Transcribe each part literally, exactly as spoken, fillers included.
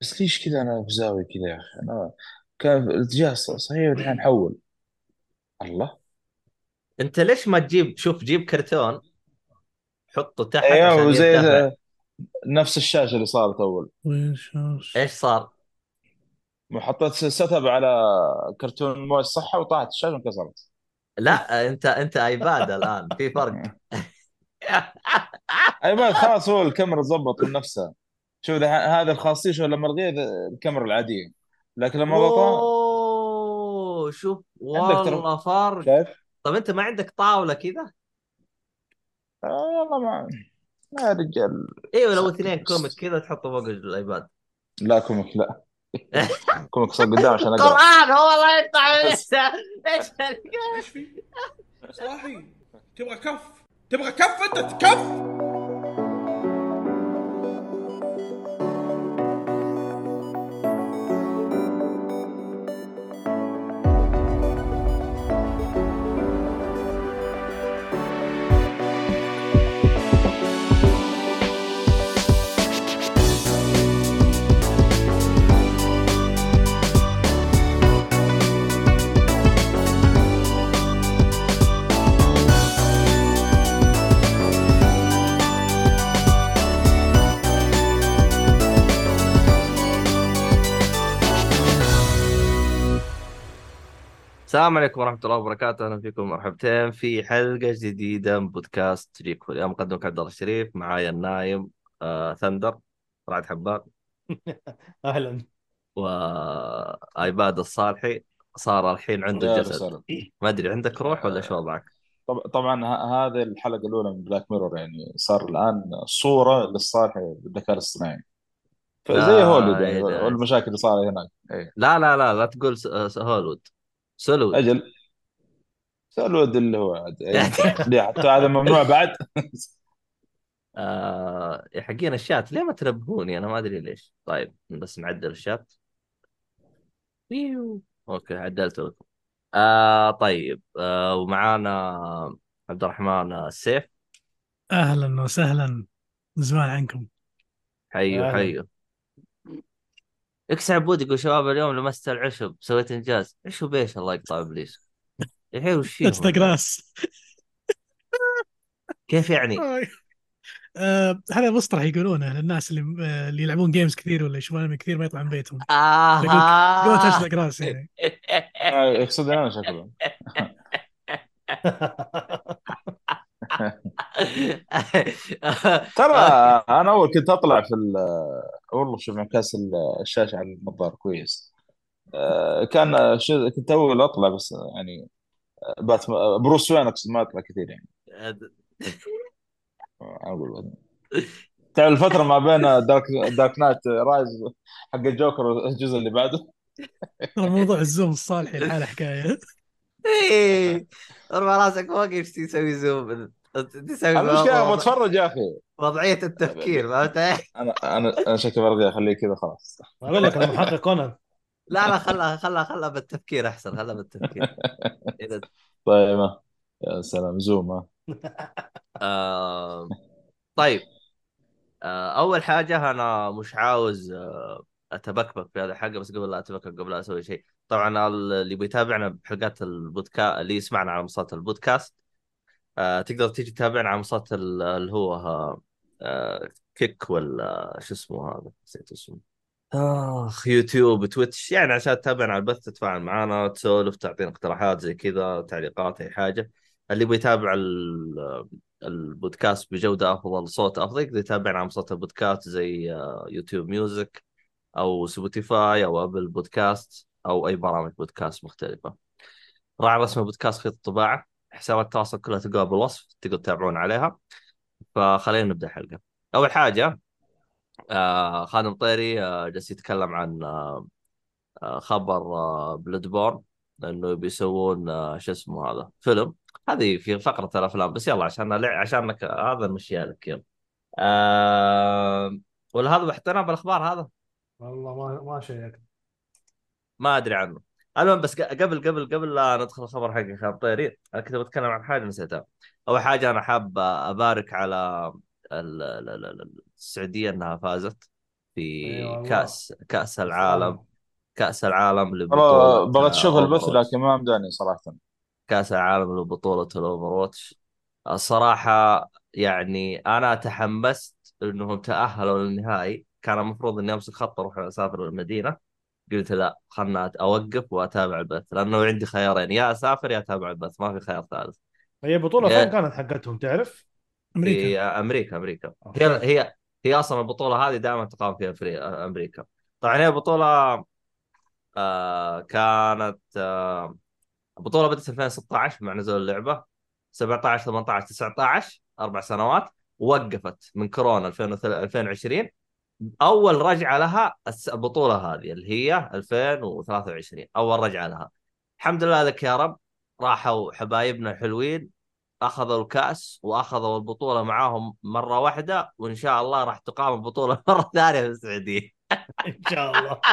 بس ليش كذا انا في زاويه كذا يا اخي؟ انا كان في الاتجاه الص- صحيح الحين حول. الله. انت ليش ما تجيب، شوف جيب كرتون حطه تحت ايوه عشان وزي يرتفع. ذا- نفس الشاشه اللي صارت اول. وين شاش؟ ايش صار؟ حطيت سيت اب على كرتون مويه الصحه وطاحت الشاشه وانكسرت. لا انت انت ايباد الان في فرق. اي ما خلاص، هو الكاميرا تظبط من نفسها. شوف ده هذا الخاصيه، شو لما الغيه ذا الكاميرا العاديه، لكن لما ضغطها اوه شوف عندك ترى. والله فرق. شايف؟ طب انت ما عندك طاولة كذا؟ آه والله ما يا رجال. ايوه لو ساتر اثنين كوميك بس. كذا تحطه فوق الايباد. لا كوميك لا. كوميك صار قدام عشان اقرا. قرآن هو الله يفتح بس. عليك. ايش ايش في؟ صاحي؟ تبغى كف؟ تبغى كف انت تكف؟ السلام عليكم ورحمة الله وبركاته، أهلا فيكم مرحبتين في حلقة جديدة من بودكاست جيكو. اليوم مقدمك عبد الله الشريف، معايا النايم آه ثندر رعد حبان اهلا. وآيباد الصالحي. صار الحين عنده يا الجسد. رسالة. ما أدري عندك روح ولا شو وضعك؟ طب طبعا ه- هذه الحلقه الاولى من بلاك ميرور، يعني صار الان صوره للصالح بالذكاء الاصطناعي، فزي هوليوود لا يعني، إله. والمشاكل اللي صارت هناك. اي لا لا لا لا تقول س- س- هولود، سولود. اجل. سألود اللي هو عاد ينفع ليه؟ حتى هذا ممنوع بعد. آه يا حقين الشات ليه ما تنبهوني؟ أنا ما أدري ليش. طيب بس نعدل الشات. بيو. أوكي عدلته لكم. آه طيب آه ومعانا عبد الرحمن السيف. اهلا وسهلا، من زمان عنكم. حيو اهلا. حيو. اكس عبود يقول شباب اليوم لمست العشب سويت انجاز. ايش هو بيش الله يقطع ابليس. الحين وش فيهم اتس الناس؟ جراس. كيف يعني؟ آه هذا مصطلح يقولونه للناس اللي آه اللي يلعبون جيمز كثير ولا يشوفون انمي كثير ما يطلع من بيتهم. يقولك جو تاتش اها. ذا جراس يعني. آه، يقصدني انا شكله. ترى انا اول كنت اطلع في ال- والله شوف انعكاس ال- الشاشه على النظاره كويس. آه، كان شو- كنت اول اطلع بس يعني باتمان بروس وين اقصد، ما اطلع كثير يعني. آه، اقول بعدين. تعرف الفتره ما بين دارك دارك نايت رايز حق الجوكر والجزء اللي بعده. ترى موضوع الزوم الصالحي الحالة حكاية. ايه ارفع راسك فوق ايش تسوي زوم؟ تسوي المشكله ابغى وضع- اتفرج يا اخي. وضعية التفكير فهمت علي؟ انا انا انا شكلي برضه اخليه كذا خلاص. اقول لك المحقق كونان. لا لا خلها خلها خلها بالتفكير احسن، خلها بالتفكير. اذا طيب آه. يا سلام زوم آه. آه... طيب آه... اول حاجة انا مش عاوز آه... اتبكبك في هذه الحلقة، بس قبل لا اتبكبك قبل لا اسوي شيء، طبعا اللي بيتابعنا بحلقات البودكاست، اللي يسمعنا على منصات البودكاست، آه... تقدر تيجي تتابعنا على منصات ال- اللي هو آه... كيك ولا شو اسمه هذا، نسيت اسمه. اخ يوتيوب تويتش، يعني عشان تتابعنا على البث، تتفاعل معنا، تسولف، تعطينا اقتراحات زي كذا، تعليقات، اي حاجه. اللي بيتابع ال- البودكاست بجوده افضل، صوت افضل، يقدر يتابعنا على منصات البودكاست زي آه، يوتيوب ميوزك او سبوتيفاي او ابل بودكاست او اي برامج بودكاست مختلفه. راعي رسم بودكاست خيط الطباعه، حسابات التواصل كلها تلقاها بالوصف، تقدر تتابعون عليها. فخلينا نبدا الحلقه. اول حاجه آه خادم طيري آه جالس يتكلم عن آه آه، خبر آه بلود بورن، انه بيسوون آه شو اسمه هذا فيلم. هذه في فقرة الافلام بس، يلا عشان عشانك هذا نمشي لك يلا. آه ولا هذا بحطيناه بالاخبار هذا؟ والله ما ما شيء. ما ادري عنه. المهم بس قبل قبل قبل لا ندخل الخبر حق خالد طيري، انا كنت بتكلم عن حاجه نسيتها. اول حاجه انا حاب ابارك على ال- ال- ال- ال- السعوديه انها فازت. اي في والله. كأس كأس العالم. افهم. كأس العالم لبطولة والله بغيت اشوف البث اوفر. لكن ما مداني صراحه. كأس العالم لبطولة الأوفرواتش. الصراحة يعني أنا تحمست إنهم تأهلوا للنهائي. كان المفروض إني أمسك خط أروح أسافر المدينة. قلت لا، خلنا أوقف وأتابع البث، لأنه عندي خيارين: يا أسافر يا أتابع البث، ما في خيار ثالث. هي بطولة فين يا- كانت حقتهم تعرف؟ امريكا. في أمريكا. أمريكا هي اوكي. هي هي أصلا البطولة هذه دائما تقام في أفري- أمريكا. طبعا هي بطولة آه كانت آه البطولة بدأت ألفين وستة عشر مع نزول اللعبة. سبعة عشر ثمانية عشر تسعة عشر أربع سنوات. ووقفت من كورونا ألفين ألفين وعشرين. أول رجعة لها الس- البطولة هذه اللي هي ألفين وثلاثة وعشرين أول رجعة لها. الحمد لله لك يا رب. راحوا حبايبنا الحلوين، أخذوا الكأس وأخذوا البطولة معاهم مرة واحدة، وإن شاء الله راح تقام البطولة مرة ثانية في السعودية. ان شاء الله.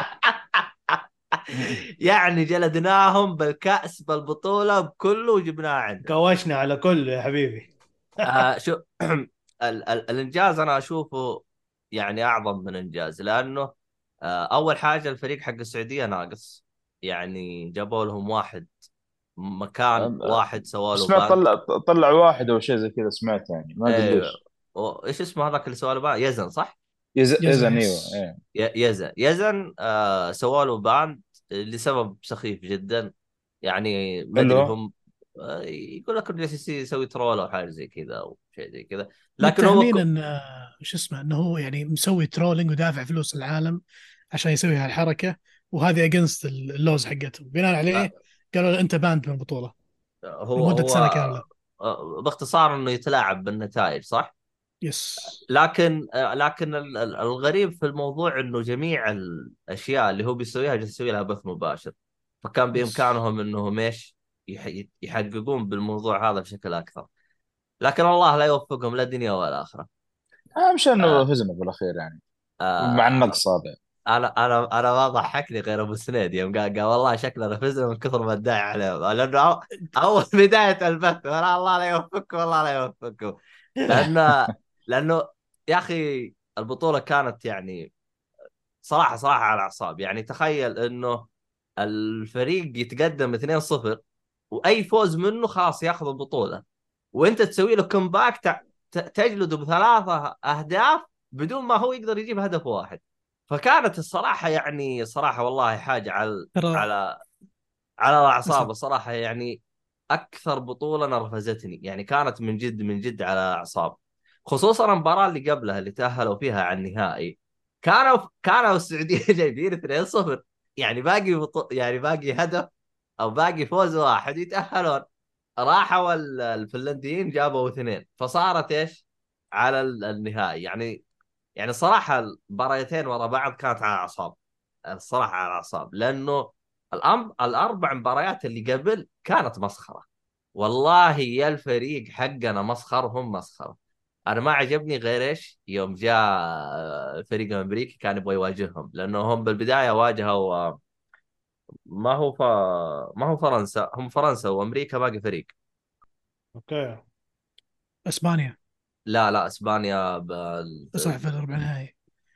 يعني جلدناهم بالكأس بالبطولة بكله وجبناها عندنا. كوشنا على كله يا حبيبي. آه شو ال ال الانجاز انا اشوفه يعني اعظم من انجاز، لانه آه اول حاجه الفريق حق السعوديه ناقص. يعني جابوا لهم واحد مكان واحد سووا له سمعت بانك. طلع طلع واحد او شيء زي كذا، سمعت يعني ما ادري ايه. ليش. و- ايش اسمه هذاك اللي سووا له بانك؟ يزن صح؟ يز... يزن، اذا ايوه يس. ايه. ي- يزن يزن آه سووا له باند لسبب سخيف جدا. يعني ما اللي ادري هو هم آه يقول لك انه جالس يسوي ترول او حاجه زي كذا او شيء زي كذا. لكن هو متهمين ك... ان آه، شو اسمه انه هو يعني مسوي ترولينج ودافع فلوس العالم عشان يسوي هالحركه، وهذه اجينست اللوز حقتهم، بناء عليه قالوا له انت باند من البطوله هو لمده هو سنه كامله. آه، باختصار انه يتلاعب بالنتائج صح. يس. لكن آه، لكن ال- ال- الغريب في الموضوع انه جميع الاشياء اللي هو بيسويها جالس يسوي لها بث مباشر. فكان يس. بامكانهم انهم ايش يح- يحققون بالموضوع هذا بشكل اكثر. لكن الله لا يوفقهم لا دنيا ولا اخره. اهم شيء انه آه فزنا بالاخير يعني، مع آه النقص هذا. انا انا انا ما ضحكني غير ابو سنيد يوم قال, قال والله شكلنا فزنا من كثر ما ادعي عليه، لانه أو- اول بدايه البث وانا الله لا يوفقكم والله لا يوفقكم. لانه لانه يا اخي البطوله كانت يعني صراحه صراحه على الاعصاب. يعني تخيل انه الفريق يتقدم اثنين صفر واي فوز منه خلاص ياخذ البطوله، وانت تسوي له كومباك ت- ت- تجلده بثلاثه اهداف بدون ما هو يقدر يجيب هدف واحد. فكانت الصراحه يعني صراحه والله حاجه على ترى على على الاعصاب اسف. الصراحه. يعني اكثر بطوله نرفزتني، يعني كانت من جد من جد على الاعصاب. خصوصا المباراه اللي قبلها اللي تاهلوا فيها على النهائي. كانوا كانوا السعوديه جايبين اثنين صفر. يعني باقي بطو... يعني باقي هدف او باقي فوز واحد يتاهلون. راحوا ال- الفنلنديين جابوا اثنين فصارت ايش على ال- النهائي. يعني يعني صراحة المباريتين ورا بعض كانت على اعصاب. الصراحة على اعصاب، لانه الأم... الاربع مباريات اللي قبل كانت مسخرة. والله يا الفريق حقنا مسخر، هم مسخرة. انا ما عجبني غير ايش يوم جاء الفريق الامريكي كان يبغى يواجههم، لانه هم بالبداية واجهوا ما هو ف... ما هو فرنسا، هم فرنسا وامريكا باقي فريق. اوكي. اسبانيا. لا لا اسبانيا بال... صح، في الربع النهائي.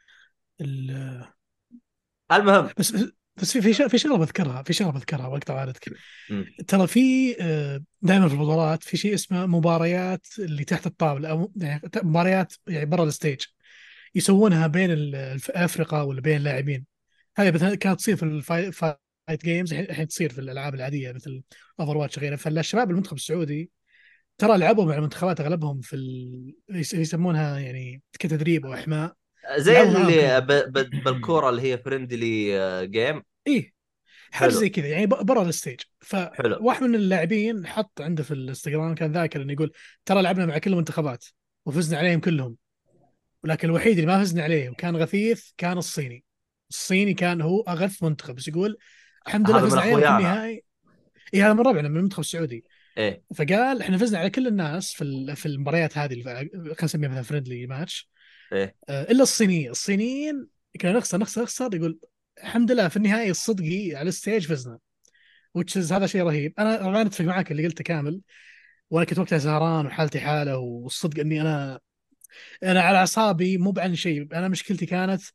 ال- المهم. بس بس في في شغله في شغله بذكرها في شغله بذكرها واقطع عادتك. مم. ترى في دائما في البطولات في شيء اسمه مباريات اللي تحت الطاوله، او يعني مباريات يعني برا الستيج، يسوونها بين ال- الف- الافرقه ولا بين اللاعبين. هذه مثلا كانت تصير في الفايت فايت جيمز، الحين الحين تصير في الالعاب العاديه مثل اوفر واتش وغيرها. فالشباب المنتخب السعودي ترى لعبوا مع المنتخبات اغلبهم في ال... يس- يسمونها يعني كتدريب او احماء. زي لعبوا معاهم اللي كلهم. ب... ب... بالكوره اللي هي فريندلي جيم. ايه، حاجه حلو. زي كذا يعني ب- برا الستيج. حلو. فواحد من اللاعبين حط عنده في الانستغرام كان ذاكر انه يقول ترى لعبنا مع كل المنتخبات وفزنا عليهم كلهم، ولكن الوحيد اللي ما فزنا عليه وكان غثيث كان الصيني. الصيني كان هو اغث منتخب، بس يقول الحمد لله هذا من فزنا عليهم في اخويانا. النهائي. اي، هذا من ربعنا من المنتخب السعودي. ايه. فقال احنا فزنا على كل الناس في ال- في المباريات هذه اللي خلينا نسميها مثلا فريندلي ماتش، ايه. الا الصينيين. الصينيين كنا نخسر نخسر نخسر، يقول الحمد لله في النهائي الصدقي على الستيج فزنا. وتشز هذا شيء رهيب. انا انا اتفق معك اللي قلته كامل، وانا كنت وقتها سهران وحالتي حاله، والصدق اني انا انا على اعصابي مو عن شيء. انا مشكلتي كانت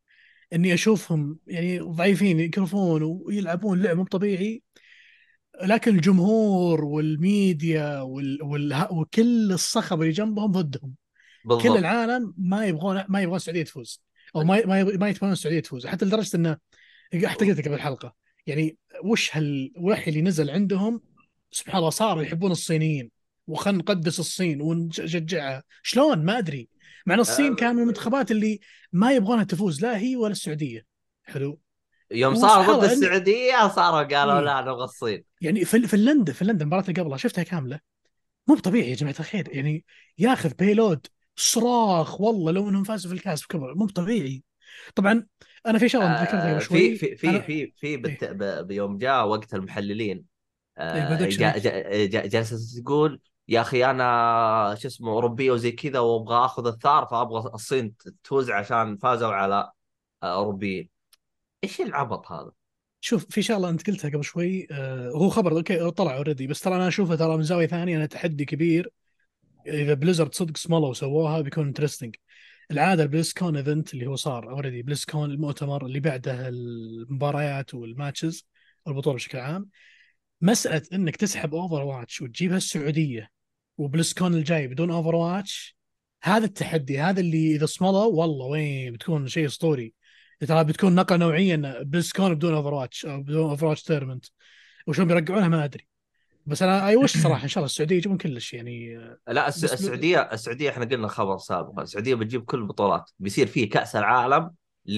اني اشوفهم يعني ضعيفين يكرفون ويلعبون لعب مو طبيعي، لكن الجمهور والميديا وال... وال... وكل الصخب اللي جنبهم ضدهم. كل بالضبط. العالم ما يبغون ما يبغون السعوديه تفوز، او ما ما يبغى- ما يتمنون السعوديه تفوز، حتى لدرجه انه حتى قلت لك قبل الحلقه يعني وش هالوحي اللي نزل عندهم. سبحان الله صاروا يحبون الصينيين، وخلنا نقدس الصين ونشجعها. شلون ما ادري، مع ان الصين كان من المنتخبات اللي ما يبغونها تفوز، لا هي ولا السعوديه. حلو. يوم صار وسبحان ضد الله إن السعوديه صاروا قالوا إيه لا نبغى الصين. يعني في فنلندا فنلندا المباراه اللي قبلها شفتها كامله، مو بطبيعي يا جماعه الخير يعني. ياخذ بيلود صراخ والله لو انهم فازوا في الكاس بكبر، مو بطبيعي. طبعا انا في شغله ذكرتها قبل آه في شوي. في في انا في في بالت... ايه ب- بيوم جاء وقت المحللين، ايه آه، بدك جا- شريك. جا- جا- جالسة تقول يا اخي انا شو اسمه اوروبيه وزي كذا وابغى اخذ الثار، فابغى الصين تفوز عشان فازوا على آه، اوروبيين. ايش العبط هذا؟ شوف في شغله انت قلتها قبل شوي، آه هو خبر اوكي طلع اوريدي، بس ترى انا اشوفه ترى من زاويه ثانيه، انا تحدي كبير. اذا بليزرد صدق سمولوا وسووها بيكون انترستنج. العاده البليز كون ايفنت اللي هو صار اوريدي، بليز كون المؤتمر اللي بعده المباريات والماتشز والبطوله بشكل عام، مساله انك تسحب اوفر واتش وتجيبها السعوديه وبلسكون الجاي بدون اوفر واتش، هذا التحدي، هذا اللي اذا صملوا والله وين بتكون شيء اسطوري. ترى بتكون نقله نوعيا بلسكون بدون اوفر واتش او بدون اوفر واتش تيرمنت، وشلون بيرجعونها ما ادري. بس انا اي وش صراحه ان شاء الله السعوديه يجيبون كلش يعني. لا الس- بس ب... السعوديه السعوديه احنا قلنا خبر سابقا، السعوديه بتجيب كل البطولات، بيصير فيه كاس العالم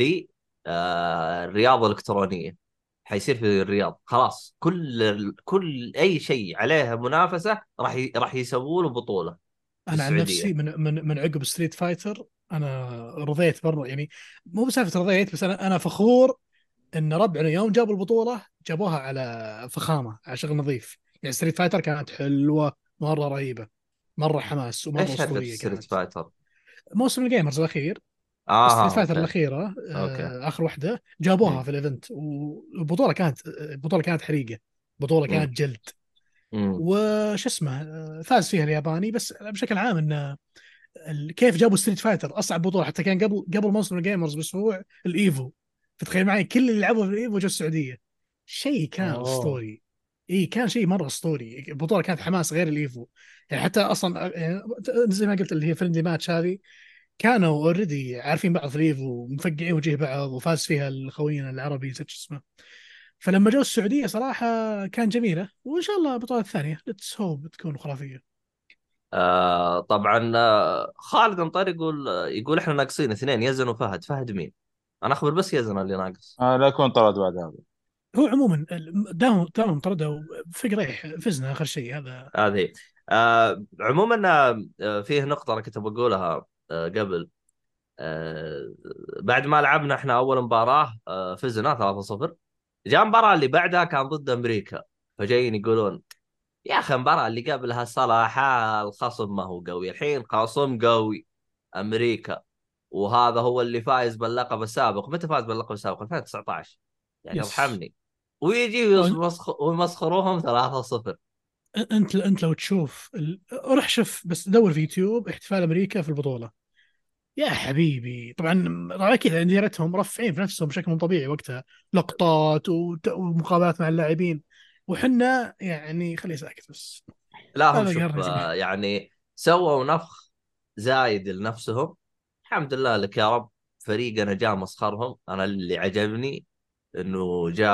للرياضه الالكترونيه، حيصير في الرياض خلاص، كل كل اي شيء عليها منافسه راح ي... راح يسووا له بطوله في انا عن نفسي السعوديه. من من من عقب ستريت فايتر انا رضيت برضه يعني. مو بسالفه رضيت، بس انا انا فخور ان ربعنا يوم جابوا البطوله جابوها على فخامه، على شغل نظيف. يعني ستريت فايتر كانت حلوه مره رهيبه، مره حماس ومره ايش هرجه اسطوريه ستريت كانت. فايتر؟ موسم الجيمرز الاخير، ستريت اه فايتر اوكي. الاخيره، اوكي. آه، اخر واحده جابوها امم. في الايفنت، والبطوله كانت البطوله كانت حريقه، البطوله امم. كانت جلد. امم. وش اسمه، آه، فاز فيها الياباني. بس بشكل عام انه ال- كيف جابوا ستريت فايتر اصعب بطوله، حتى كان قبل قبل موسم الجيمرز باسبوع الايفو. فتخيل معي كل اللي لعبوا في الايفو جو السعوديه، شيء كان اوه. اسطوري. اي كان شيء مره اسطوري، البطوله كانت حماس غير الايفو. يعني حتى اصلا آه، يعني زي ما قلت اللي هي فريندلي ماتش هذه، كانوا اوريدي عارفين بعض في الايفو ومفقعين وجه بعض، وفاز فيها الخوينا العربي نسيت شو اسمه. فلما جو السعوديه صراحه كان جميله، وان شاء الله البطوله الثانيه ليتس هوب تكون خرافيه. آه طبعا، آه خالد انطر يقول يقول احنا ناقصين اثنين، يزن وفهد. فهد مين؟ انا اخبر بس يزن اللي ناقص. آه لا يكون طرد بعد هذا. هو عموما داهم داهم طردوا في قريح، فزنا اخر شيء هذا. هذه. آه عموما، آه فيه نقطه انا كنت بقولها آه قبل. آه بعد ما لعبنا احنا اول مباراه آه فزنا ثلاثة صفر، جاء المباراه اللي بعدها كان ضد امريكا، فجايين يقولون يا اخي المباراه اللي قبلها صراحه الخصم ما هو قوي، الحين خصم قوي امريكا، وهذا هو اللي فايز باللقب السابق. متى فاز باللقب السابق؟ ألفين وتسعة عشر. يعني يس. ارحمني. ويجي يمسخ- ويمسخروهم ثلاثة صفر. انت انت لو تشوف ال... روح شوف بس دور في يوتيوب احتفال امريكا في البطوله، يا حبيبي. طبعا طبعا اكيد انديرتهم مرفعين في نفسهم بشكل مو طبيعي وقتها، لقطات وت... ومقابلات مع اللاعبين، وحنا يعني خليه ساكت بس. لا هم هذا شوف، قهرني آه، صراحه. يعني سووا نفخ زايد لنفسهم. الحمد لله لك يا رب، فريقنا جاء مسخرهم. انا اللي عجبني انه جاء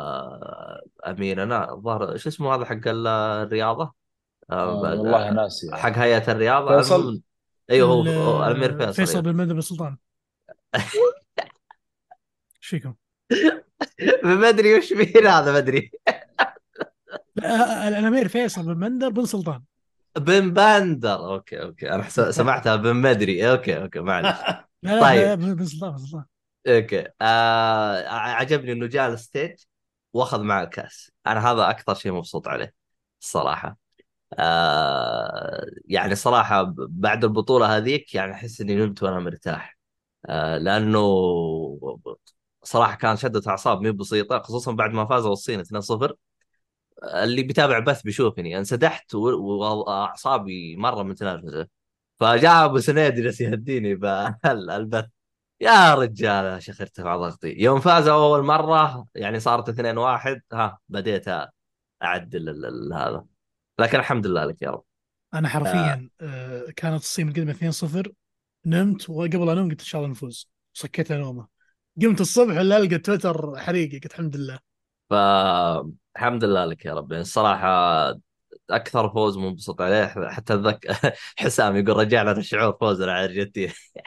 اميرنا الظاهر شو اسمه هذا حق ال- الرياضه، آه آه، والله ناسي حق يعني. هيئه الرياضه، فيصل. المهم. ايوه هو هو الامير ال- فيصل، فيصل ايوه. بن مندب بن سلطان. ايش فيكم؟ ما ادري وش مين هذا، ما ادري. لا، الامير فيصل بن مندر بن سلطان. بن بندر. اوكي اوكي، انا حس... سمعتها بن مدري. اوكي اوكي معلش. لا لا طيب. بن بن سلطان بن سلطان. اوكي، آه... عجبني انه جاء الستيج واخذ معه الكاس، انا هذا اكثر شيء مبسوط عليه الصراحه. آه... يعني صراحه ب- بعد البطوله هذيك يعني احس اني نمت وانا مرتاح، آه... لانه صراحه كان شده اعصاب مي بسيطه، خصوصا بعد ما فازوا الصين اثنين صفر. اللي بيتابع بث بيشوفني انسدحت و- واعصابي مره متنرفزه. فجاء ابو سنيد جالس يهديني بالبث، يا رجال يا شيخ ارتفع ضغطي يوم فازوا اول مره، يعني صارت اثنين واحد، ها بديت اعدل ال- ال- هذا. لكن الحمد لله لك يا رب. انا آه حرفيا آه، كانت الصين متقدمه اثنين صفر، نمت وقبل انوم قلت ان شاء الله نفوز، سكيت نومه، قمت الصبح ولا القى تويتر حريقي، قلت الحمد لله. فالحمد لله لك يا رب. يعني الصراحه اكثر فوز منبسط عليه، حتى اتذكر حسام يقول رجع لنا شعور فوزنا على الارجنتين.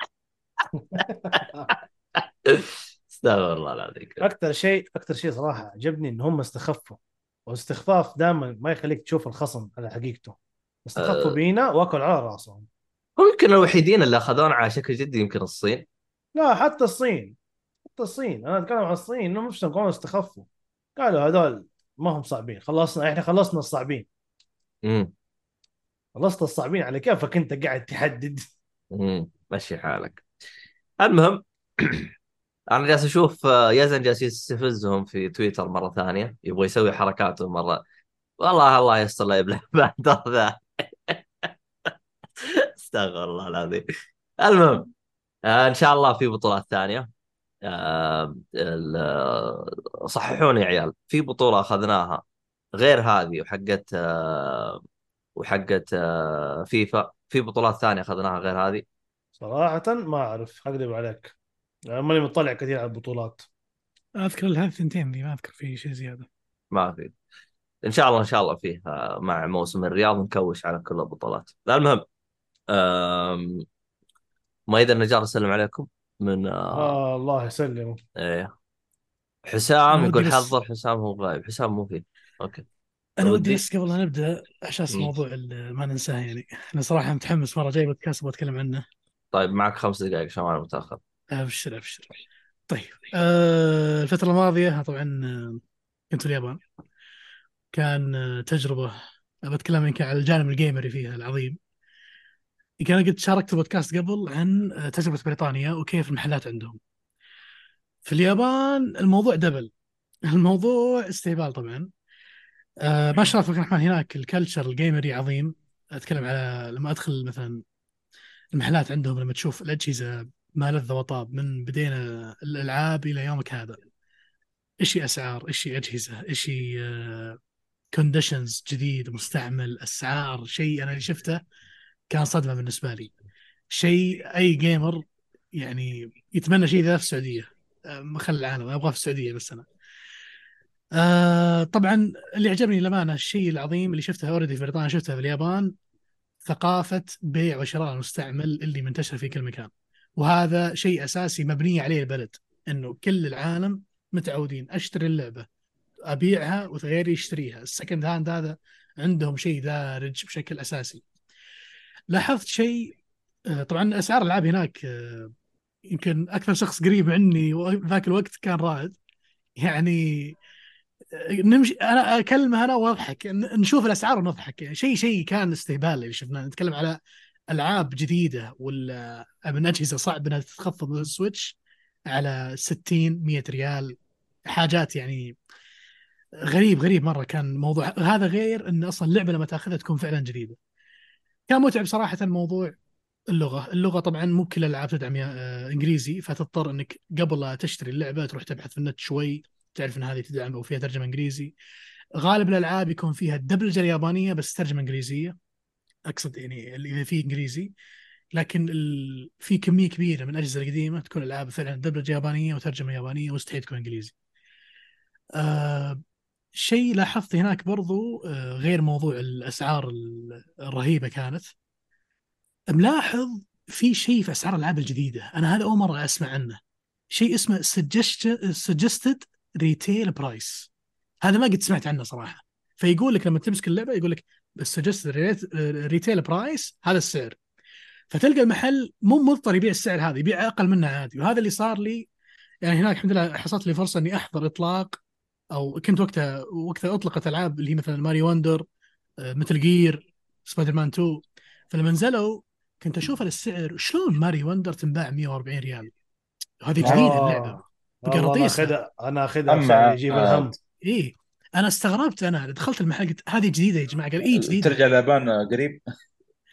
استغفر الله العظيم. اكثر شيء اكثر شيء صراحه عجبني ان هم استخفوا، واستخفاف دائما ما يخليك تشوف الخصم على حقيقته. استخفوا آه، بينا واكل على راسهم. هم يمكن الوحيدين اللي اخذون على شكل جدي يمكن الصين. لا حتى الصين، حتى الصين انا اتكلم عن الصين انهم نفسهم كانوا استخفوا. قالوا هذول ما هم صعبين، خلصنا احنا خلصنا الصعبين. امم خلصت الصعبين على كيفك انت قاعد تحدد. امم مشي حالك. المهم انا جالس اشوف آه، يزن جالس يستفزهم في تويتر مره ثانيه، يبغى يسوي حركاته مره. والله الله يستر لا يبلع بعد ذا. استغفر الله العظيم. المهم آه، ان شاء الله في بطولات ثانيه. آه، ال- آه، صححوني يا عيال، في بطوله اخذناها غير هذه وحقت آه، وحقت آه، فيفا، في بطولات ثانيه اخذناها غير هذه. صراحه ما اعرف، اكذب عليك، يعني ماني مطلع كثير على البطولات. اذكر لها الثنتين دي، ما اذكر في شيء زياده. ما في. ان شاء الله ان شاء الله فيه آه، مع موسم الرياض نكوش على كل البطولات. المهم آم، ميدان النجار يسلم عليكم من آه، آه الله يسلمه. ايه. انا حسام ودي يقول بس حضر، حسام هو غايب، حسام مو فيه. اوكي. انا ودي ودي. بس قبل لا نبدا عشان مم. موضوع ال- ما ننساه يعني. انا صراحه متحمس مره، جاي بودكاست ابغى اتكلم عنه. طيب معك خمس دقائق عشان انا متاخر. ابشر ابشر. طيب، آه الفتره الماضيه طبعا آه، كنت في اليابان. كان آه، تجربه، بتكلم يمكن على الجانب الجيمري فيها العظيم. يمكن انا قد شاركت بودكاست قبل عن آه، تجربه بريطانيا وكيف المحلات عندهم. في اليابان الموضوع دبل، الموضوع استهبال طبعا. آه ما شاء الله تبارك الرحمن، هناك الكلتشر الجيمري عظيم. اتكلم على لما ادخل مثلا المحلات عندهم، لما تشوف الاجهزه ما لذ وطاب، من بدينا الالعاب الى يومك هذا. ايش هي اسعار، ايش هي اجهزه، ايش هي كونديشنز، جديد مستعمل، اسعار. شيء انا اللي شفته كان صدمه بالنسبه لي. شيء اي جيمر يعني يتمنى شيء ذا في السعوديه. آه، خل العالم ابغاه في السعوديه بس انا. آه طبعا اللي عجبني للامانه الشيء العظيم اللي شفته اوريدي في بريطانيا شفته في اليابان، ثقافه بيع وشراء المستعمل اللي منتشره في كل مكان. وهذا شيء اساسي مبنيه عليه البلد، انه كل العالم متعودين اشتري اللعبه ابيعها وغيري يشتريها. السكند هاند هذا عندهم شيء دارج بشكل اساسي. لاحظت شيء، آه، طبعا اسعار الالعاب هناك، آه، يمكن اكثر شخص قريب عني ذاك الوقت كان رائد يعني. نمشي انا اكلمه انا واضحك، ن- نشوف الاسعار ونضحك يعني. شيء شيء كان استهبال اللي شفناه. نتكلم على العاب جديده ولا من اجهزه صعب انها تتخفض من السويتش على ستين مية ريال. حاجات يعني غريب غريب مره كان الموضوع هذا. غير ان اصلا اللعبه لما تاخذها تكون فعلا جديده. كان متعب صراحه الموضوع. اللغه اللغه طبعا مو كل الالعاب تدعم يا- آه، انجليزي، فتضطر انك قبل لا تشتري اللعبه تروح تبحث في النت شوي، تعرف ان هذه تدعم او فيها ترجمه انجليزي. غالب الالعاب يكون فيها الدبلجه اليابانيه بس ترجمه انجليزيه. اقصد يعني اللي اذا في انجليزي. لكن ال... في كميه كبيره من الاجهزه القديمه تكون العاب فعلا دبلجه يابانيه وترجمه يابانيه، ومستحيل تكون انجليزي. آه شيء لاحظت هناك برضو، آه غير موضوع الاسعار ال- الرهيبه كانت، ملاحظ في شيء في اسعار الالعاب الجديده. انا هذا اول مره اسمع عنه. شيء اسمه suggested retail price. هذا ما قد سمعت عنه صراحه. فيقول لك لما تمسك اللعبه يقول لك بس suggested retail price هذا السعر. فتلقى المحل مو مضطر يبيع السعر هذا، يبيع اقل منه عادي. وهذا اللي صار لي يعني هناك. الحمد لله حصلت لي فرصه اني احضر اطلاق، او كنت وقتها وقتها اطلقت العاب اللي هي مثلا ماري وندر، مثل جير، سبايدر مان تو. فلما نزلوا كنت اشوف السعر شلون ماري وندر تنباع مية وأربعين ريال. هذه جديده اللعبه اه والله انا بقراطيسها. اخذها انا اخذها اما بسعر يجيب عاد الهم. ايه، انا استغربت. انا دخلت المحل قلت هذه جديده يا جماعه، قال ايه جديده. ترجع اليابان قريب.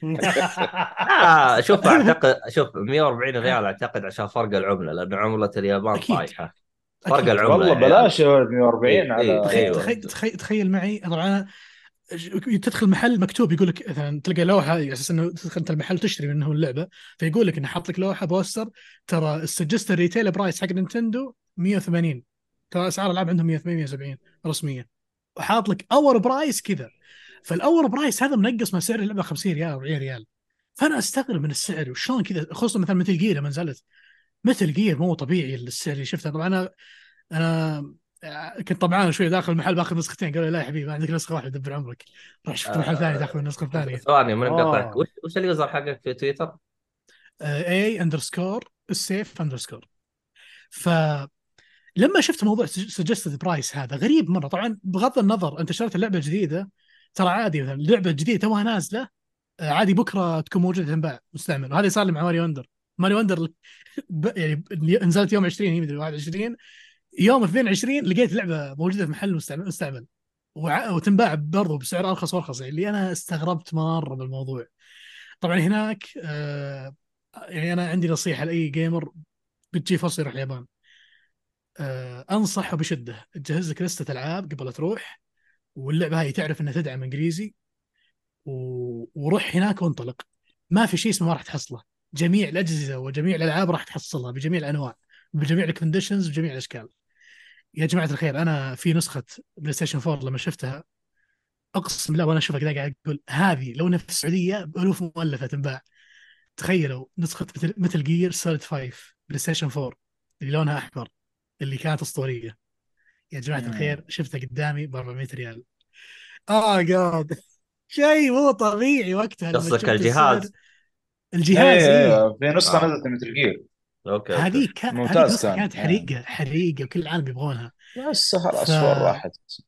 آه شوف اعتقد، شوف مية وأربعين ريال اعتقد عشان فرق العمله، لانه عمله اليابان اكيد طايحه. فرق اكيد. العمله والله يا عيال. بلاش يا ولد مية وأربعين اي اي على تخيل ايوه. تخيل تخيل, تخيل معي طبعا أنا تدخل محل مكتوب يقول لك مثلا تلقى لوحه على اساس انه تدخل انت المحل تشتري منه اللعبه، فيقول لك انه حاط لك لوحه بوستر، ترى السجست الريتيل برايس حق نينتندو مية وثمانين، ترى اسعار الالعاب عندهم مية وثمانين مية وسبعين رسميه، وحاط لك اور برايس كذا. فالاور برايس هذا منقص من سعر اللعبه خمسين ريال أربعين ريال. فانا استغرب من السعر وشلون كذا، خصوصا مثلا مثل جير لما نزلت، مثل جير مو طبيعي السعر اللي شفته. طبعا انا انا كنت طبعا شوي داخل المحل باخذ نسختين، قالوا لي لا يا حبيبي ما عندك نسخه واحده دبر عمرك، روح شفت محل ثاني تاخذ آه النسخه الثانيه. ثواني من قطعك، اه وش وش اليوزر حقك في تويتر؟ اي اندرسكور السيف اندرسكور. فلما شفت موضوع سجستد برايس هذا غريب مره. طبعا بغض النظر انت شريت اللعبه الجديده، ترى عادي مثلا اللعبه الجديده توها نازله، آه، عادي بكره تكون موجوده تنباع مستعمل. وهذا صار لي مع ماريو وندر. ماريو وندر ب- يعني نزلت يوم عشرين، هي مدري واحد وعشرين، يوم اثنين وعشرين لقيت لعبه موجوده في محل مستعمل مستعمل وع- وتنباع برضو بسعر ارخص وارخص، يعني اللي انا استغربت مره بالموضوع. طبعا هناك آه يعني انا عندي نصيحه لاي جيمر بتجي فرصه يروح اليابان، آه انصحه بشده تجهز لك لسته العاب قبل لا تروح، واللعبه هاي تعرف انها تدعم انجليزي، و... وروح هناك وانطلق. ما في شيء اسمه ما راح تحصله، جميع الاجهزه وجميع الالعاب راح تحصلها بجميع الانواع بجميع الكونديشنز وجميع الاشكال. يا جماعه الخير انا في نسخه بلاي ستيشن فور لما شفتها، اقسم بالله وانا اشوفها كذا قاعد اقول هذه لو انها في السعوديه بالوف مؤلفه تنباع. تخيلوا نسخه مثل مثل جير سوليد خمسة بلاي ستيشن فور اللي لونها احمر اللي كانت اسطوريه، يا جماعه مم. الخير شفتها قدامي ب أربعمية ريال. اه جاد شيء مو طبيعي وقتها لما قصدك شفت السعر. الجهاز؟ الجهاز ايه ايه. ايه في نسخه اه نزلت مثل جير. اوكي اوكي. هذيك كا... هذيك ممتاز نسخه كان كانت ايه. حريقه حريقه وكل العالم يبغونها. بس ف خلاص فور راحت.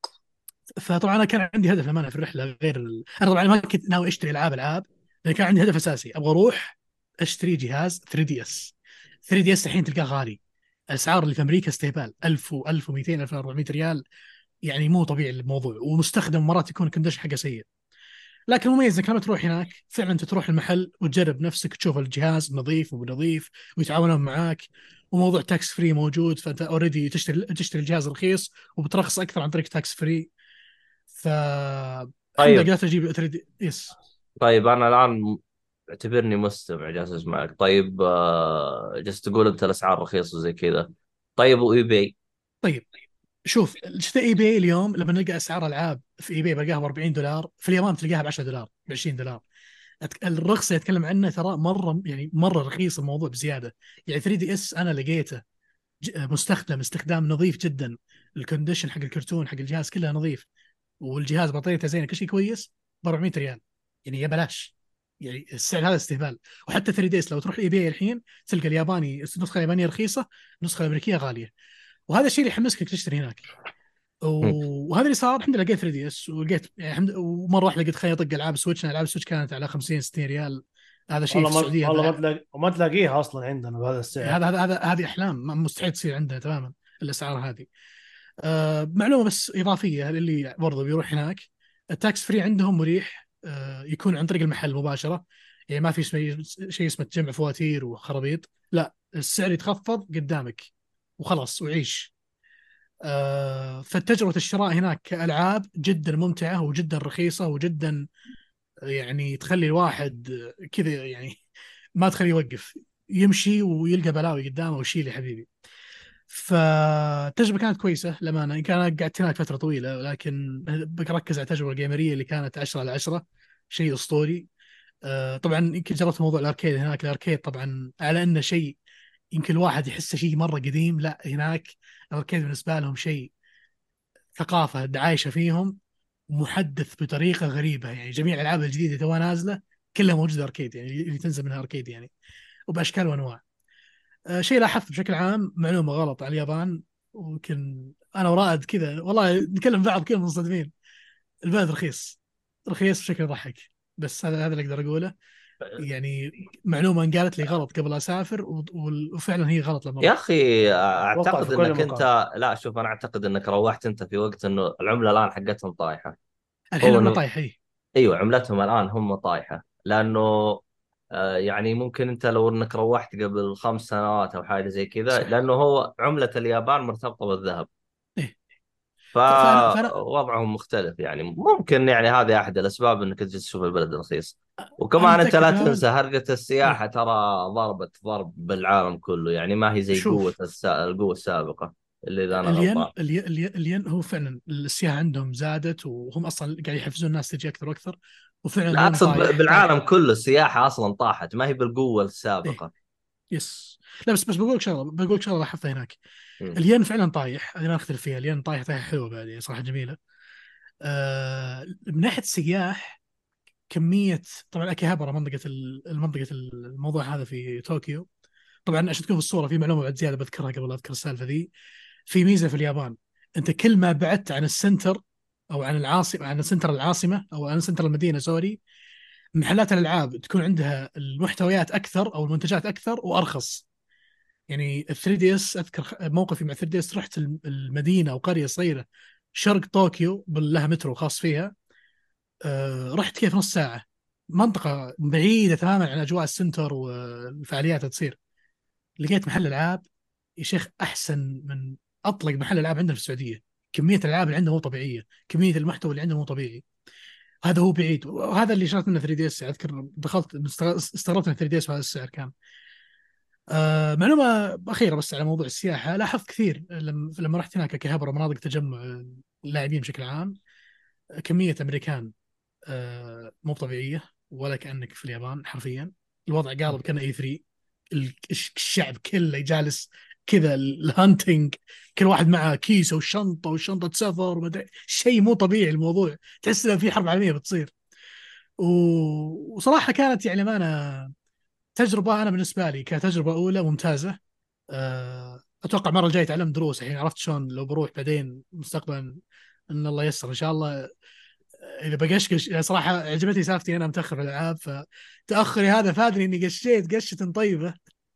فطبعا انا كان عندي هدف للامانه في الرحله غير ال... انا طبعا ما كنت ناوي اشتري العاب العاب، لان كان عندي هدف اساسي ابغى اروح اشتري جهاز ثري دي اس. ثري دي اس الحين تلقاه غالي، الاسعار اللي في امريكا استهبال، ألف و ألف ومئتين ألف وأربعمية ريال، يعني مو طبيعي الموضوع، ومستخدم مرات يكون الكونديشن حقه سيء. لكن المميز انك لما تروح هناك فعلا انت تروح المحل وتجرب نفسك تشوف الجهاز نظيف وبنظيف ويتعاونون معاك، وموضوع تاكس فري موجود، فانت اوريدي تشتري تشتري الجهاز رخيص وبترخص اكثر عن طريق تاكس فري. ف الحمد لله طيب قدرت اجيب ثري دي يس. طيب انا الان اعتبرني مستمع جالس معك. طيب آه جالس تقول انت الاسعار رخيصه وزي كذا. طيب واي بي؟ طيب شوف شفت اي بي اليوم لما نلقى اسعار العاب في اي بي بلقاها ب أربعين دولار، في اليابان تلقاها ب عشرة دولار ب عشرين دولار. أتك- الرخص اللي اتكلم عنه ترى مره يعني مره رخيص الموضوع بزياده. يعني ثري دي اس انا لقيته ج- مستخدم استخدام نظيف جدا، الكونديشن حق الكرتون حق الجهاز كله نظيف، والجهاز بطاريته زينه كل شيء كويس ب أربعمية ريال، يعني يا بلاش. يعني السعر هذا استهبال. وحتى ثري دي اس لو تروح اي بي الحين تلقى الياباني النسخه اليابانيه رخيصه، النسخه الامريكيه غاليه، وهذا الشيء اللي يحمسك انك تشتري هناك. وهذا اللي صار. الحمد لله لقيت ثري دي اس ولقيت يعني الحمد، ومره واحده قلت خليني اطق العاب سويتش، العاب سويتش كانت على خمسين ستين ريال. هذا شيء والله في ما السعوديه والله ما هذا تلاقي ما تلاقيها اصلا عندنا بهذا السعر. هذا هذا هذا هذه احلام ما- مستحيل تصير عندنا تماما الاسعار هذه. آه معلومه بس اضافيه اللي برضه بيروح هناك، التاكس فري عندهم مريح، آه يكون عن طريق المحل مباشره، يعني ما في اسمه شيء اسمه تجمع فواتير وخرابيط، لا السعر يتخفض قدامك وخلاص وعيش. آه فتجربه الشراء هناك كالعاب جدا ممتعه وجدا رخيصه وجدا يعني تخلي الواحد كذا يعني ما تخليه يوقف، يمشي ويلقى بلاوي قدامه ويشيل يا حبيبي. فالتجربه كانت كويسه للامانه، ان كان أنا قعدت هناك فتره طويله، لكن بركز على التجربه الجيمريه اللي كانت عشرة على عشرة، شيء اسطوري. آه، طبعا يمكن جربت موضوع الاركيد هناك. الاركيد طبعا على انه شيء يمكن الواحد يحسه شيء مره قديم، لا هناك الاركيد بالنسبه لهم شيء ثقافه عايشه فيهم، محدث بطريقه غريبه. يعني جميع الالعاب الجديده توها نازله كلها موجوده اركيد، يعني اللي تنزل منها اركيد يعني، وباشكال وانواع. آه، شيء لاحظته بشكل عام معلومه غلط على اليابان، ويمكن انا ورائد كذا والله نكلم بعض كذا منصدمين، البلد رخيص رخيص بشكل يضحك. بس هذا هذا اللي اقدر اقوله. يعني معلومه انقالت لي غلط قبل اسافر و- وفعلا هي غلط لما يا رحت. اخي اتوقع اعتقد في كل انك مكان. انت، لا شوف انا اعتقد انك روحت انت في وقت انه العمله الان حقتهم طايحه. الحين هو عمله انه طايح هي. ايوه عملتهم الان هم طايحه. لانه آه، يعني ممكن انت لو انك روحت قبل خمس سنوات او حاجه زي كذا، صح. لانه هو عمله اليابان مرتبطه بالذهب، إيه. ف- فانا فانا فوضعهم مختلف. يعني ممكن يعني هذه احد الاسباب انك تجي تشوف البلد رخيص. انا وكمان انت متاكد لا تماما. تنسى هرجة السياحة، إيه. ترى ضربت ضرب بالعالم كله، يعني ما هي زي قوة شوف، الس... القوة السابقة اللي اذا انا الين غلطان. الين الين الين هو فعلا السياحه عندهم زادت، وهم اصلا قاعد يحفزون الناس تجي اكثر واكثر، وفعلا لا الين اقصد ب- طايح بالعالم طايح. كله السياحة اصلا طاحت، ما هي بالقوة ايه. السابقة. يس. لا بس بس بقول لك شغله بقول لك شغله لاحظتها هناك. مم. الين فعلا طايح، هذه ما اختلف فيها. الين طايح طايح حلوه بعد، يعني صراحه جميله. آه من ناحيه السياح، كميه، طبعا اكيهابارا منطقه ال- المنطقه الموضوع هذا في طوكيو. طبعا عشان تكون في الصوره، في معلومه بعد زياده بذكرها قبل لا اذكر السالفه ذي. في ميزه في اليابان، انت كل ما بعدت عن السنتر، او عن العاصمه، عن سنتر العاصمه، او عن سنتر المدينه، سوري، محلات الالعاب تكون عندها المحتويات اكثر او المنتجات اكثر وارخص. يعني ال ثري دي اس، اذكر خ- موقفي مع ثري دي اس، رحت الم- المدينه او قريه صغيره شرق طوكيو بل- لها مترو خاص فيها. آه رحت كيف نص ساعه، منطقه بعيده تماما عن اجواء السنتر والفعاليات اللي تصير. لقيت محل العاب يا شيخ احسن من اطلق محل العاب عندنا في السعوديه. كميه الالعاب اللي عندهم مو طبيعيه، كميه المحتوى اللي عندهم مو طبيعي. هذا هو بعيد، وهذا اللي شريت منه ثري دي اس. اذكر دخلت استغربت من ثري دي اس بهذا السعر كان. آه معلومه اخيره بس على موضوع السياحه، لاحظت كثير لما لما رحت هناك كهبره مناطق تجمع اللاعبين بشكل عام، كميه امريكان آه مو طبيعيه، ولا كانك في اليابان حرفيا. الوضع قالب كان اي ثري. الشعب كله جالس كذا، الهانتنج، كل واحد معه كيسه وشنطه وشنطه سفر ومدري، شيء مو طبيعي الموضوع، تحس انه في حرب عالميه بتصير. و- وصراحه كانت يعني ما أنا تجربه، انا بالنسبه لي كتجربه اولى ممتازه. آه، اتوقع المره الجايه تعلمت دروس الحين، عرفت شلون لو بروح بعدين مستقبلا، ان الله ييسر ان شاء الله. اذا بقشقش يعني، صراحه عجبتني سالفتي انا متاخر في الالعاب، فتاخري هذا فادني اني قشيت قشه طيبه.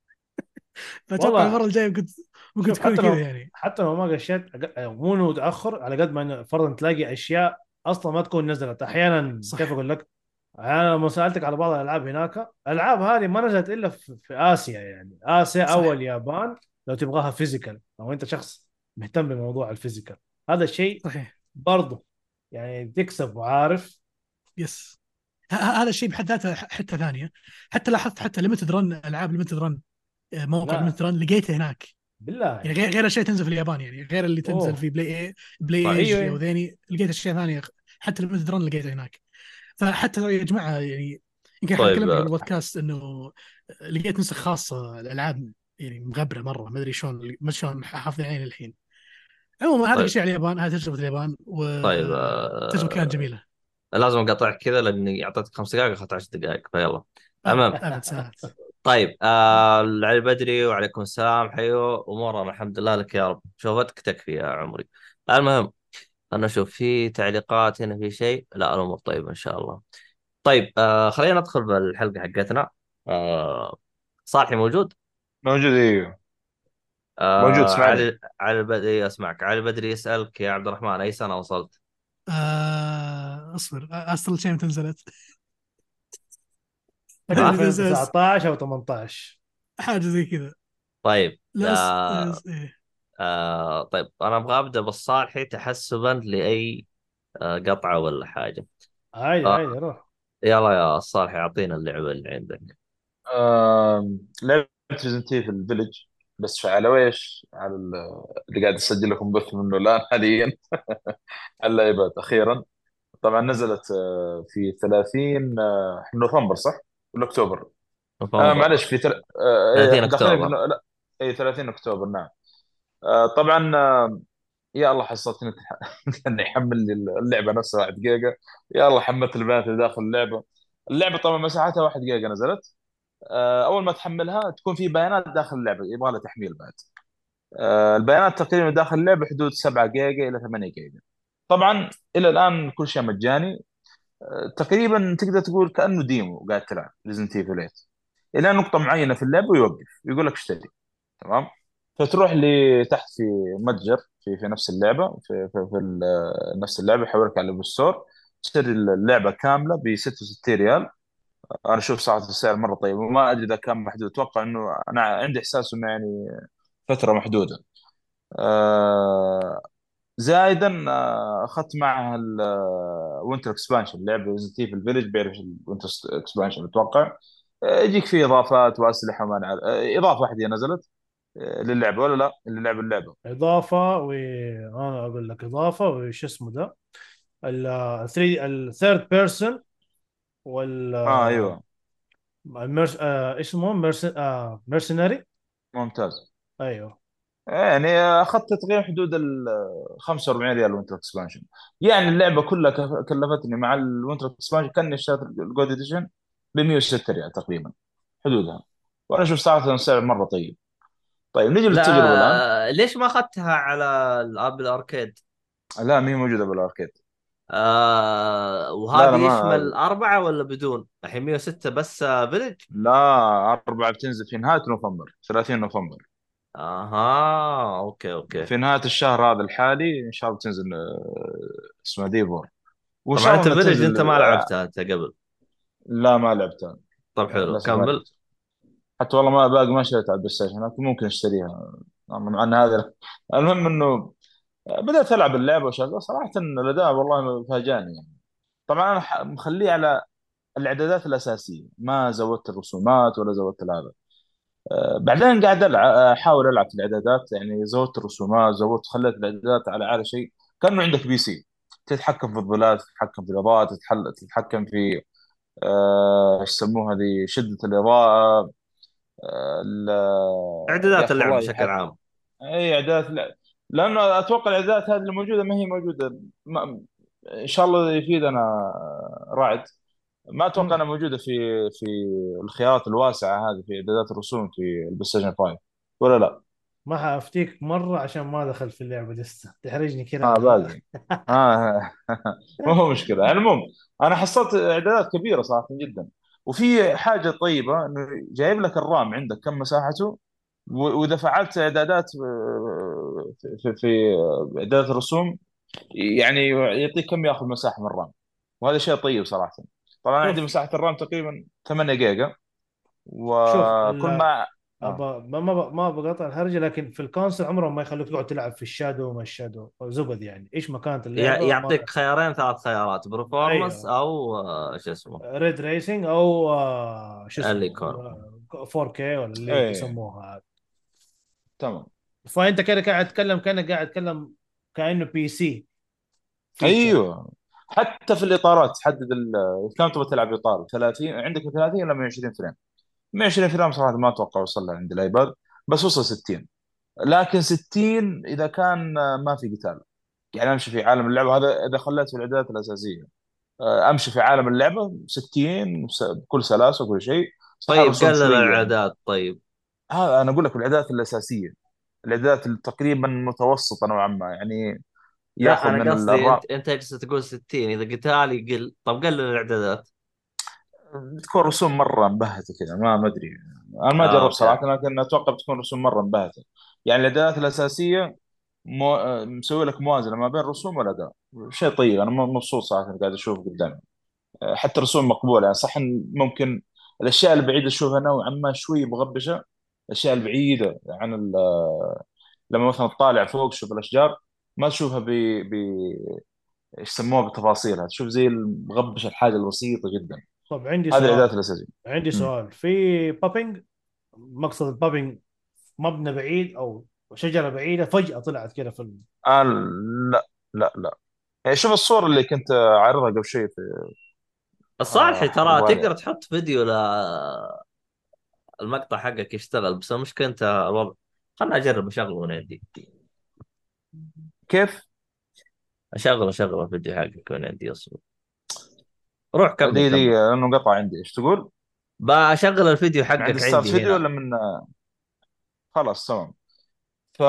فاتوقع المره والله الجايه ممكن ممكن شوف، تكون حتى كذا لو يعني. حتى لو ما قشيت أق- مو انه متاخر، على قد ما انه فرضا تلاقي اشياء اصلا ما تكون نزلت احيانا. كيف صح. اقول لك؟ انا لما سالتك على بعض الالعاب هناك، الالعاب هذه ما نزلت الا في, في اسيا، يعني اسيا او صح. اليابان. لو تبغاها فيزيكال، او انت شخص مهتم بموضوع الفيزيكال، هذا الشيء صحيح. برضه يعني تكسب وعارف. يس. ه- ه- هذا الشيء بحد ذاته ح- حته ثانيه. حتى لاحظت حتى ليمتد رن، العاب ليمتد رن، موقع لا ليمتد رن لقيته هناك. بالله. يعني غير غير الاشياء تنزل في اليابان، يعني غير اللي تنزل اوه. في بلاي اي بلاي ايوه ايج او أيوة. ذيني، لقيت اشياء ثانيه. حتى ليمتد رن لقيته هناك. فحتى يا جماعه يعني، يمكن حتى طيب كلمت قبل آه، البودكاست انه لقيت نسخ خاصه الالعاب، يعني مغبره مره، ما ادري شلون ما شلون حافظين عليه للحين. عموما هذا طيب شيء على اليابان، هذه تجربه اليابان، طيب وتجربه كانت آه، جميله. لازم اقاطعك كذا لاني اعطيتك خمس دقائق اخذت عشر دقائق، فيلا. ابد المهم، ابد ساعات. طيب آه علي البدري وعليكم السلام، حيو امورنا الحمد لله لك يا رب، شوفتك تكفي يا عمري. المهم، انا اشوف في تعليقات هنا، في شيء؟ لا الامور طيبه ان شاء الله. طيب آه خلينا ندخل بالحلقه حقتنا. آه صالحي موجود؟ موجود، ايوه. موجود، آه اسمعني. علي علي البدري اسمعك. علي البدري يسالك يا عبد الرحمن، اي سنه وصلت؟ آه اصبر، استرال شيء نزلت. ما ادري ها؟ إذا س- ألفين وتسعطعش او ثمانطعش. حاجه زي كذا. طيب لا س... آه آه، إيه. آه طيب انا ابغى ابدا بالصالحي تحسبا لاي آه قطعه ولا حاجه. عادي آه عادي روح. يلا يا صالحي اعطينا اللعبه اللي عندك. آم، لعبت ريزنت ايفل الفيلج، بس على ويش على ال- اللي قاعد اسجل لكم بث منه الان حاليا. اللعبة اخيرا طبعا نزلت آه، في ثلاثين آه، نوفمبر، صح ولا اكتوبر؟ آه نوفمبر معلش، في تل... آه إيه، ثلاثين داخلين في اكتوبر. نو... لا، اي ثلاثين اكتوبر، نعم. آه طبعا آه يا الله حصلتني اني يحمل لي اللعبه نفسها واحد جيجا. يا الله حملت البيانات اللي داخل اللعبه. اللعبه طبعا مساحتها واحد جيجا نزلت. آه اول ما تحملها تكون في بيانات داخل اللعبه يبغى لها تحميل بعد. آه البيانات تقريبا داخل اللعبه حدود سبعة جيجا الى ثمانية جيجا. طبعا الى الان كل شيء مجاني. آه تقريبا تقدر تقول كانه ديمو قاعد تلعب ريزنت ايفل ثمانية الى نقطه معينه في اللعبه ويوقف يقول لك اشتري. تمام. فتروح لتحت في متجر في في نفس اللعبه في في, في ال- نفس اللعبه يحولك على الاب ستور. تشتري اللعبه كامله ب ستة وستين ريال. انا اشوف صراحه السعر مره طيب، وما ادري اذا كان محدود. اتوقع انه انا عندي احساس انه يعني فتره محدوده. آه، زائدا آه، اخذت معها الوينتر اكسبانشن، لعبه ريزنت ايفل فيلج، بيعرف الوينتر اكسبانشن اتوقع. آه، يجيك فيه اضافات واسلحه وما نعرف. آه، اضافه واحده نزلت آه، للعبه ولا لا؟ اللي لعب اللعبه. اضافه، وانا اقول لك اضافه وش اسمه ده، ال ثري الثيرد بيرسون، وال اه ايوه. المرس... آه اسمه مرس... آه مرسنري. ممتاز. ايوه. يعني اخذت تقريبا حدود ال خمسة وأربعين ريال الوينتر اكسبانشن. يعني اللعبه كلها كف- كلفتني مع الوينتر اكسبانشن كاني اشتريت الجولد اديشن ب مية وستة ريال تقريبا حدودها. وانا اشوف صراحه السعر مره طيب. طيب نجي للتجربه الان. لا ليش ما اخذتها على الاب الاركيد؟ لا، ما هي موجوده بالاركيد. آه لا لا وهذه ما. يشمل أربعة ولا بدون؟ الحين مية وستة بس آه فيلج. لا، أربعة بتنزل في نهاية نوفمبر، ثلاثين نوفمبر. اها اوكي اوكي. في نهاية الشهر هذا الحالي إن شاء الله بتنزل آه، اسمها ديفور. وإن طبعا شاء الله انت إنها فيلج تنزل. انت ما آه، لعبتها انت قبل؟ لا ما لعبتها. طب آه، حلو للأسف ما كمل. لعبت. حتى والله ما باقي ما شريتها على البلاي ستيشن، لكن ممكن أشتريها. مع أن هذا المهم إنه بدأت ألعب اللعبة وشغله صراحة الأداء والله فاجأني يعني. طبعا أنا ح- مخليه على الإعدادات الأساسية، ما زودت الرسومات ولا زودت هذا. آه، بعدين قاعد ألعب احاول العب في الاعدادات، يعني زودت الرسومات، زودت خليت الاعدادات على اعلى شيء. كانه عندك بي سي، تتحكم في الظلال، تتحكم في الاضاءه، تتحل... تتحكم في آه، ايش يسموها ذي، شده الاضاءه. آه، ال- يا اعدادات اخي اللعب والله بشكل حتى عام. اي اعدادات. لا، لانه اتوقع الاعدادات هذه اللي موجوده ما هي موجوده. ما... ان شاء الله يفيدنا رعد. ما اتوقع مم. انها موجوده في في الخيارات الواسعه هذه في اعدادات الرسوم في البلاي ستيشن خمسة، ولا لا؟ ما حافتيك مره عشان ما دخل في اللعبه لسه تحرجني كده اه على الاخر. باقي. اه ما هو مشكله يعني. المهم انا حصلت اعدادات كبيره صراحه جدا. وفي حاجه طيبه انه جايب لك الرام عندك كم مساحته. و- واذا فعلت اعدادات آه، في في في اعدادات الرسوم، يعني يعطيك كم ياخذ مساحه من الرام. وهذا شيء طيب صراحه. طبعا انا عندي شوف مساحه الرام تقريبا ثمانية جيجا. شوف وكل ال... ما اه أبا ما ما ما بقطع الهرجه، لكن في الكونسل عمرهم ما يخلوك تقعد تلعب في الشادو وما الشادو زبد، يعني ايش ما كانت يع- اللعبه ما. يعطيك خيارين ثلاث خيارات، برفورمانس ايوه، او آه، شو اسمه ريد ريسنج او آه، شو اللي اسمه يكون. آه، فور كيه ولا اللي ايه يسموها. تمام. فانت كده قاعد تتكلم كانك قاعد تتكلم كانه بي سي فيتشر. ايوه. حتى في الاطارات تحدد ال- كم تبغى تلعب اطار ثلاثين عندك، ثلاثين ولا مية وعشرين فريم. مية وعشرين فريم صراحه ما اتوقع وصل لها عند الايباد، بس وصل ستين. لكن ستين اذا كان ما في قتال، يعني امشي في عالم اللعبه هذا اذا خليت في الاعدادات الاساسيه. آه، امشي في عالم اللعبه ستين س- بكل سلاسه وكل شيء. صح طيب الرسوم قلل شويه يعني. الاعداد طيب. هذا انا اقول لك الاعدادات الاساسيه. الاعدادات تقريبا متوسطه نوعا ما يعني. لا ياخذ انا من قصدي الرام. انت انت جالس تقول ستين اذا قتال يقل، طب قلل الاعدادات. بتكون رسوم مره مبهته كذا، ما ما ادري. انا ما آه جربت اوكي. صراحه، لكن اتوقع بتكون رسوم مره مبهته. يعني الاعدادات الاساسيه مو... آه، مسوي لك موازنه ما بين الرسوم والاداء. شيء طيب، انا م- مبسوط صراحه قاعد اشوف قدامي. آه، حتى الرسوم مقبوله يعني. صح إن ممكن الاشياء البعيده اشوفها نوعا ما شوي مغبشه. الاشياء البعيده عن ال... آه، لما مثلا تطالع فوق تشوف الاشجار، ما تشوفها ب ب ايش يسموها بتفاصيلها، تشوف زي المغبشه الحاجه البسيطه جدا. طب عندي هذه سؤال، الاعدادات الاساسيه. عندي مم. سؤال في بابينج. مقصد البابينج مبنى بعيد او شجره بعيده فجاه طلعت كده في ال... آه لا لا لا. يعني شوف الصور اللي كنت عارضها قبل شوي في آه الصالحي ترى الوالي. تقدر تحط فيديو للمقطع حقك يشتغل، بس المشكلة انت الوضع. خلنا اجرب اشغله من عندي. كيف؟ اشغل اشغل الفيديو حقك من عندي اصلا. روح كمل دي دي كمل. لانه قطع عندي. ايش تقول؟ بشغل الفيديو من عند حقك ستارت عندي فيديو هنا. ولا من آه، خلاص تمام. ف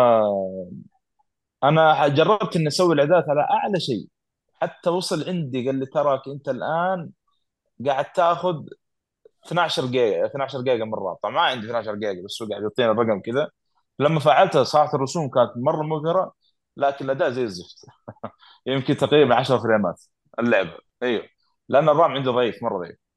انا جربت اني اسوي الاعدادات على اعلى شيء. حتى وصل عندي قال لي تراك انت الان قاعد تاخذ اثناشر جيجا اثناشر جيجا من الرام. طبعا ما عندي اثناشر جيجا، بس هو قاعد يعطيني الرقم كذا. لما فعلتها صارت الرسوم كانت مره مبهره، لكن الاداء زي الزفت. يمكن تقريبا عشر فريمات اللعبه. ايوه، لان الرام عندي ضعيف مره ضعيف.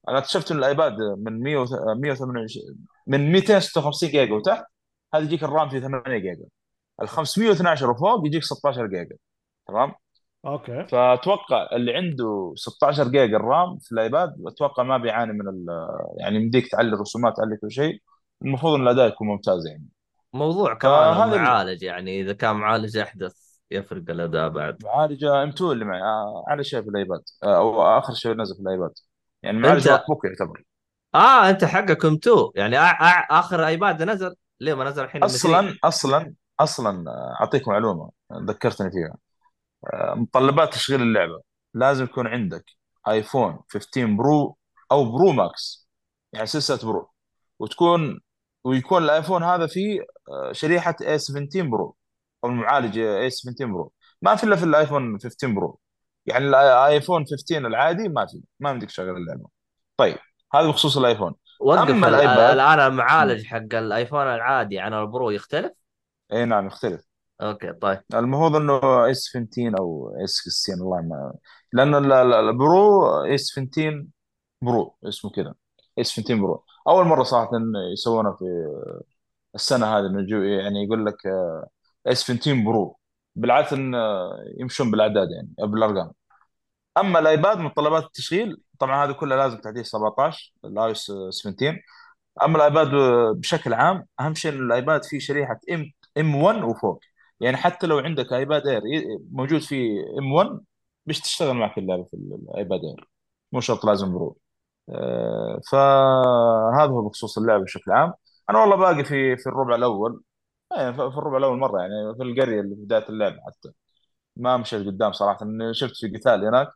انا اكتشفت ان الايباد من مية مية وثمانية وعشرين من مئتين وستة وخمسين جيجا وتحت، هذا يجيك الرام في ثمانية جيجا. ال خمسمية واثني عشر وفوق يجيك ستة عشر جيجا. تمام. اوكي. فاتوقع اللي عنده ستة عشر جيجا الرام في الايباد اتوقع ما بيعاني من ال يعني يمديك تعلي الرسومات، تعلي كل شيء. المفروض ان الاداء يكون ممتاز يعني. موضوع كمان فهذا المعالج، يعني اذا كان معالج احدث يفرق الاداء بعد. المعالجه ام اتنين اللي معي، آه، اعلى شيء في الايباد، آه، او اخر شيء نزل في الايباد. يعني معالج ماك انت بوك يعتبر. اه انت حقك ام اتنين يعني، أع... أع... اخر ايباد نزل ليه ما نزل الحين ام ثلاثة؟ اصلا اصلا اصلا آه، اعطيك معلومه ذكرتني فيها. آه، متطلبات تشغيل اللعبه لازم يكون عندك ايفون خمسة عشر برو او برو ماكس، يعني سلسله برو، وتكون ويكون الايفون هذا فيه آه، شريحه اي سبعتاشر برو، او المعالج اي سبعتاشر برو. ما في الا في الايفون خمسة عشر برو. يعني الايفون خمسة عشر العادي ما في، ما عندك تشغل اللعبه. طيب، هذا بخصوص الايفون. وقف اما ال... ال- الايباد، الان المعالج حق الايفون العادي عن البرو يختلف؟ اي نعم يختلف. اوكي طيب. المفروض انه اس سبعتاشر او اس ستاشر، والله ما، لانه ال- ال- البرو اس سبعتاشر برو اسمه كذا، اس سبعتاشر برو. اول مره صراحه يسوونه في السنه هذه، انه يجو- يعني يقول لك اس سبعتاشر برو. بالعاده إن يمشون بالاعداد يعني بالارقام. اما الايباد متطلبات التشغيل طبعا هذه كلها لازم تحديث سبعتاشر الاي اس سبعتاشر. اما الايباد بشكل عام، اهم شيء ان الايباد فيه شريحه ام ام واحد وفوق. يعني حتى لو عندك ايباد اير موجود فيه ام واحد، مش تشتغل معك اللعبه في الايباد اير، مو شرط لازم برو. آه، فهذا هو بخصوص اللعبه بشكل عام. انا والله باقي في في الربع الاول. يعني في في الربع الاول مره، يعني في القريه اللي في بدايه اللعبه حتى ما مشيت قدام صراحه، إني شفت في قتال هناك.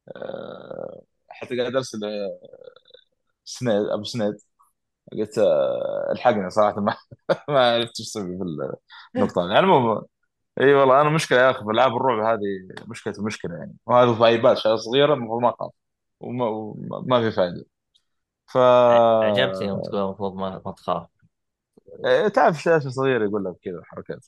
آه، حتى قاعد ارسل آه، سنيد ابو سنيد، قلت آه، الحقني صراحه، ما ما عرفت ايش اسوي في النقطه هذه. يعني المهم، اي والله انا مشكله يا اخي في العاب الرعب هذه، مشكله مشكله يعني. وهذا في ايباد شغله صغيره، المفروض ما اخاف وما, وما ما في فائده. ف ع- عجبتني يوم تقول المفروض ما, ما تخاف. إيه، تعرف شاشه صغيره يقول لك كذا حركات.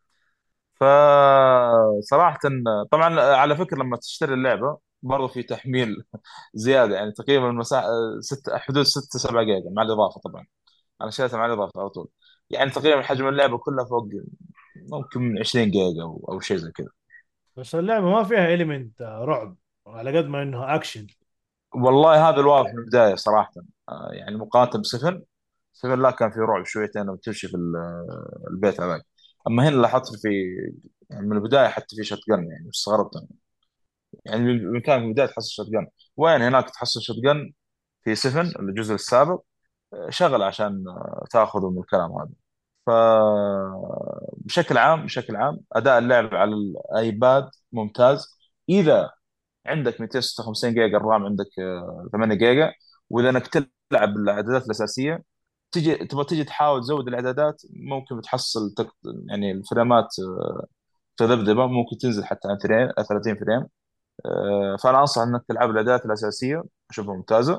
فصراحه طبعا على فكره لما تشتري اللعبه برضو في تحميل زياده، يعني تقريبا المساحه ست حدود ستة سبعة جيجا مع الاضافه طبعا. انا شريتها مع الاضافه على طول. يعني تقريبا حجم اللعبه كلها فوق ممكن من عشرين جيجا او او شيء زي كذا. بس اللعبه ما فيها اليمنت رعب على قد ما انه اكشن. والله هذا الواضح من البدايه صراحه. آه، يعني مقارنه بسفن، سفن لا كان في رعب شويتين لما تمشي في ال- البيت هذاك. اما هنا لاحظت في، يعني من البدايه حتى في شوت جن، يعني استغربت أنا. يعني من كان في البدايه تحصل شوت جن، وين هناك تحصل شوت جن في سفن الجزء السابق. آه، شغل عشان آه، تاخذه من الكلام هذا. ف بشكل عام بشكل عام اداء اللعب على الايباد ممتاز. اذا عندك مئتين وستة وخمسين جيجا الرام، عندك آه، ثمانية جيجا، واذا انك تلعب بالاعدادات الاساسيه، تجي تبغى تجي تحاول تزود الاعدادات، ممكن بتحصل تك... يعني الفريمات آه، تذبذبه، ممكن تنزل حتى عن فريم ثلاثين فريم. آه، فانا انصح انك تلعب الاعدادات الاساسيه، اشوفها ممتازه.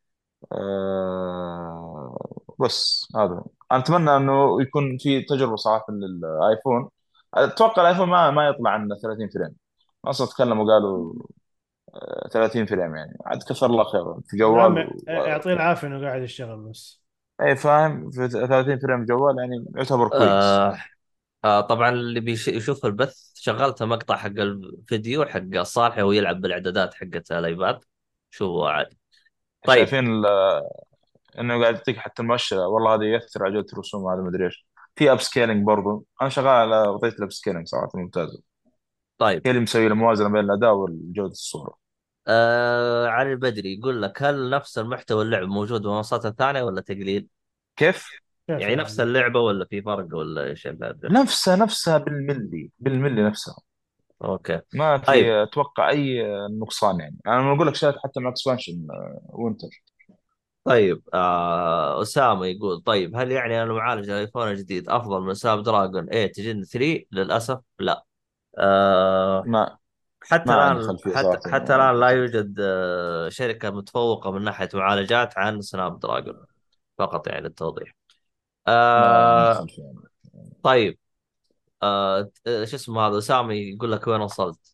آه، بس هذا انا اتمنى انه يكون في تجربه صراحه للايفون. اتوقع الايفون ما ما يطلع عن ثلاثين فريم. اصلا تكلموا قالوا آه، ثلاثين فريم، يعني عاد كثر الله خير في يا جوال عم و... يعطيه العافيه انه قاعد يشتغل بس. اي فاهم، في ثلاثين فريم جوال يعني يعتبر كويس. آه آه طبعا اللي بيشوف البث شغلت مقطع حق الفيديو حق صالح وهو يلعب بالاعدادات حقت الايباد، شوفوا عادي. طيب. شايفين ال- انه قاعد يعطيك حتى المؤشر، والله هذا ياثر على جوده الرسوم، هذا ما ادري ايش. في اب سكيلينج برضو، انا شغال على وضعيه الاب سكيلينج صراحه ممتازه. طيب. هي اللي مسوي الموازنه بين الاداء وجوده الصوره. آه علي البدري يقول لك هل نفس المحتوى اللعب موجود بالمنصات الثانيه ولا تقليل؟ كيف؟ كيف يعني نفس يعني؟ اللعبه ولا في فرق ولا ايش الفكرة؟ نفسها نفسها بالملي بالملي نفسها. اوكي. ما طيب. في اتوقع اي نقصان. يعني انا بقول لك شايف حتى مع اكسبانشن وينتر. طيب آه أسامة يقول طيب هل يعني أن معالج الآيفون الجديد أفضل من سناب دراجون ثمانية جن ثلاثة؟ للأسف لا. آه ما حتى ما عندي الآن خلفيه حتى صراحه. حتى الآن لا يوجد آه شركة متفوقة من ناحية معالجات عن سناب دراجون، فقط يعني للتوضيح. ما عندي آه خلفيه يعني. طيب. آه آه، شو اسمه هذا أسامة يقول لك وين وصلت؟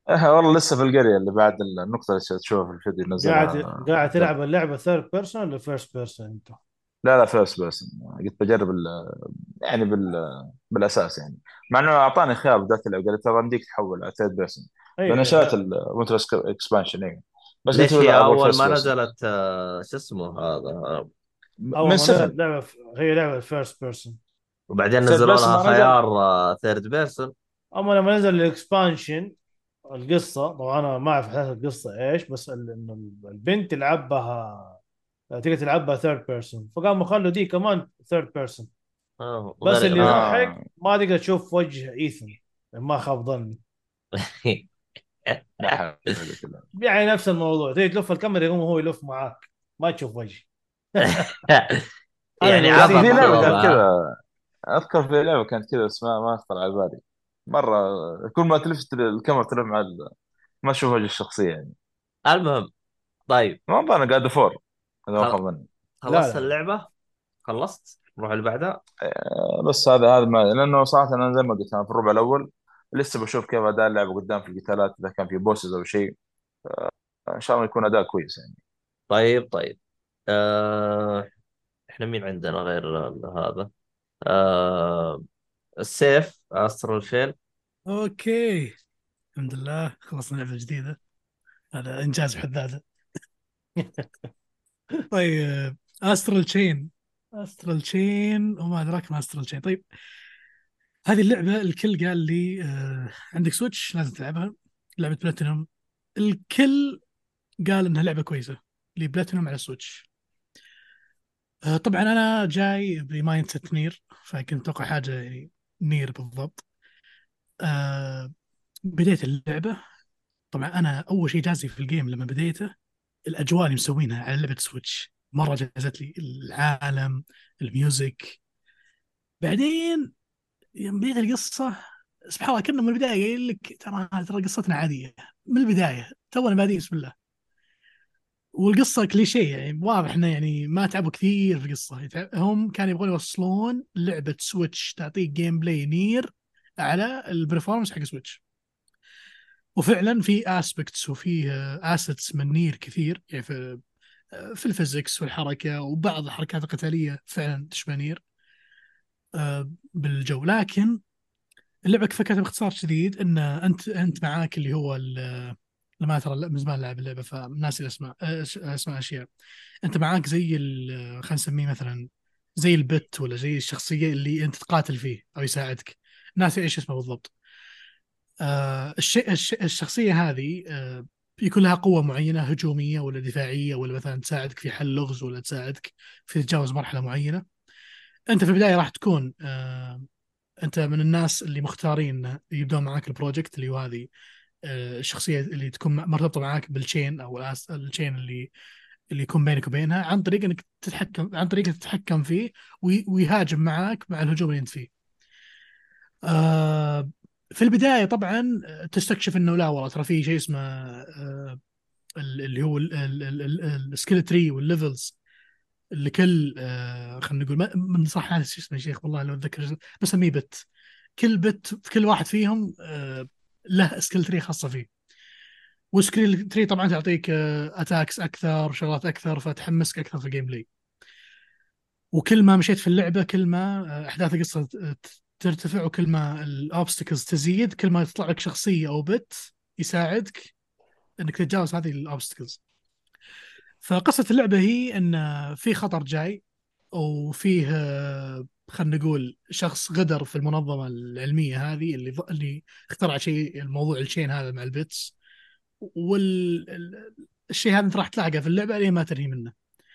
آه والله لسه في القريه اللي بعد النقطه اللي تشوف في الفيديو قاعد نزلها قاعد قدام. تلعب اللعبه ثيرد بيرسون ولا فيرست بيرسون انت؟ لا لا فيرست بيرسون. قلت بجرب ال... يعني بال... بالاساس يعني. مع انه اعطاني خيار بدات اللعبه قال لي ترى عندك تحول على ثيرد بيرسون. ايوه لان ايوه. شريت الوينتر اكسبانشن ايه. بس قلت ليش له هي لا ابغى اول الفيرست ما بيرسون. نزلت آه، شو اسمه هذا، من اول ما سفن. نزلت لعبه ف... هي لعبه فيرست بيرسون. وبعدين ثيرد نزلوا بيرسون لها ما نزل. خيار ثيرد بيرسون. اما لما نزل الاكسبانشن، القصه طبعا انا ما اعرف احداث القصه ايش، بس ال- انه البنت تلعبها، تقدر تلعبها ثيرد بيرسون، فقاموا خلوا دي كمان ثيرد بيرسون. آه، بس غريب اللي غريب. يضحك اه ما تقدر تشوف وجه ايثن، ما خاب ظني. لا حول ولا قوة إلا بالله. يعني نفس الموضوع، تيجي تلف الكاميرا يقوم هو يلف معاك، ما تشوف وجه. انا يعني لو يا اخي في عبط نسيت لعبه هو كانت ها؟ كذا. اذكر في لعبه كانت كذا اسمها ما اخطر على بالي مره. كل ما تلفت الكاميرا تلف مع ال... ما اشوف وجه الشخصيه يعني. المهم، طيب، ما اظن قاعد فور اذا ما خل... خاب ظني. لا خلصت لا لا. اللعبة؟ خلصت؟ نروح اللي بعدها. آه، بس هذا هذا ما لانه صراحه انا زي ما قلت انا في الربع الاول لسه بشوف كيف اداء اللعبه قدام في القتالات اذا كان في بوسز او شيء. ان شاء الله يكون اداء كويس يعني. طيب طيب. آه... احنا مين عندنا غير هذا؟ آه... السيف استرال شيل. اوكي، الحمد لله خلصنا لعبة جديدة، هذا انجاز بحد ذاته. طيب، استرال تشين. استرال تشين وما ادراك ما استرال تشين. طيب، هذه اللعبة الكل قال لي آه عندك سويتش لازم تلعبها، لعبة بلاتينوم. الكل قال انها لعبة كويسة لبلاتينوم على سويتش. آه طبعا انا جاي بمايند سيت نير، فكنت اتوقع حاجة يعني نير بالضبط. آه بديت اللعبة. طبعا انا اول شيء جازي في الجيم لما بديته الاجواء اللي مسوينها على لعبه سويتش، مره جازت لي العالم، الميوزك. بعدين يوم بديت القصه، سبحان الله كنا من البدايه قايل لك ترى ترى قصتنا عاديه من البدايه، تونا بادئين بسم الله. والقصه كليشيه يعني واضح انه يعني ما تعبوا كثير في القصه، يتع- هم كانوا يبغون يوصلون لعبه سويتش تعطيك جيم بلاي نير على البرفورمانس حق سويتش. وفعلا في اسبكتس وفي اسيتس من نير كثير، يعني في في الفيزيكس والحركه وبعض الحركات القتاليه فعلا تشبه نير آه، بالجو. لكن اللعبه فكرتها باختصار شديد ان انت انت معاك اللي هو ال- لما ترى من زمان لعب اللعبه فناسي الاسماء آه، اسماء اشياء. انت معاك زي ال- خلينا نسميه مثلا زي البت ولا زي الشخصيه اللي انت تقاتل فيه او يساعدك، ناسي ايش اسمه بالضبط. آه الشيء الش- الشخصيه هذه آه يكون لها قوة معينة هجومية ولا دفاعية، ولا مثلا تساعدك في حل لغز، ولا تساعدك في تجاوز مرحلة معينة. أنت في البداية راح تكون آه أنت من الناس اللي مختارين يبدون معاك البروجكت، اللي هو هذه آه الشخصية اللي تكون مرتبطة معاك بالتشين أو الأس- التشين اللي اللي يكون بينك وبينها، عن طريق انك تتحكم عن طريق تتحكم فيه وي- ويهاجم معاك مع الهجوم اللي انت فيه. آه في البدايه طبعا تستكشف انه لا والله ترى في شيء اسمه آه اللي هو السكيل تري والليفلز، اللي كل آه خلينا نقول ما- من صح هذا شو اسمه يا شيخ والله لو اتذكر بسميه بت. كل بت في كل واحد فيهم آه له سكيل تري خاصه فيه. وسكيل تري طبعا تعطيك اتاكس اكثر شغلات اكثر فتحمسك اكثر في الجيم بلاي. وكل ما مشيت في اللعبه كل ما آه، احداث القصه ت- ترتفع، وكل ما الاوبستكلز تزيد كل ما تطلع لك شخصيه او بت يساعدك انك تتجاوز هذه الاوبستكلز. فقصه اللعبه هي ان في خطر جاي، وفيه آه، خلينا نقول شخص غدر في المنظمه العلميه هذه اللي اللي اخترع شيء الموضوع الشين هذا مع البيتس. والشيء هذا انت راح تلاقيه في اللعبه لين ما تنهي منه.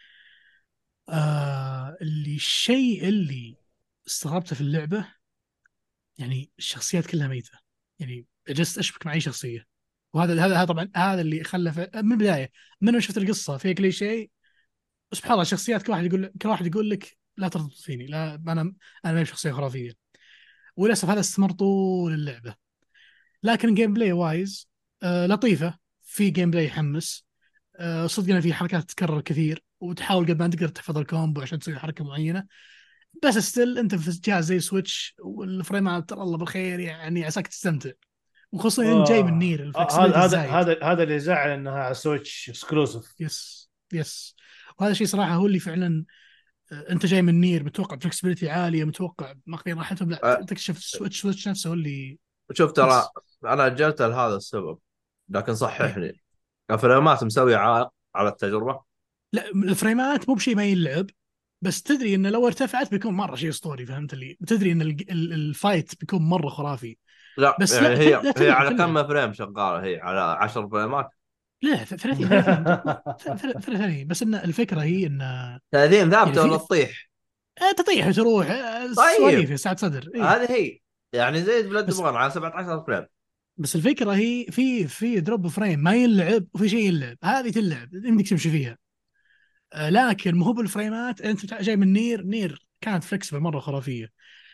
آه اللي الشيء اللي استغربته في اللعبه يعني الشخصيات كلها ميته، يعني جلست اشبك مع اي شخصيه. وهذا هذا هذا طبعا هذا اللي خلى في- من البدايه من ما شفت القصه فيها كليشيه. سبحان الله شخصيات كل واحد يقول كل واحد يقول لك لا ترتبط فيني، لا انا انا ما شخصيه خرافيه. وللاسف هذا استمر طول اللعبه. لكن جيم بلاي وايز آه لطيفه، في جيم بلاي يحمس. آه صدقنا في حركات تتكرر كثير وتحاول قد ما تقدر تحفظ الكومبو عشان تسوي حركه معينه. بس ستيل انت في جهاز زي سويتش والفريمات ترى الله بالخير يعني عساك تستمتع. وخصوصا إن جاي من نير آه، الفلكسبيتي هذا هذا الزايد. هذا هذا اللي يزعل انها على سويتش اكسكلوسيف. يس يس. وهذا الشيء صراحه هو اللي فعلا، آه، انت جاي من نير متوقع فلكسبيتي عاليه، متوقع ماخذين راحتهم، لا أه تكتشف السويتش سويتش نفسه هو اللي شوف ترى بس. انا اجلت لهذا السبب، لكن إيه. صححني، الفريمات مسوي عائق على التجربه. لا الفريمات مو بشيء ما يلعب، بس تدري انه لو ارتفعت بيكون مره شيء اسطوري، فهمت اللي تدري ان ال- ال- الفايت بيكون مره خرافي. لا بس يعني لا تل... هي لا هي تلعب على تلعب كم فريم شغاله؟ هي على عشر فريمات؟ لا ثلاثين ثلاثين ثلاثين، بس ان الفكره هي ان ثلاثين يعني ثابته ولا في تطيح؟ آه، تطيح وتروح، آه، طيب سواليف ساعة صدر اي. هذه هي، يعني زي بلاد بس بورن على سبعة عشر فريم. بس الفكره هي في في دروب فريم ما يلعب، وفي شيء يلعب، هذه تلعب يمديك تمشي فيها. آه، لكن مو هو بالفريمات، انت جاي من نير نير كانت فلكسبل مره خرافيه.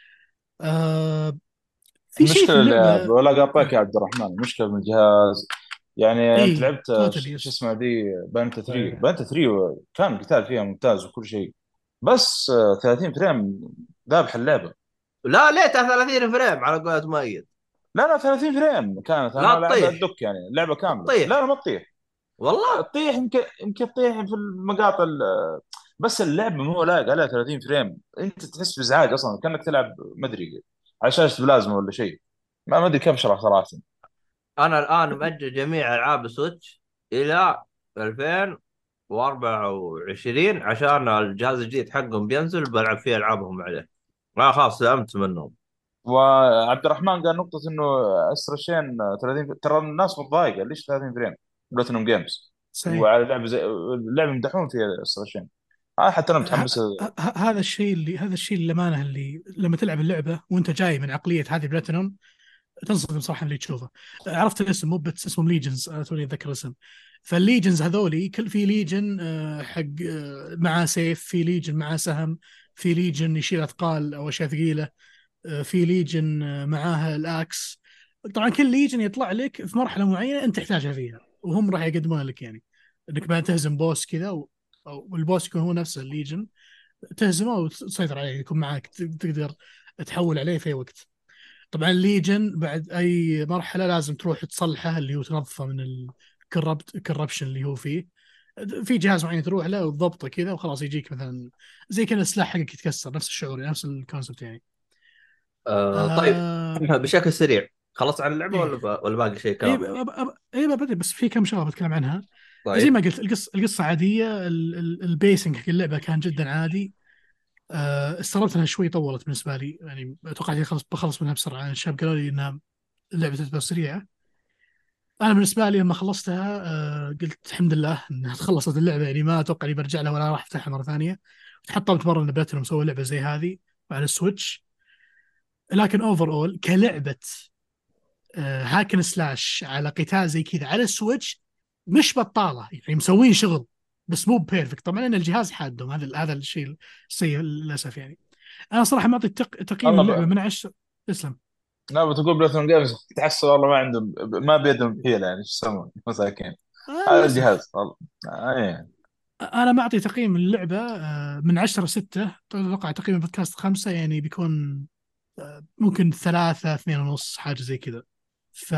آه في شيء في المشكله اللي اللعبه. ولا قاطعك آه، يا عبد الرحمن، المشكله من الجهاز. يعني انت اي لعبت توتال ش- شو يس. اسمه دي، بانتا ثلاثة إيه. بانتا ثلاثة كان القتال فيها ممتاز وكل شيء، بس آه، ثلاثين فريم ذابح اللعبه. لا ليتها ثلاثين فريم على قولة مؤيد. لا لا ثلاثين فريم كانت، لا انا لعبها تطيح، الدك يعني اللعبه كامله، لا تطيح لا ما تطيح. والله. تطيح يمكن يمكن تطيح في المقاطع ال- بس اللعبه ما هو لايق عليها ثلاثين فريم، انت تحس بازعاج اصلا كانك تلعب ما ادري على شاشه بلازما ولا شيء، ما ما ادري كيف اشرح صراحه. انا الان مأجل جميع العاب سويتش الى ألفين وأربعة وعشرين عشان الجهاز الجديد حقهم بينزل بلعب فيه العابهم عليه. ما خلاص سلمت منهم. وعبد الرحمن قال نقطة انه استرشين ثلاثين، ترى الناس متضايقة ليش ثلاثين فريم بلاتينوم جيمز، صحيح. وعلى لعبة زي اللعبة يمدحون فيها استرشين. آه حتى انا ه- متحمس. ه- ه- هذا الشيء اللي هذا الشيء للامانه، اللي لما تلعب اللعبه وانت جاي من عقليه هذه بلاتينوم تنصدم صراحه اللي تشوفه. عرفت الاسم مو بس اسمهم ليجنز، انا توني اتذكر الاسم. فالليجنز هذولي كل في ليجن آه، حق آه، معاه سيف، في ليجن معاه سهم، في ليجن يشيل اثقال او اشياء ثقيله، آه، في ليجن آه، معاها الاكس. طبعا كل ليجن يطلع لك في مرحله معينه انت تحتاجها فيها، وهم راح يقدمون لك يعني انك بعد تهزم بوس كذا و- او البوس يكون هو نفسه الليجن، تهزمه وتسيطر عليه، يكون معك ت- تقدر تحول عليه في أي وقت. طبعا الليجن بعد اي مرحله لازم تروح تصلحه، اللي هو تنظفه من الكربت الكربشن اللي هو فيه. في جهاز معين تروح له وتضبطه كذا وخلاص، يجيك مثلا زي كذا السلاح حقك يتكسر، نفس الشعور نفس الكونسبت يعني. آه طيب آه بشكل سريع، خلصت عن اللعبة ايه ولا ب... ولا باقي شيء ايه كلام؟ ب- ب- ايه بدري، بس في كم شغله بتكلم عنها. زي طيب ما قلت القصه القصه عاديه، ال- ال- البيسنج حق اللعبه كان جدا عادي. آه استغربت انها شوي طولت بالنسبه لي، يعني توقعت إني خلص بخلص منها بسرعه، يعني الشباب قالوا لي انها اللعبه تعتبر سريعه. انا بالنسبه لي لما خلصتها آه قلت الحمد لله انها خلصت اللعبه، يعني ما اتوقع اني برجع لها ولا راح افتحها مره ثانيه. تحطمت مره ان بلاتينوم سووا لعبه زي هذه على السويتش. لكن اوفر اول كلعبه آه هاكن سلاش على قتال زي كذا على السويتش مش بطاله، يعني مسوين شغل، بس مو بيرفكت طبعا لان الجهاز حادهم، هذا هذا الشيء السيء للاسف يعني. انا صراحه معطي التق... تقييم الله اللعبه بقى. من عشرة. تسلم. لا بتقول بلاتينوم جيمز تحس والله ما عندهم، ما بيدهم حيلة يعني ايش يسوون مساكين. آه هذا للاسف. الجهاز والله. آه إيه. انا معطي تقييم اللعبه آه، من عشرة ستة، اتوقع تقييم البودكاست خمسة، يعني بيكون آه، ممكن ثلاثة اثنين ونص حاجه زي كذا. ف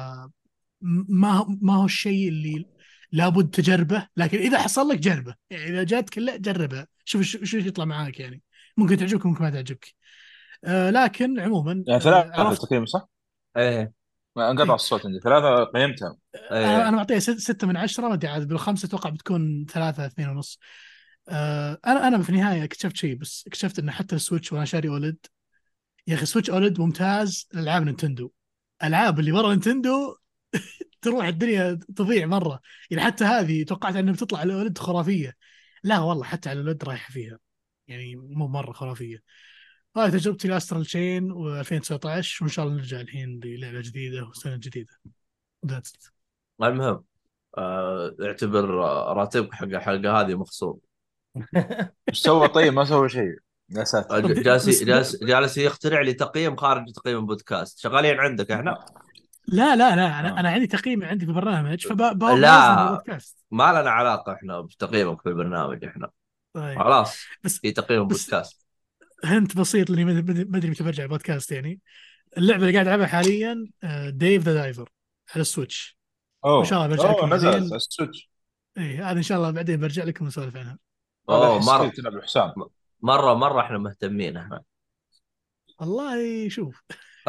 ما هو- ما هو الشيء اللي لابد تجربه، لكن اذا حصل لك جربه، يعني اذا جاتك لا جربها، شوف شو شو يطلع معاك يعني. ممكن تعجبك ممكن ما تعجبك. آه لكن عموما يعني آه ثلاثة عرفت. تقييم صح؟ ايه ما انقطع اي الصوت عندي، ثلاثة قيمتها. انا ايه انا معطيها ست- ستة من عشرة، ما ادري عاد بالخمسه اتوقع بتكون ثلاثة اثنين ونص. آه انا انا في النهايه اكتشفت شيء، بس اكتشفت ان حتى السويتش وانا شاري اولد، يا اخي سويتش اولد ممتاز لالعاب نينتندو. العاب اللي برا نينتندو تروح الدنيا تضيع مره، يعني حتى هذه توقعت انها بتطلع على الاولد خرافيه، لا والله حتى على الاولد رايحه فيها، يعني مو مره خرافيه. هذه تجربتي لاسترال تشين و2019، وان شاء الله نرجع الحين للعبه جديده وسنه جديده. That's it. المهم آه اعتبر راتبك حق الحلقة هذه مخصوم. ايش سوى طيب؟ ما سوى شيء يا ساتر. طب جالس بس ب... جالس جالس يخترع لي تقييم خارج تقييم البودكاست. شغالين عندك احنا؟ لا لا لا انا آه. انا عندي تقييم عندي في البرنامج فبوزنه في لا البودكاست. ما لنا علاقة احنا بتقييمك في البرنامج، احنا طيب. خلاص بس في تقييم بس بودكاست. هنت بسيط لاني ما ما ادري متى برجع البودكاست يعني. اللعبه اللي قاعد العبها حاليا ديف ذا دايفر على السويتش. وان شاء اوه الله برجع اوه لكم نزلت على بعدين. السويتش. اي هذا ان شاء الله بعدين برجع لكم ونسولف عنها. هذا اوه احس كذا مره تلعب حسام. مره مره احنا مهتمين احنا. والله شوف.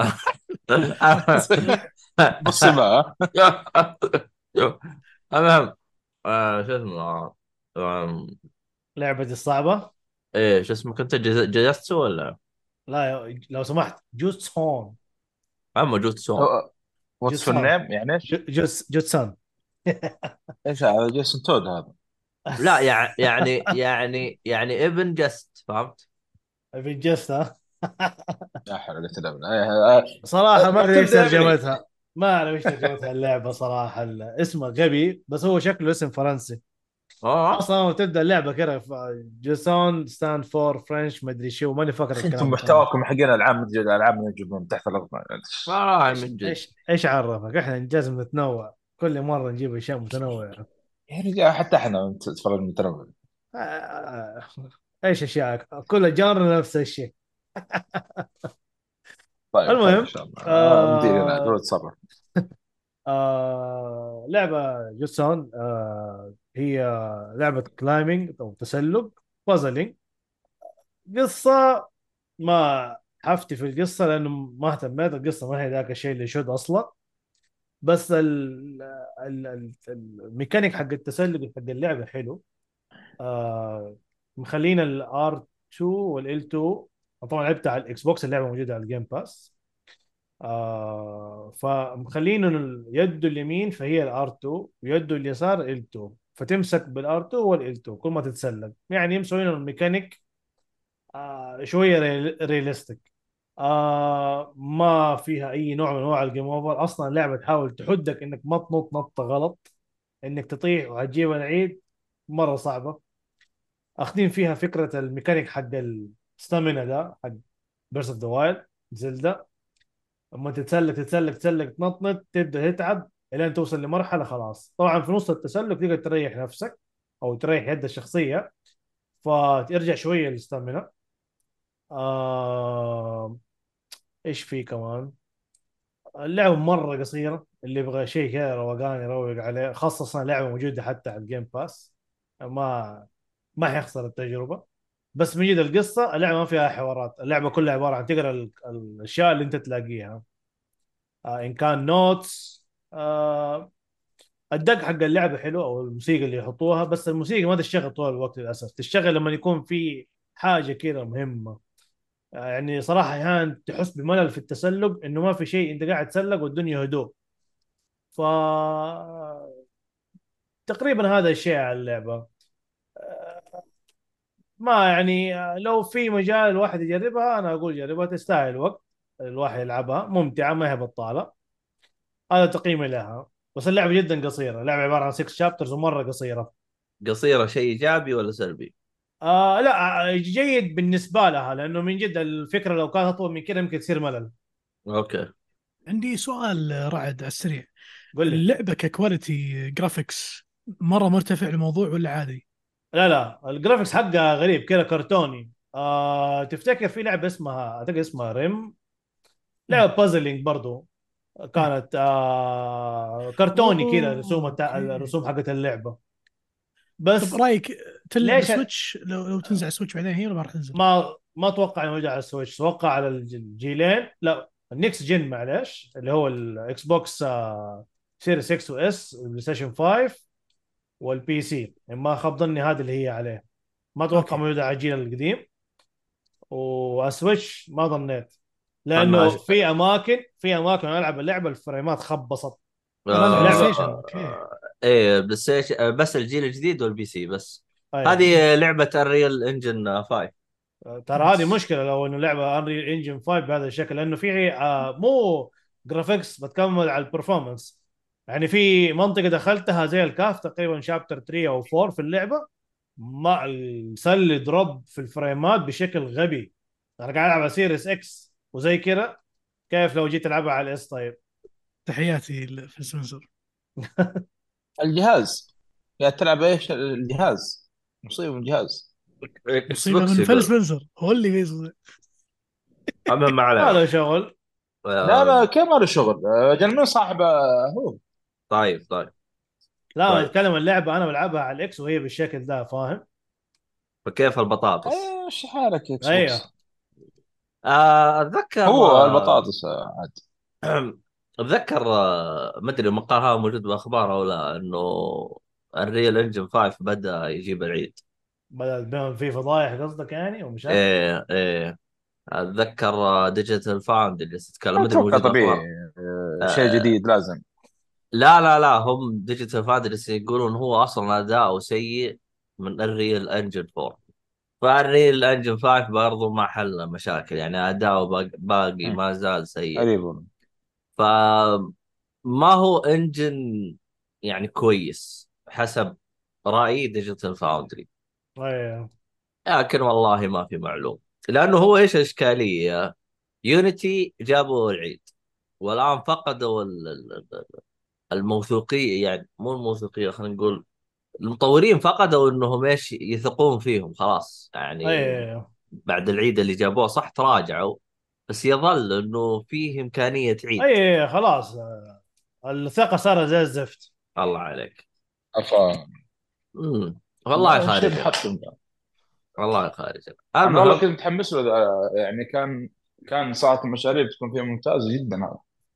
بص بقى. المهم، آه، شو اسمه، آه، لعبتي الصعبه. ايه شو اسمه، كنت جز- جلست ولا لا يا- لو سمحت جوست هون. اما موجود سون؟ واتس فور جوتسان. نيم يعني ايش؟ جو- جوس جوتسان. ايش هذا جيسون تود هذا؟ لا يعني يعني يعني يعني ابن جست، فهمت؟ في جست ها. يا حرقة الأبن. آه، آه، صراحة ما أدري مكتوب إيش ده يا ابني. ترجمتها، ما أعرف إيش ترجمتها اللعبة صراحة. ال- اسمه غبي بس هو شكله اسم فرنسي. اه أصلا تبدأ اللعبة كده جوسون ستاند فور فرنش ما أدري شو، ماني فاكر اخي انتم الكلام كامل. محتواكم حقين العاب مثل الالعاب من من تحت الارض. والله إيش من جد. إيش إيش عرفك إحنا لازم نتنوع، كل مرة نجيب أشياء متنوعة. يا رجال حتى احنا نتفرج متنوع. آه، إيش أشياء كل جانر نفس الشيء. طيب خير ان المهم شاء الله. آه مدير هنا دول آه تصرف. آه لعبة جوسون آه هي لعبة كلايمينج أو تسلق بازلينج. قصة ما حفتي في القصة لأنه ما اهتميت، القصة ما هي ذاك الشيء اللي يشد أصلا. بس ال ال ال الميكانيك حق التسلق حق اللعبة حلو. آه مخلينا الار اتنين والال اتنين. طبعا لعبت على الاكس بوكس، اللعبة موجودة على الجيم باس. آه فمخلين إنه اليد اليمين فهي الار اتنين ويده اليسار ال اتنين، فتمسك بالار اتنين والال اتنين كل ما تتسلق، يعني مسوين الميكانيك آه شويه رياليستيك. آه ما فيها اي نوع من انواع الجيم اوفر اصلا. اللعبه تحاول تحدك انك ما تنط نطه غلط، انك تطيح وهتجيب العيد، مره صعبه. اخذين فيها فكره الميكانيك حق الستامينا ده حق بيرس اوف ذا وايلد زلدا. اما تتسلق تتسلق تتسلق تنطنط تبدا تتعب الين توصل لمرحله خلاص. طبعا في نص التسلق تقدر تريح نفسك او تريح يد الشخصيه فترجع شويه للستامينا. آه... ايش في كمان؟ اللعبه مره قصيره، اللي يبغى شيء كذا روقان يروق عليه، خاصه لعبه موجوده حتى على الجيم باس، ما ما حيخسر التجربه. بس من جد القصه اللعبه ما فيها حوارات، اللعبه كلها عباره عن تقرا ال- الاشياء اللي انت تلاقيها. آه ان كان نوتس. آه الدق حق اللعبه حلو او الموسيقى اللي يحطوها، بس الموسيقى ما تشتغل طول الوقت للاسف، تشتغل لما يكون في حاجه كذا مهمه. آه، يعني صراحه احيانا تحس بملل في التسلق، انه ما في شيء، انت قاعد تسلق والدنيا هدوء. ف تقريبا هذا الشيء على اللعبه. ما يعني آه، لو في مجال الواحد يجربها انا اقول جربها، تستاهل وقت الواحد يلعبها، ممتعه ما هي بطاله. هذا تقييمي لها. بس اللعبه جدا قصيره، اللعبه عباره عن ستة شابترز ومره قصيره. قصيره شيء ايجابي ولا سلبي؟ آه لا آه، جيد بالنسبه لها، لانه من جد الفكره لو كانت اطول من كده يمكن تصير ملل. اوكي. عندي سؤال رعد على السريع. قل لي. اللعبه ككواليتي جرافيكس مره مرتفع الموضوع ولا عادي؟ لا لا الجرافيكس حقها غريب كذا كرتوني. آه تفتكر في لعبه اسمها اعتقد اسمها ريم، مم. لعبه بازلينج برضو، إيه. كانت آه اوه كرتوني كذا أوه، الرسوم التا... اوكي. الرسوم حقت اللعبه. طب بس رايك تلعب ليش سويتش؟ لو لو تنزل على سويتش بعدين هي ولا ما راح تنزل؟ ما ما اتوقع انه يرجع على السويتش، اتوقع على الج- الجيلين، لا النكس جن معلش، اللي هو الاكس بوكس آه سيريس اكس واس والبلاي ستيشن خمسة والبي سي، يعني ما خاب ظني هذه اللي هي عليه. ما اتوقع اوكي. موجوده على الجيل القديم. وسويتش ما ظنيت، انا لانه أش... في اماكن في اماكن أنا العب اللعبه الفريمات خبصت. انا العب بلاي اللعبه ستيشن. آه... اوكي. ايه بلاي ستيشن، آه، بس الجيل الجديد والبي سي بس. اي هذه لعبه الريال انجن خمسة. ترى هذه نايس. مشكله لو انه لعبه انريل انجن خمسة بهذا الشكل، لانه في آه مو جرافيكس بتكمل على البرفورمانس. يعني في منطقه دخلتها زي الكهف تقريبا شابتر ثلاثة او أربعة في اللعبه، ما السله دروب في الفريمات بشكل غبي. انا قاعد العب على سيريس اكس وزي كذا، كيف لو جيت العبها على الاس طيب؟ تحياتي لفيل سبنسر. الجهاز يا تلعب ايش الجهاز؟ مصيبه من الجهاز. اكس مصيبه بوكس من فيل يقول. سبنسر هو اللي بيصير. المهم ما علينا. هذا شغل. لا آه، لا كيف ما له شغل، آه، اجل من صاحبه هو. طيب طيب لا انا طيب. اتكلم اللعبه انا بلعبها على الاكس وهي بالشكل ده، فاهم؟ فكيف البطاطس؟ ايش حالك اكس ايوه. بوكس؟ آه، اتذكر هو آه، البطاطس آه، عاد. اتذكر آه، ما ادري المقال هذا موجود باخبار او لا، انه الريل انجن خمسة بدا يجيب العيد. بدل بينهم في فضايح قصدك يعني ومشاكل. ايه ايه. اتذكر ديجيتال فاوند اللي تتكلم، ما ادري اتوقع موجود طبيعي، باخبار. آه، شيء آه، جديد لازم. لا لا لا، هم ديجيتال فاوند يقولون هو اصلا اداؤه سيء من الريل انجن أربعة. فالريل انجن خمسة برضو ما حل مشاكل، يعني اداؤه باقي, باقي مم. ما زال سيء. غريب والله. فما هو انجن يعني كويس حسب رأيي ديجيتال فاوندري. ايوه. لكن والله ما في معلوم، لانه هو ايش الاشكاليه؟ يونيتي جابوا العيد، والان فقدوا ال- ال- ال- الموثوقيه، يعني مو الموثوقيه، خلينا نقول المطورين فقدوا انهم ايش يثقون فيهم خلاص يعني. ايوه. بعد العيد اللي جابوه صح تراجعوا، بس يظل انه فيه امكانيه عيد. ايوه خلاص، الثقه صارت زي الزفت. الله عليك. افا. امم والله لا شيء خارج. محطم. والله خارج. انا والله المهم، كنت متحمس له، آه، يعني كان كان صارت المشاريع بتكون فيها ممتازه جدا هذا.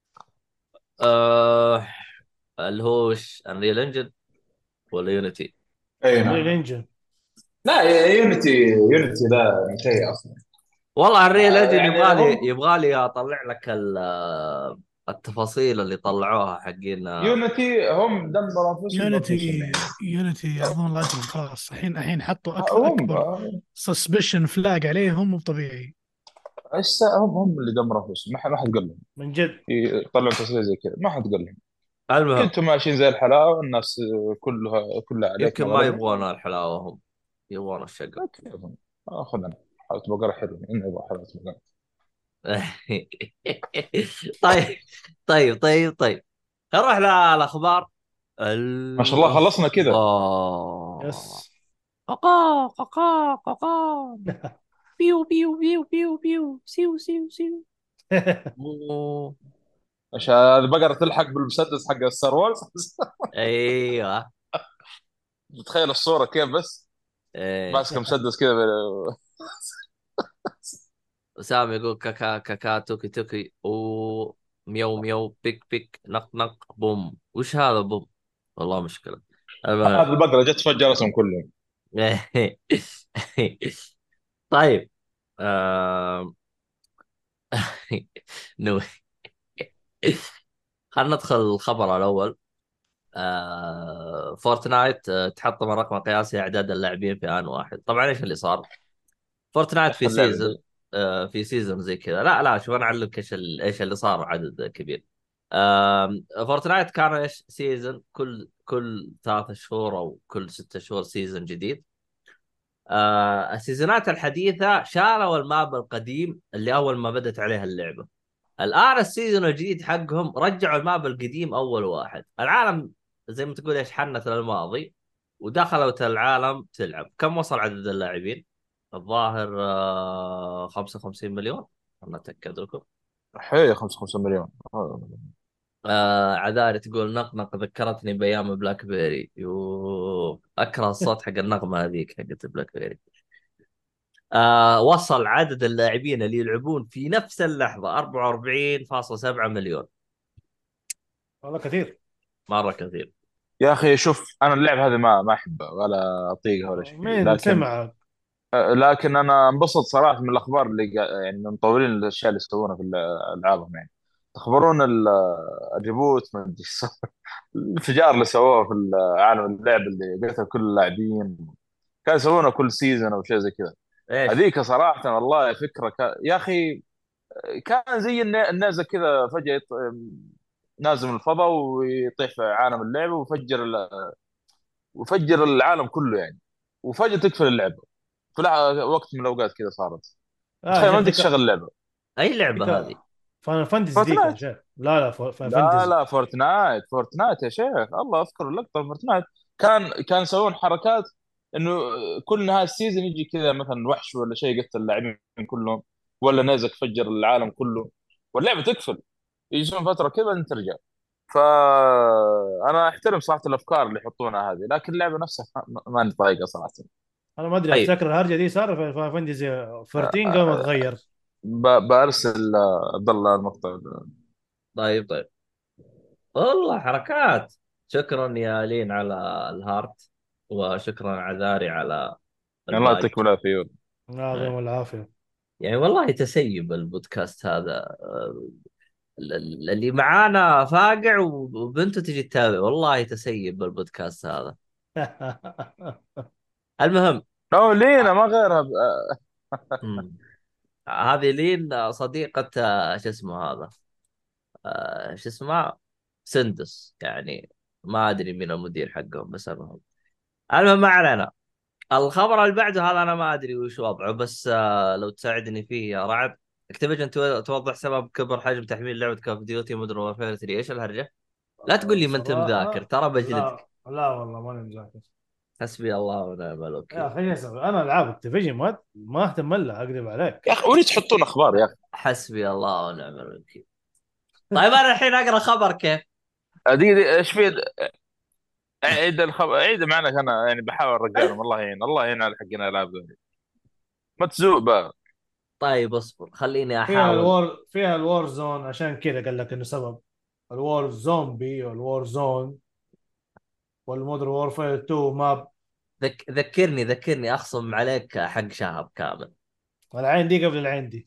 آه اللي هو وش انريل انجن ولا يونيتي؟ اي انريل نعم. انجن. لا يونيتي، يونيتي ده شيء اصلا. والله الريل آه، انجن يعني يبغالي هم يبغالي اطلع لك ال- التفاصيل اللي طلعوها حقين. يونيتي هم دمروا انفسهم بانفسهم يونيتي يعني. يونيتي عظم الاجرم خلاص. الحين الحين حطوا أك... هم اكبر سسبشن فلاج عليهم، مو طبيعي. هسه هم هم اللي دمروا انفسهم، ما حد ما حد قال لهم من جد. يطلعوا تصريح زي كذا، ما حد قال لهم. المهم، كنتوا ماشيين زي الحلاوه، الناس كلها كلها عليك يمكن ما مغرمه. يبغون الحلاوه هم، يبغون الشقه. لا كيفهم. اخذ انا حلاوه بقره حلوه، انه يبغى حلاوه بقره. طيب طيب طيب طيب. نروح للاخبار. ما شاء الله خلصنا كذا. الاخبار. يس. قاقا قاقا قاقا. بيو بيو بيو بيو بيو سيو سيو سيو. مو- عشان البقره تلحق بالمسدس حق ستار وورز. ايوه. تخيل الصوره كيف بس، ايه. ماسكه مسدس كذا ب- سامي يقول كاكا كاكا توكي توكي او ميو ميو بيك بيك نق نق بوم. وش هذا بوم؟ والله مشكلة. المهم. هذه البقره جت فجاه رسم كلهم. طيب. آم، نو. خلينا ندخل الخبر الأول. آه، فورتنايت آه، تحطم الرقم القياسي اعداد اللاعبين في آن واحد. طبعا ايش اللي صار؟ فورتنايت في احسن لعبه سيزون، دي. آه، في سيزون زي كذا. لا لا، شوف انا اعلمك ايش ال- ايش اللي صار عدد كبير. آم، فورتنايت كان ايش سيزون، كل كل ثلاث شهور او كل ستة شهور سيزون جديد. آه، السيزونات الحديثة شالوا الماب القديم اللي اول ما بدت عليها اللعبة. الان السيزون الجديد حقهم رجعوا الماب القديم اول واحد. العالم زي ما تقول ايش حنت للماضي، ودخلت العالم تلعب. كم وصل عدد اللاعبين؟ الظاهر آه خمسة وخمسين مليون. انا اتاكد لكم. حي خمسة وخمسين مليون. آه. آه عذاري تقول نقنق ذكرتني بايام بلاك بيري. يو اكره الصوت حق النغمه هذيك حقت بلاك بيري. آه وصل عدد اللاعبين اللي يلعبون في نفس اللحظه أربعة وأربعين فاصلة سبعة مليون. والله كثير. مره كثير. يا اخي شوف، انا اللعب هذه ما ما احبها ولا اطيقها ولا شيء، مين لكن سمع؟ لكن انا انبسط صراحه من الاخبار اللي قا- يعني من مطورين الاشياء اللي يسوونها في العابهم يعني. تخبرون ال- الريبوت ما ادري إيش صار. الانفجار اللي سووه في عالم اللعب اللي قتل كل اللاعبين، كانوا يسوونه كل سيزون او شيء زي كذا. ايش؟ هذيك صراحه والله فكره كا... يا اخي كان زي النا- النازل كذا فجاه يط... نازل من الفضاء ويطيح في عالم اللعبه ويفجر ال... ويفجر العالم كله يعني، وفجاه تقفل اللعبه في لح- وقت من الاوقات كذا صارت. اه تخيل ما شيخ بدك ذيك. تشغل اللعبه. اي لعبه ذيك هذه؟ فان فانتزي ذيك يا فورتنايت. شيخ. لا لا فان لا فانتزي. لا فورتنايت، فورتنايت يا شيخ، الله اذكر اللقطه فورتنايت. كان كان يسوون حركات انه كل نهايه السيزون يجي كذا مثلا وحش ولا شيء يقتل اللاعبين كلهم، ولا نيزك فجر العالم كله. واللعبه تقفل، يجون فتره كذا انت ترجع. فانا احترم صراحه الافكار اللي يحطونها هذه، لكن اللعبه نفسها ما- ماني طايقه صراحه. انا ما ادري، طيب افتكر الهرجه دي صار في فاينل فانتسي اربعة عشر قبل ما تغير. ب- برسل آه، عبد الله المقطع. طيب طيب والله حركات. شكرا يا لين على الهارت، وشكرا عذاري على الله الباج. يعطيكم العافيه. الله يعطيهم العافيه. يعني والله تسيب البودكاست هذا. آه، ال- ال- اللي معانا فاقع وبنته تجي تتابع، والله تسيب البودكاست هذا. المهم، أو لينا ما غيرها ب- مم. هذه لين صديقة آه، شو اسمه هذا، آه، شو اسمه، سندس يعني. ما ادري مين المدير حقهم، بس المهم، المهم ما علينا. الخبر اللي بعده هذا انا ما ادري وش وضعه، بس آه، لو تساعدني فيه يا رعد. اكتيفيجن تو- توضح سبب كبر حجم تحميل لعبه كاف ديوتي مودرن وورفير ثلاثة. ايش الهرجه؟ لا تقول لي ما انت مذاكر صراحه ترى لا بجلدك. لا والله ماني مذاكر. حسبي الله ونعم يا الوكيل. اخي ايش أسوي؟ انا العاب اكتيفيجن ما ما اهتم لها، اكذب يا عليك. اخي وليش تحطون اخبار يا اخي؟ حسبي الله ونعم الوكيل. طيب انا الحين اقرا خبر كيف؟ دقيقه دقيقة، ايش في؟ عيد الخبر، عيد معنا. انا يعني بحاول رجالهم، الله يعين، الله يعين على حقنا الالعاب ذولي. ما تزوق بقى. طيب اصبر خليني فيها احاول. الوار فيها الوار زون، عشان كذا قال لك انه سبب الوار زومبي والوار زون والمودرن وورفير اتنين ماب. ذك... ذكرني ذكرني اخصم عليك حق شهر كامل. العين دي قبل العين دي.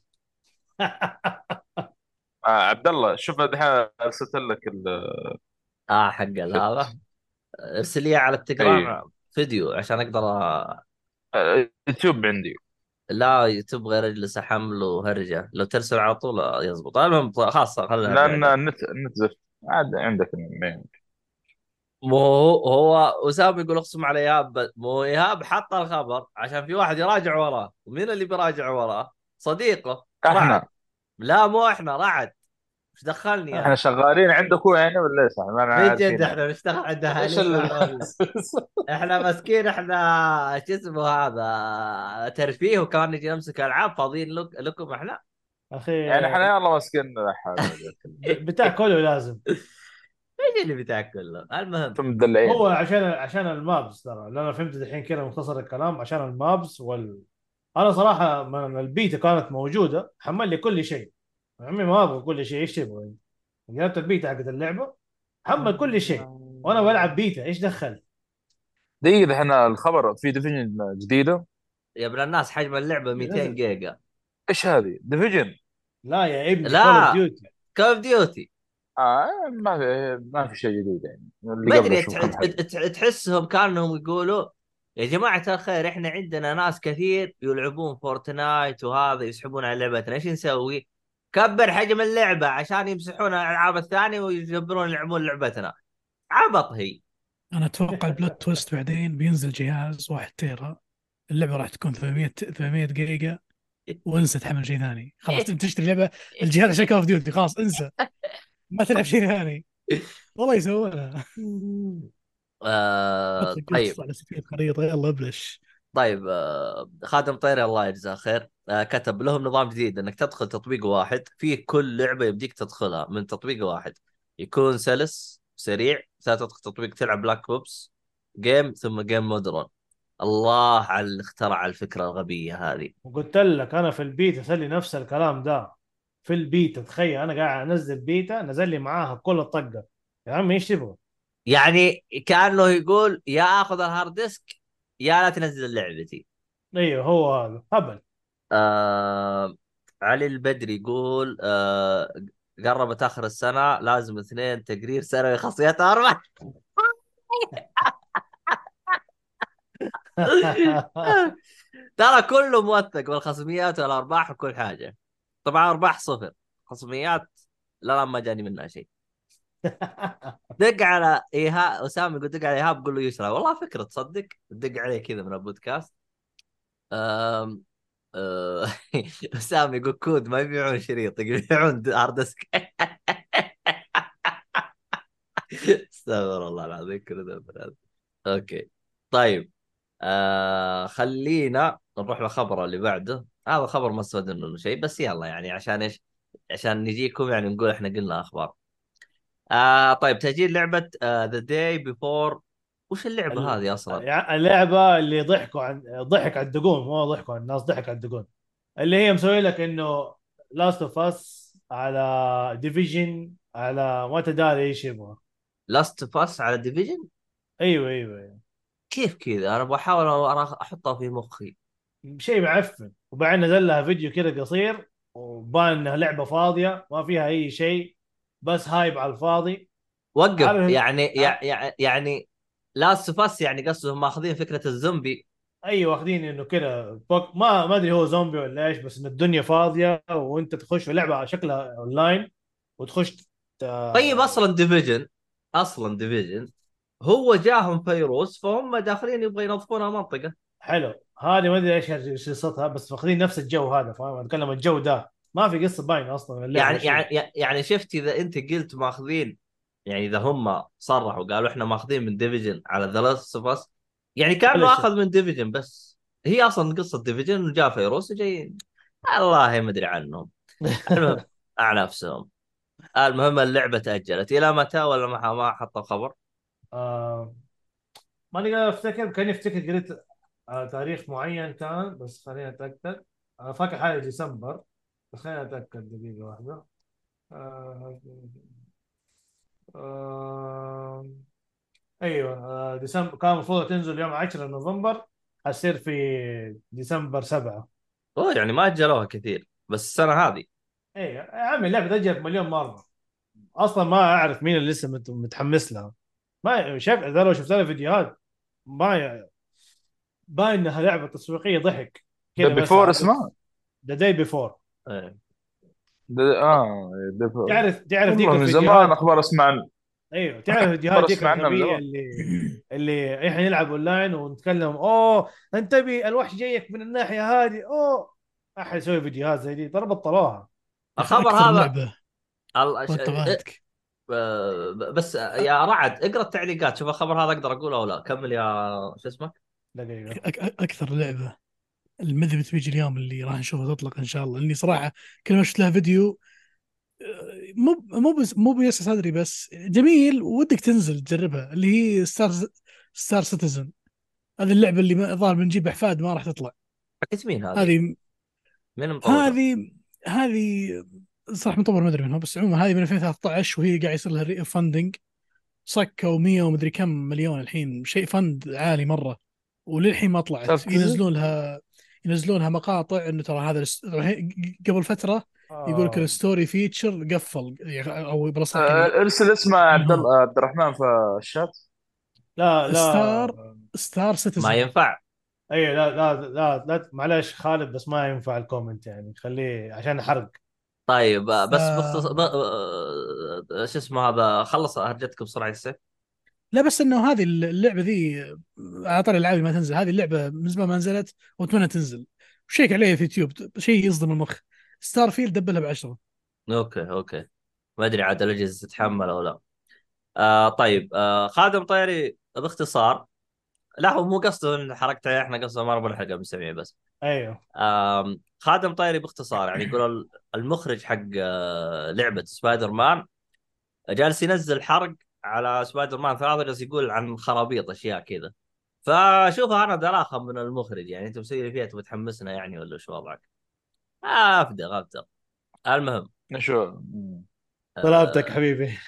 آه عبد الله شوف الحين ارسلت لك ال- اه حق هذا، ارسل لي على اي التليجرام فيديو عشان اقدر أ... آه، يوتيوب عندي. لا تبغى اجلس احمل وهرجه، لو ترسل على طول يزبط. المهم خاصه خلينا نرجع لان لنا. النت النت زفت عاد عندك المين. مو هو هو اسامه يقول اقسم على ايهاب، ب- مو ايهاب حط الخبر عشان في واحد يراجع وراه، ومين اللي بيراجع وراه؟ صديقه رعد. احنا لا مو احنا، رعد. ايش دخلني احنا انا؟ شغالين عندكم يعني ولا ايش؟ ما انا من جد عارفين يعني. احنا نشتغل عند ايش اهالينا ال... احنا ولا؟ احنا مسكين، احنا شو اسمه هذا ترفيه، وكمان نجي نمسك العاب فاضيين لك لكم احنا. اخي يعني احنا يلا ماسكين، لا حول ولا قوة إلا ب- بتاع كله لازم. ايش اللي بتاكل له؟ المهم. انتم مدلعين. هو عشان عشان المابس ترى، اللي انا فهمت الحين كذا مختصر الكلام، عشان المابس وال انا صراحه من البيتا كانت موجوده حمل لي كل شيء. يا عمي ما ابغى كل شيء، ايش تبغى؟ جربت البيتا حقت اللعبه، حمل كل شيء وانا بلعب بيتا، ايش دخل؟ دقيقة، احنا الخبر في ديفيجن جديدة. يا ابن الناس حجم اللعبه مئتين نزل. جيجا. ايش هذه ديفيجن؟ لا يا ابني، كول اوف لا ديوتي. كول اوف ديوتي. آه ما في ما في شيء جديد يعني، ما اللي قبله ادري شوف تح- كم حجم. تح- تحسهم كانهم يقولوا يا جماعه الخير احنا عندنا ناس كثير يلعبون فورتنايت وهذا يسحبون على لعبتنا، ايش نسوي؟ كبر حجم اللعبه عشان يمسحون الالعاب الثانيه ويجبرون يلعبون لعبتنا. عبط هي. انا اتوقع البلوت تويست بعدين بينزل جهاز واحد تيرا، اللعبه راح تكون ثمانمية ثمانمية جيجا، وانسى تحمل شيء ثاني. خلاص انت تشتري لعبه الجهاز عشان كول اوف ديوتي، خلاص انسى، ما تلعب شيء ثاني. والله يسوونها. آه حط لك طيب. قصه على سفينه خريطه، يلا ابلش. طيب آه خادم طيري الله يجزاه خير، آه كتب لهم نظام جديد انك تدخل تطبيق واحد فيه كل لعبه يبديك تدخلها من تطبيق واحد، يكون سلس سريع. تدخل تطبيق تلعب بلاك اوبس جيم ثم جيم مودرن. الله على اللي اخترع الفكره الغبيه هذه. وقلت لك انا في البيتا اسوي نفس الكلام ده. في البيتا تخيل انا قاعد انزل بيتا، نزل لي معاها كل الطقه. يا عمي ايش تبغى؟ يعني كانه يقول يا اخذ الهارد ديسك يا لا تنزل لعبتي. ايوه هو هذا هبل. آه علي البدري يقول آه قربت اخر السنه لازم اثنين تقرير سنوي خاصيات اربع. ترى كله موثق بالخصميات والارباح وكل حاجه. طبعا ارباح صفر، خصميات لا لا ما جاني منها شيء. دق على ايهاب، اسامه يقول دق على ايهاب قول له يشرى، والله فكره تصدق دق عليه كذا من البودكاست. أم... أه... اسامه يقول كود ما يبيعون شريط يبيعون هارد ديسك. استغفر الله العظيم كل ذا. اوكي طيب، آه خلينا نروح للخبر اللي بعده. هذا خبر ما استفدنا منه شيء، بس يلا يعني عشان ايش عشان نجيكم يعني نقول احنا قلنا اخبار. آه طيب تأجيل لعبة ذا داي بيفور. وش اللعبة ال- هذه اصلا؟ يعني اللعبه اللي ضحكوا عن ضحك على الدقون، مو ضحكوا عن الناس، ضحك على الدقون. اللي هي مسوي لك انه لاست اوف اس على ديفيجن على ما تداري ايش يبغى. لاست باس على ديفيجن؟ ايوه ايوه ايوه. كيف كذا؟ انا بحاول أرا- احطها في مخي. شيء معفن، وبعدين نزل لها فيديو كذا قصير وبان انها لعبه فاضيه ما فيها اي شيء، بس هايب على الفاضي. وقف عارف؟ يعني ع- يع- يع- يعني لاست باس يعني قصدهم ماخذين فكرة الزومبي. ايوه واخدين انه كذا فوق- ما ما ادري هو زومبي ولا ايش، بس ان الدنيا فاضيه وانت تخش لعبه شكلها اونلاين وتخش ت... طيب اصلا ديفيجن، اصلا ديفيجن هو جاهم فيروس فهم داخلين يبغى ينظفون المنطقة. حلو. هذه ما ادري ايش إيش قصتها، بس واخدين نفس الجو هذا، فاهم؟ اتكلم الجو ده ما في قصه باينه اصلا من اللعبه يعني ايش هي. يعني يعني شفت اذا انت قلت ماخذين، يعني اذا هم صرحوا قالوا احنا ماخذين من ديفيجن على ذا لاست اوف اس، يعني ولا كانه شيء. اخذ من ديفيجن بس. هي اصلا قصه ديفيجن وجاء فيروس وجاي. الله ما ادري عنهم. المهم على نفسهم. المهم اللعبه تاجلت الى متى ولا ما ما حطوا خبر؟ آه ماني قادر افتكر، كاني افتكر قريت آه تاريخ معين كان، بس خليني اتاكد. انا فاكر حاجه ديسمبر، بس خليني اتاكد دقيقه واحده. آه آه ايوه آه ديسمبر كان المفروض تنزل يوم عشرة نوفمبر، حتصير في ديسمبر سبعة. اوه يعني ما اجلوها كثير بس السنه هذه. ايوه يا عمي اللعبه تأجلت مليون مره. اصلا ما اعرف مين اللي لسه مت- متحمس لها. ما شايف اذا لو شفت لها فيديوهات ما باين انها لعبه تسويقيه ضحك ذا كذا بس، بيفور عارف؟ اسمه. ذا داي بيفور. إيه. ده اه ده. تعرف تعرف والله ديك من زمان الفيديوهات. اخبار اسمع عنه. ايوه تعرف الفيديوهات اخبار ديك اسمع عنها من الغبيه زمان. اللي اللي احنا نلعب اونلاين ونتكلم اوه انتبه الوحش جايك من الناحيه هذه اوه. احد يسوي فيديوهات زي دي ترى بطلوها. يا اخي الخبر اكثر هذا لعبه ال- ش- وانت إيه، غايتك. ب- بس يا رعد اقرا التعليقات شوف الخبر هذا اقدر اقوله او لا. كمل يا شو اسمك. دقيقه. أك أك اكثر لعبه المذهب بتيجي اليوم اللي راح نشوفها تطلق ان شاء الله، لاني صراحه كل ما شفت لها فيديو آه، مو مو بس مو بس صدري بس جميل ودك تنزل تجربها، اللي هي ستار ستار سيتيزن. هذه اللعبه اللي ما- الظاهر بنجيب احفاد ما راح تطلع. حقت مين هذه؟ هذه مين مطورها؟ هذه هذه صراحه مطور ما ادري منها، بس عموما هذه من ألفين وثلاثة عشر وهي قاعد يصير لها فاندنج. صكوا مية ومدري كم مليون الحين، شيء فند عالي مره، وللحين ما طلعت. سبتزن. ينزلون لها ينزلون لها مقاطع انه ترى هذا الس- قبل فتره يقول لك آه. الستوري فيتشر قفل يعني، او بالاصح آه، يعني ارسل اسمه عبد منهوب. الله عبد الرحمن في الشات. لا ستار لا. ستار ما سيتيزن. ينفع. اي لا لا لا, لا معلش خالد، بس ما ينفع الكومنت يعني، خليه عشان حرق. طيب ف بس باختصار ب... آه، شو اسمه هذا خلص هرجتك بسرعه السيف. لا بس انه هذه اللعبه ذي على طاري الالعاب ما تنزل، هذه اللعبه من زمان ما نزلت واتمنى تنزل. وشيك عليها في يوتيوب شيء يصدم المخ. ستار فيلد دبلها بعشرة. اوكي اوكي. ما ادري عاد الاجهزه تتحمل او لا. آه طيب آه خادم طيري باختصار. لا هو مو قصده ان حركت عليه، احنا قصده ما نبغى نحرق المستمعين بس. ايوه. آم، خادم طيري باختصار يعني يقول ال- المخرج حق آه، لعبة سبايدر مان جالس ينزل حرق على سبايدر مان ثلاثة، جالس يقول عن خرابيط اشياء كذا. فشوفها انا دراخه من المخرج، يعني انت مسوي لي فيها تبي تحمسنا يعني ولا شو وضعك؟ آه افدغ افدغ. المهم شو. طلبتك آه حبيبي.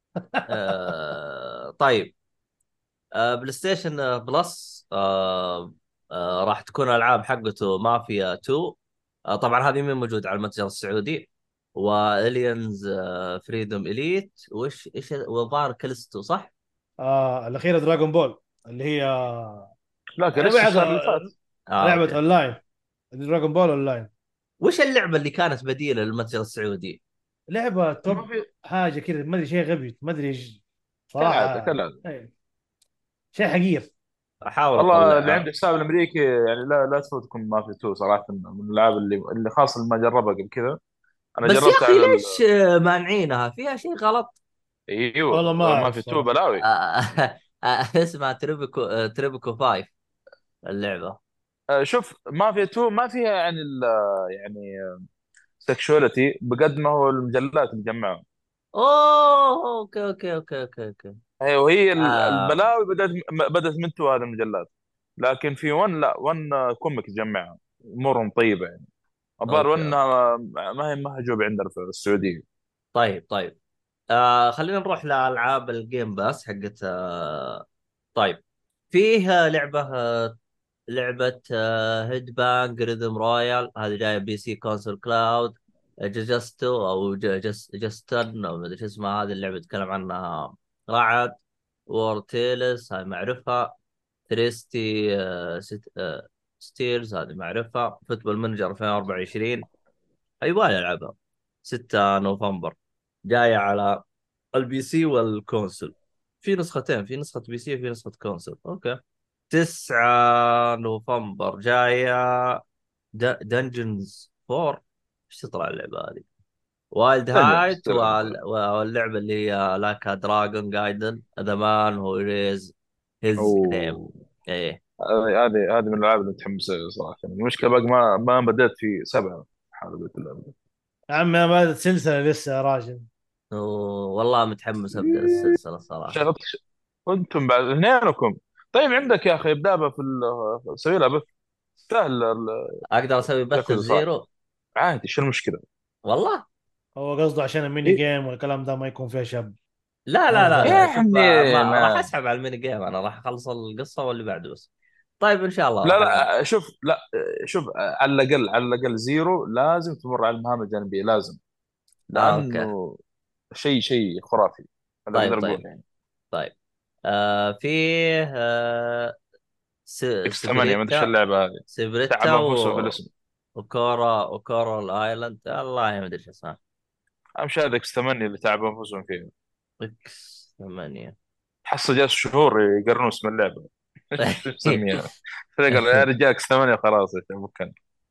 آه طيب آه بلاي ستيشن آه، بلس آه آه راح تكون الالعاب حقته مافيا اتنين. آه طبعا هذه مين موجود على المتجر السعودي؟ والينز آه فريدوم اليت وش ايش وظهر كاليستو صح؟ آه الاخيره دراغون بول، اللي هي لكن لسه الشهر اللي لعبه فات. اه لعبه اوكي. اونلاين. دراغون بول اونلاين. وش اللعبه اللي كانت بديله للمتجر السعودي؟ لعبه ما توب في. حاجه كذا، ما ادري شيء غبي، ما ادري ايش كالعاده صراحه. كالعاده. أي. شيء حقير. احاول والله اللي اطلعها. عنده حساب الامريكي يعني لا لا تفوتكم ما في تو صراحه، من الالعاب اللي اللي خاصه اللي ما جربها قبل كذا. انا بس يا جربتها اخي على ال... ليش آه، مانعينها؟ فيها شيء غلط. والله ما ايوه ما اعرف في تو صراحه. بلاوي. آه، آه، اسمها تريبكو آه، تريبكو فايف اللعبه. آه، شوف ما في تو ما فيها يعني ال... يعني سكشواليتي بقد ما هو المجلات اللي جمعها. اوه اوكي اوكي اوكي اوكي اوكي. هي وهي ال- آه. البلاوي بدات بدات من تو هذه المجلات. لكن في ون لا ون كوميك جمعها امورهم طيبه يعني. الظاهر اوكي وانها ما هي محجوبه عندنا في السعوديه. طيب طيب. آه خلينا نروح لالعاب الجيم باس حقت آه طيب. فيه لعبه آه لعبه آه هيد بانج ريذم رويال، هذه جايه بي سي كونسول كلاود. جاستو او جست جستن او مدري شو اسمها، هذه اللعبه تتكلم عنها رعد. وور تيلز هاي معرفها. تريستي آه ست آه ستيرز هذه معرفها. فوتبول مانجر ألفين وأربعة وعشرين يبغى العبها. ستة نوفمبر جايه على البي سي والكونسول. في نسختين، في نسخه بي سي وفي نسخه كونسول. اوكي. تسعة نوفمبر جايه دنجنز فور. ايش تطلع اللعبه هذه؟ وايلد دنجنز هايت تلعب. وال- واللعبه اللي هي لاكا دراجون جايدن ذا مان هو ريز هيز نيم. اوه ايه. هذه هذه هذه من الالعاب اللي متحمس لها صراحه. المشكله باقي ما ما بدأت في سبعه حلقات اللعبه. يا عم ما بدأت سلسله لسه يا راجل. أوه، والله متحمس ابدا السلسله صراحه. شغلت وانتم بعد اثنينكم. طيب عندك يا اخي ابدا في ال- سوي لها بث سهل ال- اقدر اسوي بث ياكل صح الزيرو؟ عادي. شو المشكله؟ والله. هو قصده عشان الميني إيه؟ جيم والكلام ده ما يكون فيها شب. لا لا هذا لا هو. لا يا شوف، عمي ما ما- راح ما اسحب على الميني جيم، انا راح اخلص القصه واللي بعده بس. طيب ان شاء الله لا راح العب. لا شوف لا شوف على الاقل على الاقل زيرو لازم تمر على المهام الجانبيه لازم. اه اوكي. لانه شيء شيء خرافي. هذا طيب اقدر اقول طيب يعني. طيب. آه فيه آه س... اكس ثمانية ما ادري شو سبريتا. اللعبه هذه. سبريتا تعب انفسهم في و... الاسم. وكورا وكورا الايلاند، الله ما ادري شو اسمها. امشي هذا اكس ثمانية اللي تعب انفسهم فيه. اكس ثمانية. حصل جالس شهور يقرنوا اسم اللعبه. شو مسميها؟ قال يا رجال اكس ثمانية خلاص يا شيخ ممكن.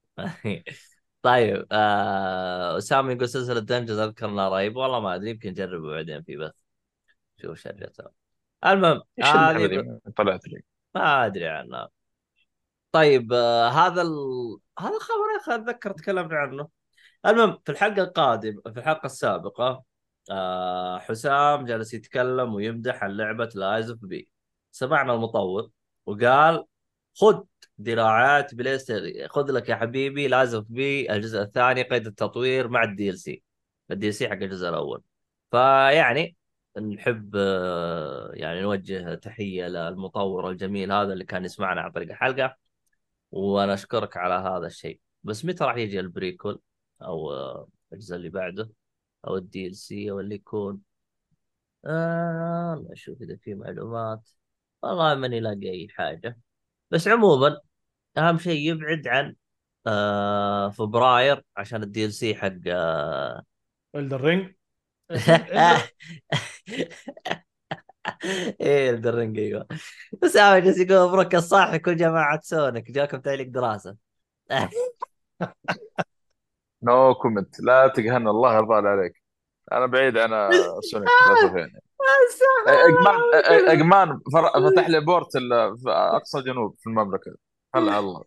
طيب آه... اسامه يقول سلسله دنجز اذكر انها رهيبه، والله ما ادري يمكن نجربه بعدين في بث. شوف شريتها. المهم ايش اللعبه هذه ذي ب... ما طلعت لي؟ ما ادري عنها. طيب آه هذا ال... هذا خبر يا اخي اتذكر تكلمنا عنه. المهم في الحلقه القادمه، في الحلقه السابقه آه حسام جالس يتكلم ويمدح عن لعبه لايز اوف بي. سمعنا المطور وقال خذ دراعات بلاي ستيشن، خذ لك يا حبيبي لايز اوف بي الجزء الثاني قيد التطوير مع الدي ال سي، الدي ال سي حق الجزء الاول. فيعني نحب آه، يعني نوجه تحيه للمطور الجميل هذا اللي كان يسمعنا عن طريق الحلقه، وانا اشكرك على هذا الشيء. بس متى راح يجي البريكول او آه، الجزء اللي بعده او الدي ال سي او اللي يكون؟ آه اشوف اذا في معلومات. والله ماني لاقي اي حاجه. بس عموما اهم شيء يبعد عن آه فبراير عشان الدي ال سي حق آه الدر رينج. الدر. ايه الدرينج ايوه. بس انا جالس يقول مبروك الصاحي كل جماعه سونيك جاكم تعليق دراسه. نو كومنت لا تقهن الله يرضى عليك. انا بعيد انا سونيك للاسف يعني. اجمان اجمان فر- فتح لي بورت ال- في اقصى جنوب في المملكه. هلا على الله.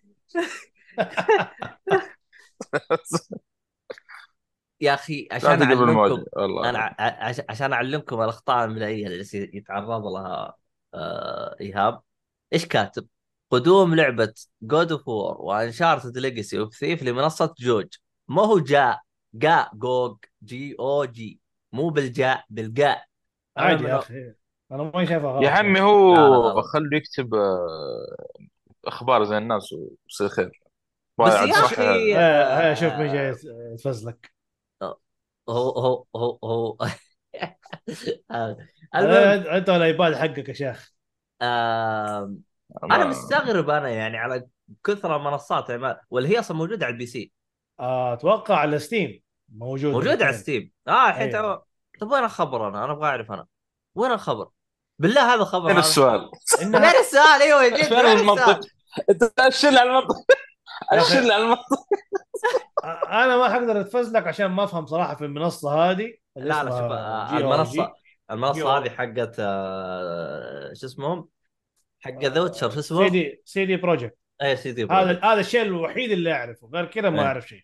يا اخي لا عشان تقبل المواجهه اعلمكم، والله. انا ع- عش- عشان اعلمكم الاخطاء الاملائيه اللي يتعرض لها آه ايهاب. ايش كاتب؟ قدوم لعبه جود اوف وور وانشارتد ليجاسي اوف ثيف لمنصه جوج. ما هو جاء جاء جوج جي او جي، مو بالجاء بالجاء. انا عادي يا من اخي. انا ما شايفها يا غلط عمي يعني. لا لا هو غلط. خليه يكتب آه، اخبار زي الناس ويصير خير. بس عاد يا صح. اخي هيا هيا شوف مين جاي آه يتفزلك. هو هو هو هو آه، المهم هذا انت الايباد حقك يا شيخ. آه انا ما مستغرب انا يعني على كثر المنصات يعني، ولا هي اصلا موجوده على البي سي؟ آه، اتوقع على ستيم موجود موجوده على الاثنين. ستيم اه الحين ايوه. تو- طب وين الخبر؟ انا انا ابغى اعرف انا وين الخبر. بالله هذا خبر فين هذا؟ السؤال؟ وين انها السؤال؟ ايوه جد فين وين المنطق؟ السؤال؟ انت اشل على المنطق. يا اخي اشل على المنطق. انا ما حقدر اتفزلك عشان ما افهم صراحه في المنصه هذه اللي لا لا شوف اسمها آه جي او المنصه، جي. جي المنصه هذه او حقت آه شو اسمهم، حق ذا ويتشر شو سي اسمه؟ دي سي دي بروجكت. اي سي دي هذا بروجكت. هذا الشيء الوحيد اللي اعرفه، غير كذا ما إيه. اعرف شيء.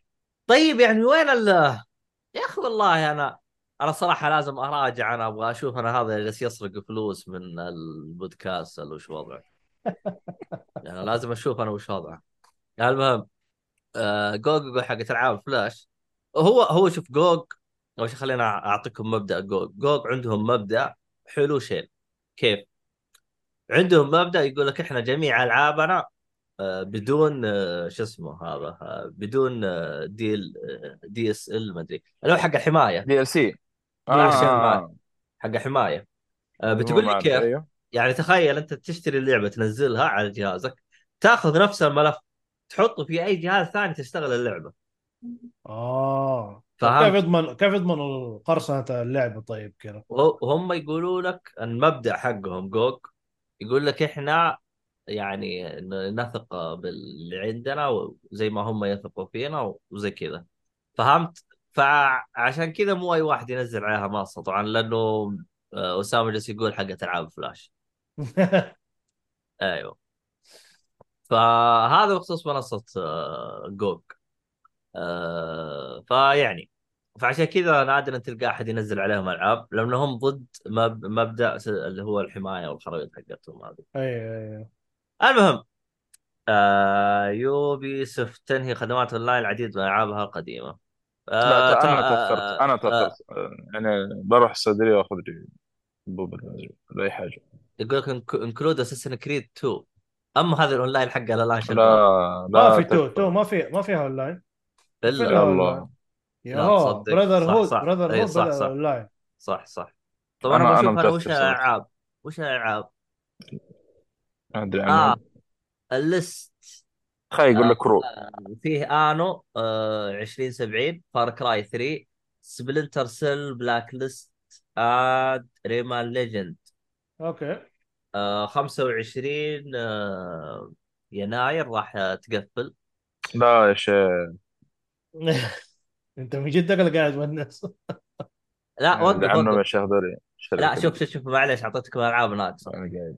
طيب يعني وين ال يا اخي والله انا انا صراحه لازم اراجع، انا ابغى اشوف انا هذا اللي جالس يسرق فلوس من البودكاست ولا وش وضعه. يعني لازم اشوف انا وش وضعه. المهم آه جوجو حقت العاب فلاش. هو هو شوف جوج. اول شيء خلينا اعطيكم مبدأ جوج. جوج عندهم مبدأ حلو شيء. كيف؟ عندهم مبدأ يقول لك احنا جميع العابنا آه بدون آه شو اسمه هذا آه بدون آه ديل آه دي اس ال ما ادري اللي هو حق الحمايه. دي ال سي. اه حق اه الحمايه. اه حق حمايه. آه مو بتقول لي معرف، كيف. ايوه. يعني تخيل انت تشتري اللعبه تنزلها على جهازك، تاخذ نفس الملف تحطه في اي جهاز ثاني تشتغل اللعبه. اه طب كيف فهمت؟ يضمن كيف يضمنوا قرصنة اللعبة طيب كذا؟ وه- وهم يقولوا لك المبدأ حقهم جوج يقول لك احنا يعني ن- نثق باللي عندنا وزي ما هم يثقوا فينا وزي كذا. فهمت؟ فعشان كذا مو اي واحد ينزل عليها منصة طبعا لانه آه، اسامه جالس يقول حقت العاب فلاش. ايوه. فهذا بخصوص منصة آه، جوج. آه، فيعني فعشان كذا نادر ان تلقى احد ينزل عليهم العاب لانهم ضد مب... مبدا س- اللي هو الحمايه والخرائط حقتهم هذه. ايوه ايوه. المهم آه يوبي سوفت تنهي خدمات اونلاين العديد من العابها القديمه. لا ت- آه تا... انا تاخرت، آه انا تاخرت آه آه، يعني بروح الصيدليه واخذ لي بوب ولا اي حاجه. يقول لك انكلود اساسن كريد تو. اما هذا الاونلاين حقه الان لا شغال. ما لا في تو تو تكفى. ما في ما فيها اونلاين. ما في الا لها اونلاين. يلا. لا ياهو تصدق براذر صح هود صح براذر اي هود صح بدأ صح اونلاين. صح صح. طب انا انا انا بشوف انا وش متاثر صراحه. الالعاب. وش الالعاب. ما ادري اه عنهم. الليست. خي يقول آه لك رو. فيه انو آه عشرين سبعين فار كراي ثري سبلنتر سيل بلاك ليست اد ريمان ليجند اوكي. آه خمسة وعشرين آه يناير راح تقفل. لا يا شيخ. انت من جد اللي قاعد ونس. لا يعني وقف عنهم وقف. يا شيخ ذولي لا الشركه شوف دي. شوف شوف معليش اعطيتكم العاب ناقصه. انا قاعد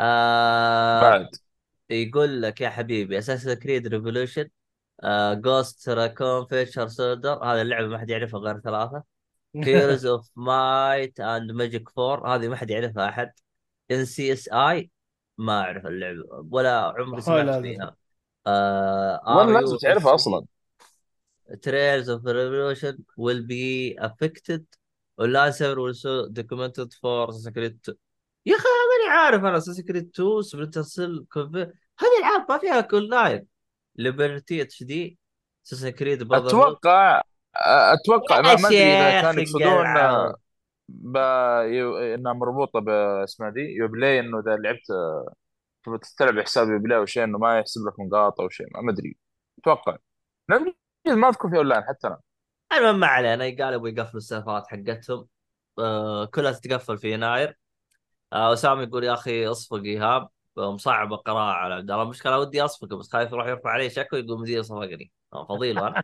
آه بعد. يقول لك يا حبيبي اساس كريد ريفولوشن جوست راكون فيشر سولدر هذه اللعبه ما حد يعرفها غير ثلاثه. هيروز اوف مايت اند ماجيك فور هذه ما حد يعرفها احد. ان سي اس اي ما اعرف اللعبه ولا عمري سمعت ولا زفت. فيها. ار ولا لازم يو اف تعرفها سي اصلا. تريلز اوف ريفولوشن will be affected online server will show documented for Assassin's Creed تو. يا اخي انا ماني عارف انا Assassin's Creed تو سبلنتر سيل كونفي هذه العاب ما فيها اونلاين. ليبرتي اتش دي Assassin's Creed Brotherhood. اتوقع اتوقع يا ما, ما ادري اذا شيخ كانوا يقصدون انقلعوا. ب... ي... انها مربوطه باسمها دي يوبلاي، انه اذا لعبت تبغى تلعب حساب يوبلاي او شيء انه ما يحسب لك نقاط او شيء، ما ما ادري. اتوقع لأن ما اذكر في اونلاين حتى انا. المهم ما علينا قالوا يقفلوا السيرفرات حقتهم. آه كلها تتقفل في يناير. آه اسامه يقول يا اخي اصفق ايهاب مصعب القراءه على عبد الله. المشكله ودي اصفقه بس خايف يروح يرفع عليه شكوى يقول مدير صفقني آه فضيل وانا.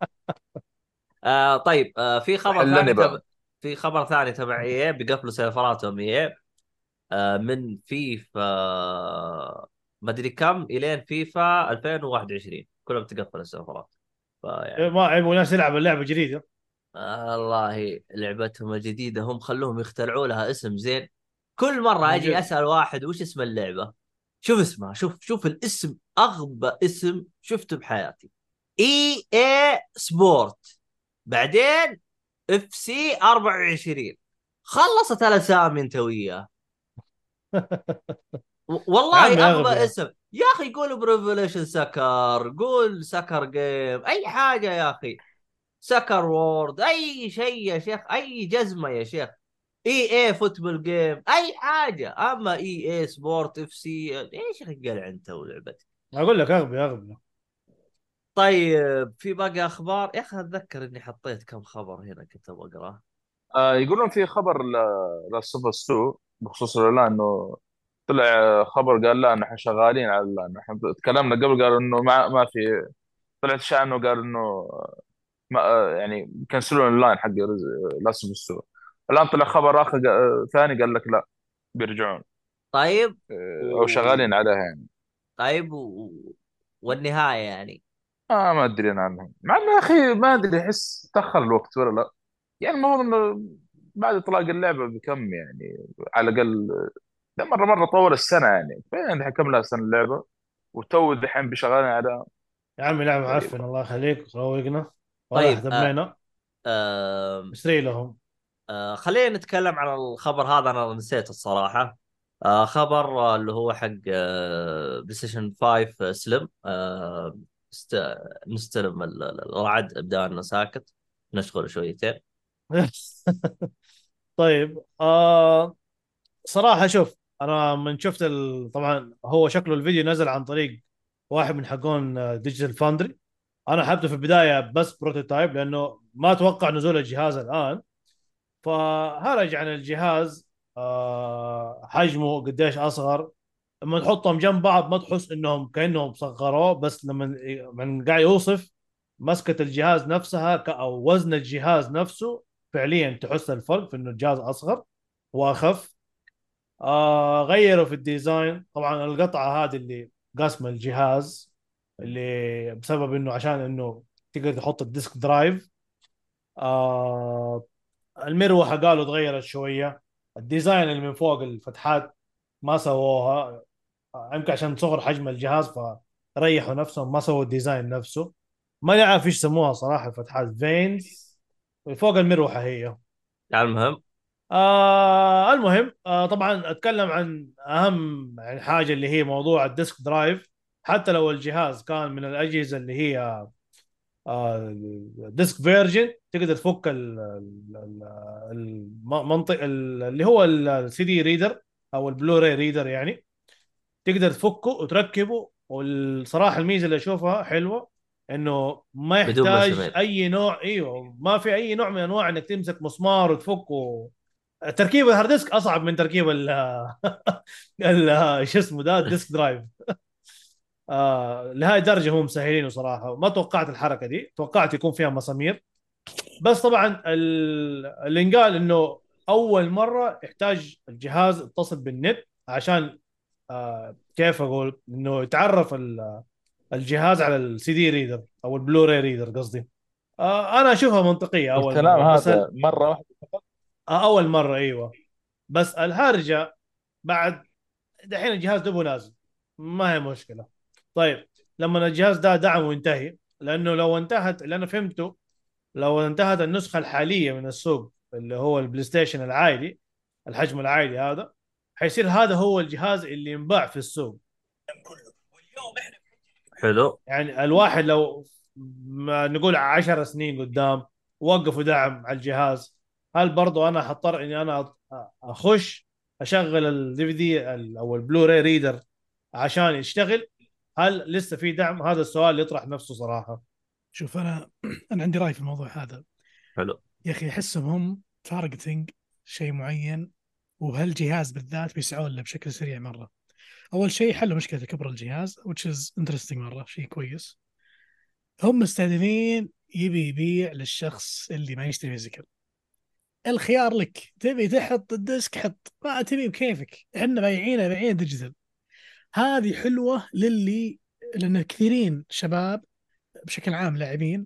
آه طيب آه في خبر حلني ثاني تبع. بقى. في خبر ثاني تبع ايه بيقفلوا سيرفراتهم ايه آه من فيفا ما ادري كم الين فيفا ألفين وواحد وعشرين كلهم تقفل السيرفرات. فيعني ما يبغوا ناس يلعبوا اللعبه جديده. آه والله لعبتهم الجديدة هم خلوهم يخترعوا لها اسم زين. كل مرة من أجي جد. أسأل واحد وش اسم اللعبة. شوف اسمها شوف شوف الاسم أغبى اسم شفته بحياتي. اي اي سبورت بعدين اف سي أربعة وعشرين خلصت الاسامي انت وياه. و- يا والله عمي اغبى اغبياء. اسم يا اخي. قول بريفوليشن سكر قول سكر جيم اي حاجه يا اخي. سكر وورد اي شيء يا شيخ اي جزمه يا شيخ. اي اي فوتبول جيم اي حاجه. اما اي اي سبورت اف سي ايش القلع انت ولعبتك. اقول لك اغبياء اغبياء. طيب في باقي اخبار يا اخي اتذكر اني حطيت كم خبر هنا كنت ابغى اقراه. آه يقولون في خبر للسوبر ستو بخصوص الاعلان، انه طلع خبر قال لا نحن شغالين على الاعلان. نحن تكلمنا قبل قالوا انه ما ما في. طلعت اشاعه انه قال انه ما آه، يعني كنسلوا اللاين حق لاست اوف ستو. الان طلع خبر اخر قا- ثاني قال لك لا بيرجعون. طيب آه، او و... شغالين عليها يعني. طيب و... والنهايه يعني. آه ما ادري انا عنهم، مع انه يا اخي ما ادري، احس تاخر الوقت ولا لا. يعني المفروض انه بعد اطلاق اللعبه بكم يعني، على الاقل ده مره مره طول السنه يعني، فين حكم لها سنه اللعبه وتو دحين بشغالين على. يا عمي لعبة غريبه. معفن، الله يخليك روقنا ولا طيب آه اهتمينا. آه اشتري لهم. آه خلينا نتكلم عن الخبر هذا، انا نسيت الصراحة. آه خبر آه اللي هو حق آه بلاي ستيشن خمسة سليم. آه است... نستلم ال- ال- الرعد، ابدا ساكت، نشغل شويتين. طيب آه صراحة شوف، انا من شفت ال... طبعا هو شكله الفيديو نزل عن طريق واحد من حقون ديجيتال فاوندري. انا حبته في البداية بس بروتوتايب لانه ما اتوقع نزول الجهاز الان. فهرج عن الجهاز، آه حجمه قديش اصغر. لما تحطهم جنب بعض ما تحس انهم كانهم صغروه، بس لما من قاعد يوصف مسكة الجهاز نفسها ك- او وزن الجهاز نفسه، فعليا تحس الفرق في انه الجهاز اصغر واخف. آه غيروا في الديزاين طبعا، القطعة هذه اللي قسم الجهاز، اللي بسبب انه عشان انه تقدر تحط الديسك درايف. آه المروحه قالوا تغيرت شويه. الديزاين اللي من فوق الفتحات ما سووها، يمكن عشان صغر حجم الجهاز فريحوا نفسهم ما سووا الديزاين نفسه. ما نعرف ايش سموها صراحه، الفتحات فينز فوق المروحه هي. يعني المهم. آه المهم آه طبعا اتكلم عن اهم يعني حاجه اللي هي موضوع الديسك درايف. حتى لو الجهاز كان من الاجهزه اللي هي آه ديسك فيرجن، تقدر تفك ال- ال- ال- المنطق ال- اللي هو السي دي ريدر او البلوراي ريدر يعني. تقدر تفكه وتركبه، والصراحه الميزه اللي اشوفها حلوه انه ما بدون يحتاج مسامير. اي نوع، ايوه ما في اي نوع من انواع انك تمسك مسمار وتفكه. تركيب الهارد ديسك اصعب من تركيب ال ال- شو اسمه ده الديسك درايف. آه لهذه الدرجه هم مسهلينه صراحه. ما توقعت الحركه دي، توقعت يكون فيها مسامير. بس طبعا ال- اللي انقال انه اول مره يحتاج الجهاز يتصل بالنت عشان آه كيف اقول انه يتعرف ال- الجهاز على السي دي ريدر او البلوراي ريدر قصدي. آه انا اشوفها منطقيه اول الكلام مره، بس ال- هذا مره واحده فقط. آه اول مره ايوه. بس الهرجه بعد دحين الجهاز دوبه نازل، ما هي مشكله. طيب لما الجهاز ده دعم وينتهي، لانه لو انتهت اللي انا فهمته، لو انتهت النسخة الحالية من السوق اللي هو البلاي ستيشن العادي، الحجم العادي هذا، حيصير هذا هو الجهاز اللي ينباع في السوق. حلو. يعني الواحد لو ما نقول عشر سنين قدام وقفوا دعم على الجهاز، هل برضو انا حضطر اني انا اخش اشغل الدي في دي او البلوراي ريدر عشان يشتغل؟ هل لسه في دعم؟ هذا السؤال يطرح نفسه صراحة. شوف انا انا عندي راي في الموضوع هذا. حلو. يا اخي احسهم هم تارجتنج شيء معين، وهالجهاز بالذات بيسعون له بشكل سريع مره. اول شيء حلوا مشكله كبر الجهاز which is interesting مره، شيء كويس. هم مستهدفين يبي يبيع للشخص اللي ما يشتري فيزيكال. الخيار لك، تبي تحط الديسك حط، ما تبي بكيفك، احنا بايعينه بايعين ديجيتال. هذه حلوه للي، لان كثيرين شباب بشكل عام لاعبين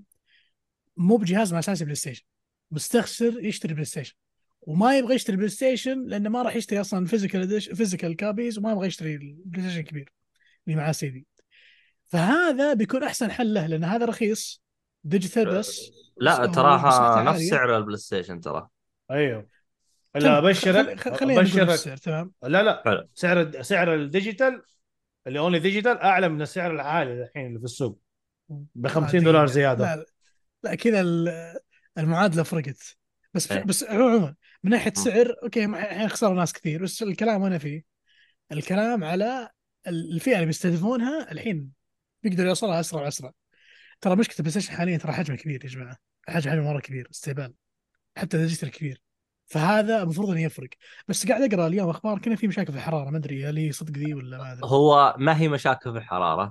مو بجهاز اساسي بلاي ستيشن، مستخسر يشتري بلاي ستيشن، وما يبغى يشتري بلاي ستيشن لانه ما راح يشتري اصلا فيزيكال فيزيكال كابيز، وما يبغى يشتري البلاي ستيشن الكبير اللي معاه سي دي. فهذا بيكون احسن حل له لان هذا رخيص ديجيتال بس، لا ومساحته تراها نفس عاليه. سعر البلاي ستيشن ترى. ايوه. لا تمام، خ- خل... ابشرك خ- خلينا نقول نفس ابشرك السعر. تمام. لا لا، حلو. سعر سعر الديجيتال اللي اونلي ديجيتال اعلى من السعر العالي الحين اللي في السوق ب آه خمسين دولار دقيقة، زياده. لا لا كذا ال- المعادلة فرقت. بس ايه. بس عموما من ناحية م. سعر اوكي، ما- الحين خسروا ناس كثير، بس الكلام هنا فيه الكلام على الفئة اللي بيستهدفونها الحين، بيقدروا يوصلها اسرع واسرع. ترى مشكلة البلاي ستيشن حاليا ترى حجمه كبير يا جماعة، حجم حجمه مرة كبير استهبال، حتى ديجيتال كبير. فهذا المفروض انه يفرق. بس قاعد اقرا اليوم اخبار كنا في مشاكل في الحرارة، ما ادري هل هي صدق ذي ولا ما ادري. هو ما هي مشاكل في الحرارة.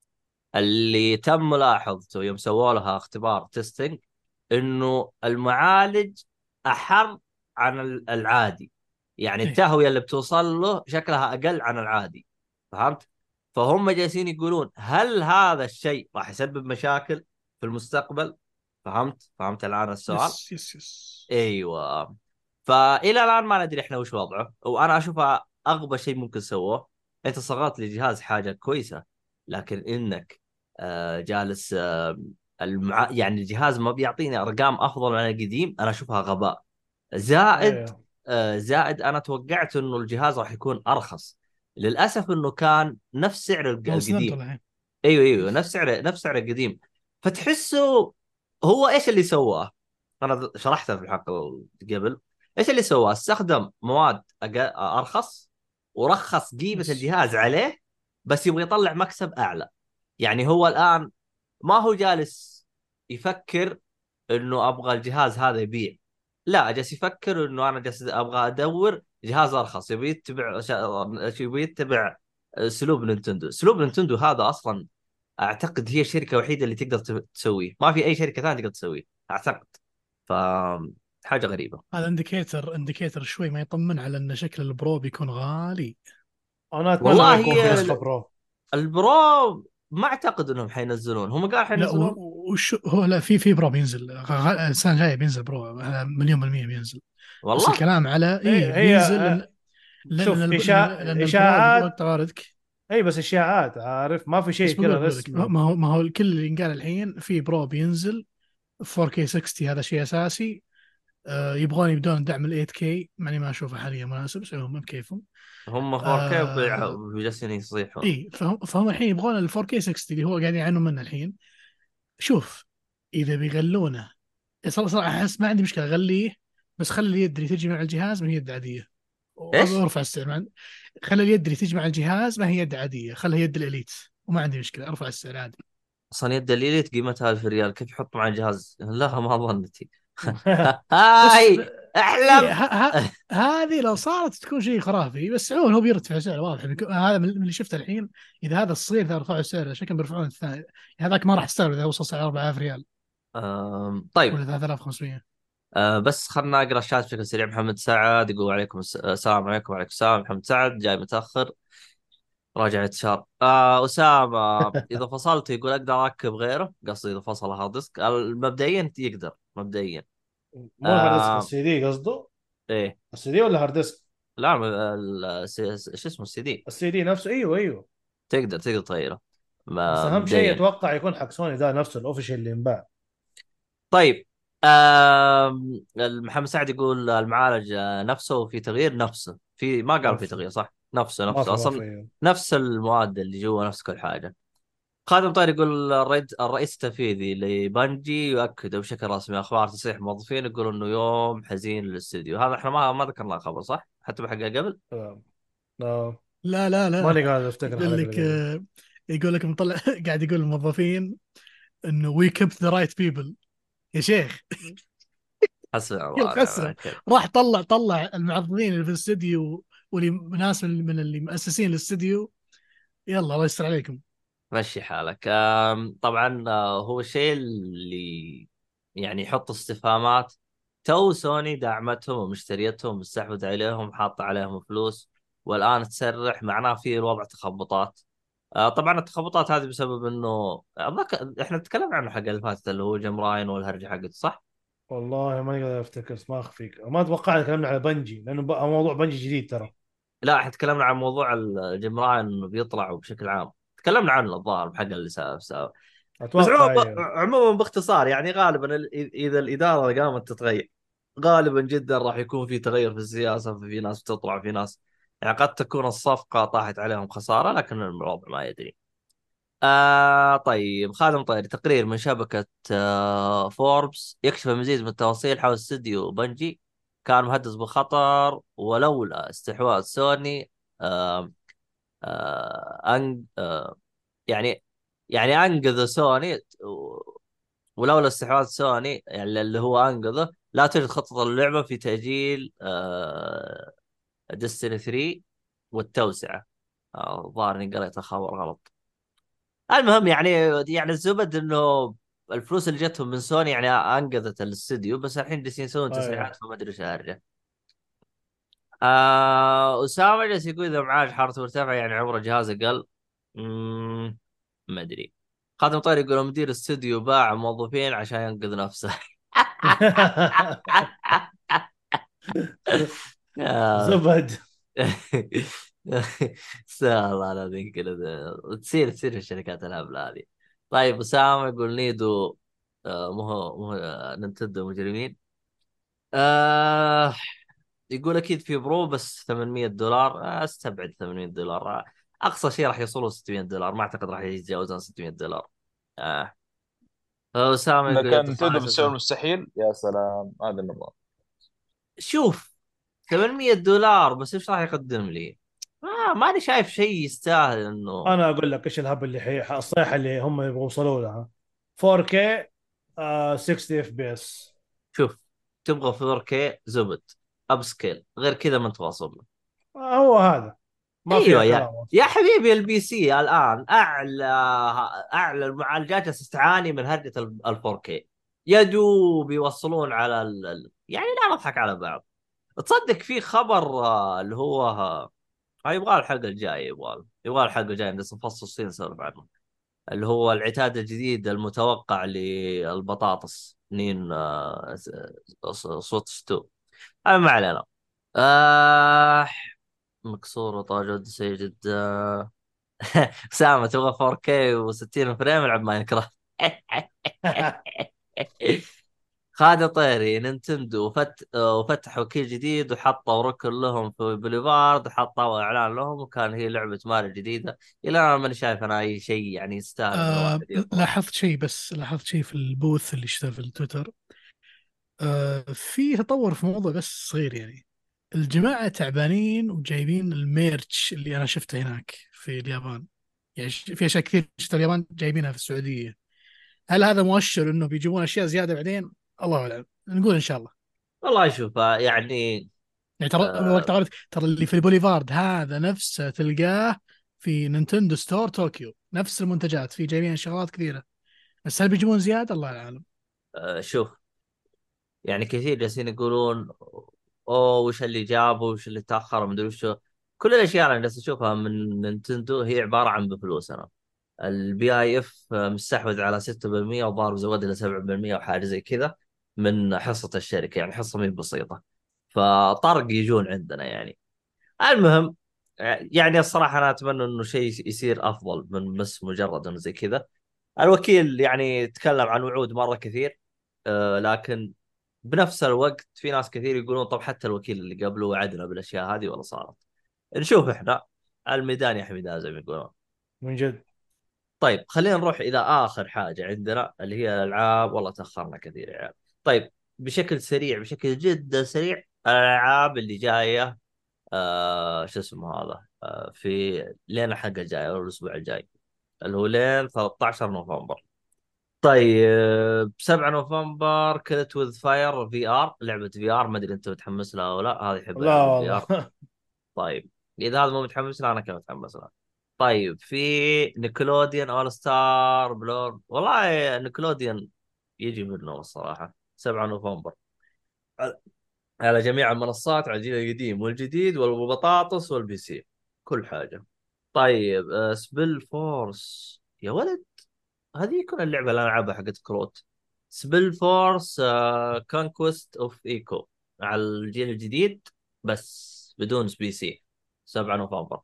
اللي تم ملاحظته يوم سووا لها اختبار تيستينج انه المعالج احر عن ال- العادي. يعني ايه التهوية اللي بتوصل له شكلها اقل عن العادي. فهمت؟ فهم جالسين يقولون هل هذا الشيء راح يسبب مشاكل في المستقبل؟ فهمت فهمت الآن السؤال؟ يس يس يس. ايوه. فالى الان ما ندري احنا وش وضعه، وانا اشوفها اغبى شيء ممكن سووه. انت صغرت لي جهاز حاجه كويسه، لكن انك آه، جالس آه، المع... يعني الجهاز ما بيعطيني ارقام افضل من القديم، انا اشوفها غباء. زائد ايوه آه، زائد انا توقعت انه الجهاز راح يكون ارخص. للاسف انه كان نفس سعر الق- ما وصلت القديم. الحين. ايوه ايوه، نفس سعر نفس سعر القديم. فتحسه هو ايش اللي سواه؟ انا شرحتها في الحلقه اللي قبل. ايش اللي سواه؟ استخدم مواد أقل... ارخص، ورخص قيمه يس. الجهاز عليه، بس يبغى يطلع مكسب اعلى. يعني هو الان ما هو جالس يفكر انه ابغى الجهاز هذا يبيع، لا، جالس يفكر انه انا جالس ابغى ادور جهاز ارخص. يبي يتبع ش- يبي يتبع اسلوب نينتندو. اسلوب نينتندو هذا اصلا اعتقد هي الشركه الوحيده اللي تقدر ت- تسويه، ما في اي شركه ثانيه تقدر تسويه اعتقد. ف حاجه غريبه. هذا انديكيتر انديكيتر شوي ما يطمن على ان شكل البرو بيكون غالي. انا اتمنى ما والله يكون في نسخه برو. البرو ما اعتقد انهم حينزلون، هم قالوا لا حينزلون. و- وش هو، لا في في برو بينزل غ- غ- السنه الجايه بينزل برو، هذا مليون بالمية بينزل. بس والله الكلام على هي اي هي بينزل لان آه، لان شوف الب- لان, إشاع... لأن البرو اشاعات. طواردك. اي بس اشاعات، عارف، ما في بس شيء بقول كذا بقول لك رسمي. ما هو ما هو الكل اللي ينقال الحين في برو بينزل فور كيه ستين، هذا شيء اساسي. آه يبغون يبدون دعم ال ثمانية كيه، ماني ما اشوفه حاليا مناسب، بس عموما بكيفهم. هم فور كيه آه وجالسين يصيحون. اي فهم, فهم الحين يبغون ال فور كيه ستين اللي هو قاعد يعانون منه الحين. شوف، اذا بيغلونه صراحه صراحه احس ما عندي مشكله، غليه، بس خلي اليد اللي تجي مع الجهاز ما هي يد عاديه، ايش؟ وارفع السعر. ما عندي- خلي اليد اللي تجي مع الجهاز ما هي يد عاديه، خليها يد الاليت، وما عندي مشكله، ارفع السعر عادي. اصلا يد الليلة قيمتها ألف ريال، كيف يحط مع الجهاز؟ لا ما ظنتي. بس ب... هاي إيه احلم. ه... ه... هذه لو صارت تكون شيء خرافي، بس عموما هو بيرتفع سعره واضح، بيكون... هذا من اللي شفته الحين. اذا هذا الصغير اذا رفعوا السعر شكل بيرفعون الثاني، يعني هذاك ما راح استغرب اذا وصل سعر اربعة آلاف ريال أم، طيب. ولا ثلاثة آلاف وخمسمية. أه بس خلنا اقرا الشات بشكل سريع. محمد سعد يقول عليكم الس- السلام عليكم. وعليكم السلام. محمد سعد جاي متاخر، راجع الانتشار. آه اسامه اذا فصلت يقول اقدر اركب غيره، قصدي اذا فصل هارد ديسك. مبدئيا يقدر مبدئيا. مو الهارد ديسك، آه السي دي قصده. ايه. السي دي ولا هارد ديسك؟ لا م- ال- الس- شو اسمه السي دي. السي دي نفسه، ايوه ايوه. تقدر تقدر تغيره بس ما- اهم شيء مبدئيا. اتوقع يكون حق سوني ده نفسه الاوفيشال اللي ينباع. طيب. آم، محمد سعد يقول المعالج آه، نفسه في تغيير، نفسه في، ما قالوا في نفسه. تغيير صح، نفسه ما نفسه في ما اصلا، في نفس المواد اللي جوا، نفس كل حاجه. خادم طير يقول الرئيس الرئيس التنفيذي لبنجي يؤكد بشكل رسمي اخبار تصريح موظفين يقول انه يوم حزين للاستديو. هذا احنا ما ما ذكرنا الخبر صح؟ حتى بحلقه قبل. آه. آه. لا لا لا، ماني قاعد افتكر يقول الحلقه لك اللي قبل. آه، يقول لك مطلع قاعد يقول للموظفين انه وي كيبت ذا رايت بيبل. يا شيخ حسبنا الله ونعم القسم، الوكيل. راح طلع طلع المعظمين اللي في الاستديو واللي ناس من من اللي مؤسسين الاستديو. يلا الله يستر عليكم. مشي حالك. آم، طبعا آه، هو الشيء اللي يعني يحط استفهامات. تو سوني دعمتهم ومشتريتهم مستحوذ عليهم، حاطة عليهم فلوس، والآن تسرح، معناه في الوضع تخبطات. آه، طبعا التخبطات هذه بسبب انه أتذكر احنا تكلمنا عنه حق اللي فاتت اللي هو جيم راين والهرجه حقته صح؟ والله ماني قاعد افتكر، ما اخفيك ما اتوقع تكلمنا على بنجي لانه بقى موضوع بنجي جديد ترى. لا احنا تكلمنا عن موضوع الجيم راين انه بيطلع بشكل عام، تكلمنا عنه الظاهر حق اللي سا... سا... بس عموما، اتوقع ايوه. عموما باختصار يعني غالبا ال- اذا الاداره قامت تتغير غالبا جدا راح يكون في تغير في السياسه، في ناس بتطلع، في ناس يعني قد تكون الصفقه طاحت عليهم خساره، لكن الوضع ما يدري. آه طيب. خادم طير تقرير من شبكه آه فوربس يكشف المزيد من التفاصيل حول استديو بنجي كان مهدد بالخطر ولولا استحواذ سوني. آه آه أنج آه يعني يعني انقذ سوني، ولولا استحواذ سوني يعني اللي هو انقذه، لا توجد خطة اللعبة في تأجيل آه ديستني ثري والتوسعة. آه، الظاهر اني قريت الخبر غلط. المهم يعني يعني الزبد انه الفلوس اللي جتهم من سوني يعني انقذت الاستديو، بس الحين جالسين يسوون ايوه تسريعات فما ادري ايش ارجع. آه اسامه جالس يقول اذا معاه حرارته مرتفعه يعني عمره جهاز اقل. مم... ما ادري. خادم طير يقول مدير الاستوديو باع موظفين عشان ينقذ نفسه. آه. زبد. سهل على ذي كذا تصير تصير في الشركات الهبلة هذه. طيب أسامة يقول نيدو آه مو هو مو هو نينتندو مجرمين. آه يقول أكيد في برو بس ثمانمية دولار. آه استبعد ثمانمية دولار. آه أقصى شيء راح يوصلوا ستمية دولار، ما أعتقد راح يتجاوزون ستمية دولار. آه أسامة اذا يقول كان يعطيك نتندو بتسوي العافية. المستحيل، يا سلام هذا النظام. شوف ثمانمية دولار بس ايش راح يقدم لي؟ آه ماني شايف شيء يستاهل انه. انا اقول لك ايش الهبل اللي حي... الصيحه اللي هم يبغوا يوصلوا لها. فور كيه آه ستين اف بي اس. شوف تبغى فور كيه زبد اب سكيل، غير كذا ما انت واصل له. آه هو هذا، ما فيها ايوه يا كلام يا اصلا. حبيبي البي سي الان اعلى اعلى المعالجات تعاني من هرجه ال فور كيه. يا دوب يوصلون على ال... ال- يعني لا نضحك على بعض. تصدق في خبر آه، اللي هو آه، يبغى الحلقه الجايه، يبغى يبغى الحلقه الجايه بس نفصل نسولف عنه. اللي هو العتاد الجديد المتوقع للبطاطس نين آه، س- س- صوت ستو. أنا ما علينا. آه مكسور وطاجة سيء جدا. سامة تبغى فور كيه و60 فريم العب ماينكرافت. خالد طيري نينتندو وفت... وفتح وكيل جديد وحطوا ركن لهم في بوليفارد وحطوا اعلان لهم وكان هي لعبة ماري جديدة. الى انا ماني شايف انا اي شيء يعني يستاهل ان آه الواحد يطلع. لاحظت شيء، بس لاحظت شيء في البوث اللي اشتغل في التويتر. آه في تطور في موضوع بس صغير يعني. الجماعة تعبانين وجايبين الميرتش اللي أنا شفته هناك في اليابان. يعني ش- في أشياء كثير شفتها اليابان جايبينها في السعودية. هل هذا مؤشر إنه بيجيبون أشياء زيادة بعدين؟ الله أعلم، نقول إن شاء الله. والله شوف آه، يعني يعني ترى وقت آه قريت ترى اللي في البوليفارد هذا نفسه تلقاه في نينتندو ستور طوكيو، نفس المنتجات، في جايبين شغلات كثيرة. بس هل بيجيبون زيادة؟ الله أعلم. آه شوف يعني كثير جالسين يقولون اوه وش اللي جابه وش اللي تاخر ومدري وشو. كل الاشياء اللي جالس اشوفها من نينتندو هي عباره عن بفلوسنا. البي اي اف مستحوذ على ستة بالمية وضارب زود الى سبعة بالمية وحاجه زي كذا من حصه الشركه، يعني حصه مي بسيطه. فطرق يجون عندنا يعني. المهم يعني الصراحه انا اتمنى انه شيء يصير افضل من بس مجرد انه زي كذا. الوكيل يعني تكلم عن وعود مره كثير. آه لكن بنفس الوقت في ناس كثير يقولون طب حتى الوكيل اللي قبله وعدنا بالاشياء هذه ولا صارت. نشوف احنا الميدان يا حميدان زي ما يقولون. من جد. طيب خلينا نروح الى اخر حاجه عندنا اللي هي الالعاب. والله تاخرنا كثير يا عيال. طيب بشكل سريع بشكل جدا سريع الالعاب اللي جايه. آه شو اسمه هذا آه في لين الحلقه الجايه او الاسبوع الجاي اللي هو لين ثلاثة عشر نوفمبر. طيب سبعة نوفمبر كلت وذ فاير في ار، لعبة في ار ما ادري انت متحمس لها ولا. هذه يحب لا العاب الفي ار. والله. طيب اذا هذا مو متحمس لها انا كم متحمس لها. طيب في نيكلوديان اول ستار بلور. والله نيكلوديان يجي منه الصراحة. سبعة نوفمبر على جميع المنصات، على الجيل القديم والجديد والبطاطس والبي سي كل حاجة. طيب آه، سبيل فورس يا ولد. هذه يكون اللعبة اللي أنا ألعبها حقت كروت. سبيل فورس كونكويست أوف إيكو على الجيل الجديد بس بدون بي سي. سبعة نوفمبر.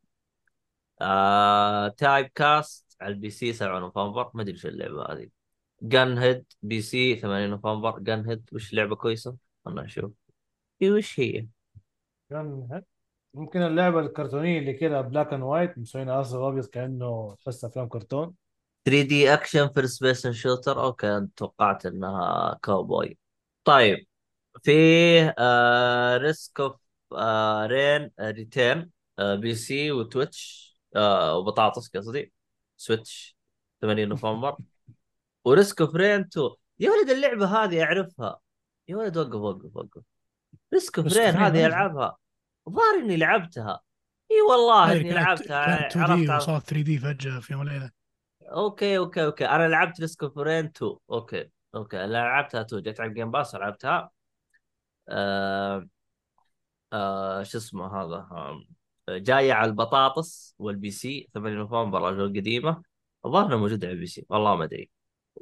آه... تايب كاست على البي سي سبعة نوفمبر. ما أدري شو اللعبة هذه. جن هيد بي سي ثمانية نوفمبر. جن هيد وش لعبة كويسة. خلنا نشوف إيه وش هي. كان- ممكن اللعبة الكرتونية اللي كده بلاك اند وايت مسوينها اصفر وابيض كأنه تحس افلام كرتون. ثري دي أكشن فيرست بيرسون شوتر. أوكي توقعت إنها كاوبوي. طيب فيه آه ريسك اوف آه رين آه ريتيرن آه بي سي وتويتش آه وبطاطس قصدي سويتش ثمانية نوفمبر. وريسك اوف رين تو. يا ولد اللعبة هذه أعرفها. يا ولد وقف وقف وقف. ريسك اوف بس رين كفرين هذه نازل. ألعبها. الظاهر إني لعبتها. اي والله هذه اني كانت لعبتها كانت 2 عرفت دي عرفت. وصارت ثري دي فجأة في يوم وليلة. اوكي اوكي اوكي انا لعبت ريسك اوف رين تو. اوكي اوكي انا لعبتها تو جت على الجيم باس لعبتها. آه آه شو اسمه هذا آه جايه على البطاطس والبي سي ثمانية نوفمبر القديمه. الظاهر موجوده على البي سي والله ما ادري.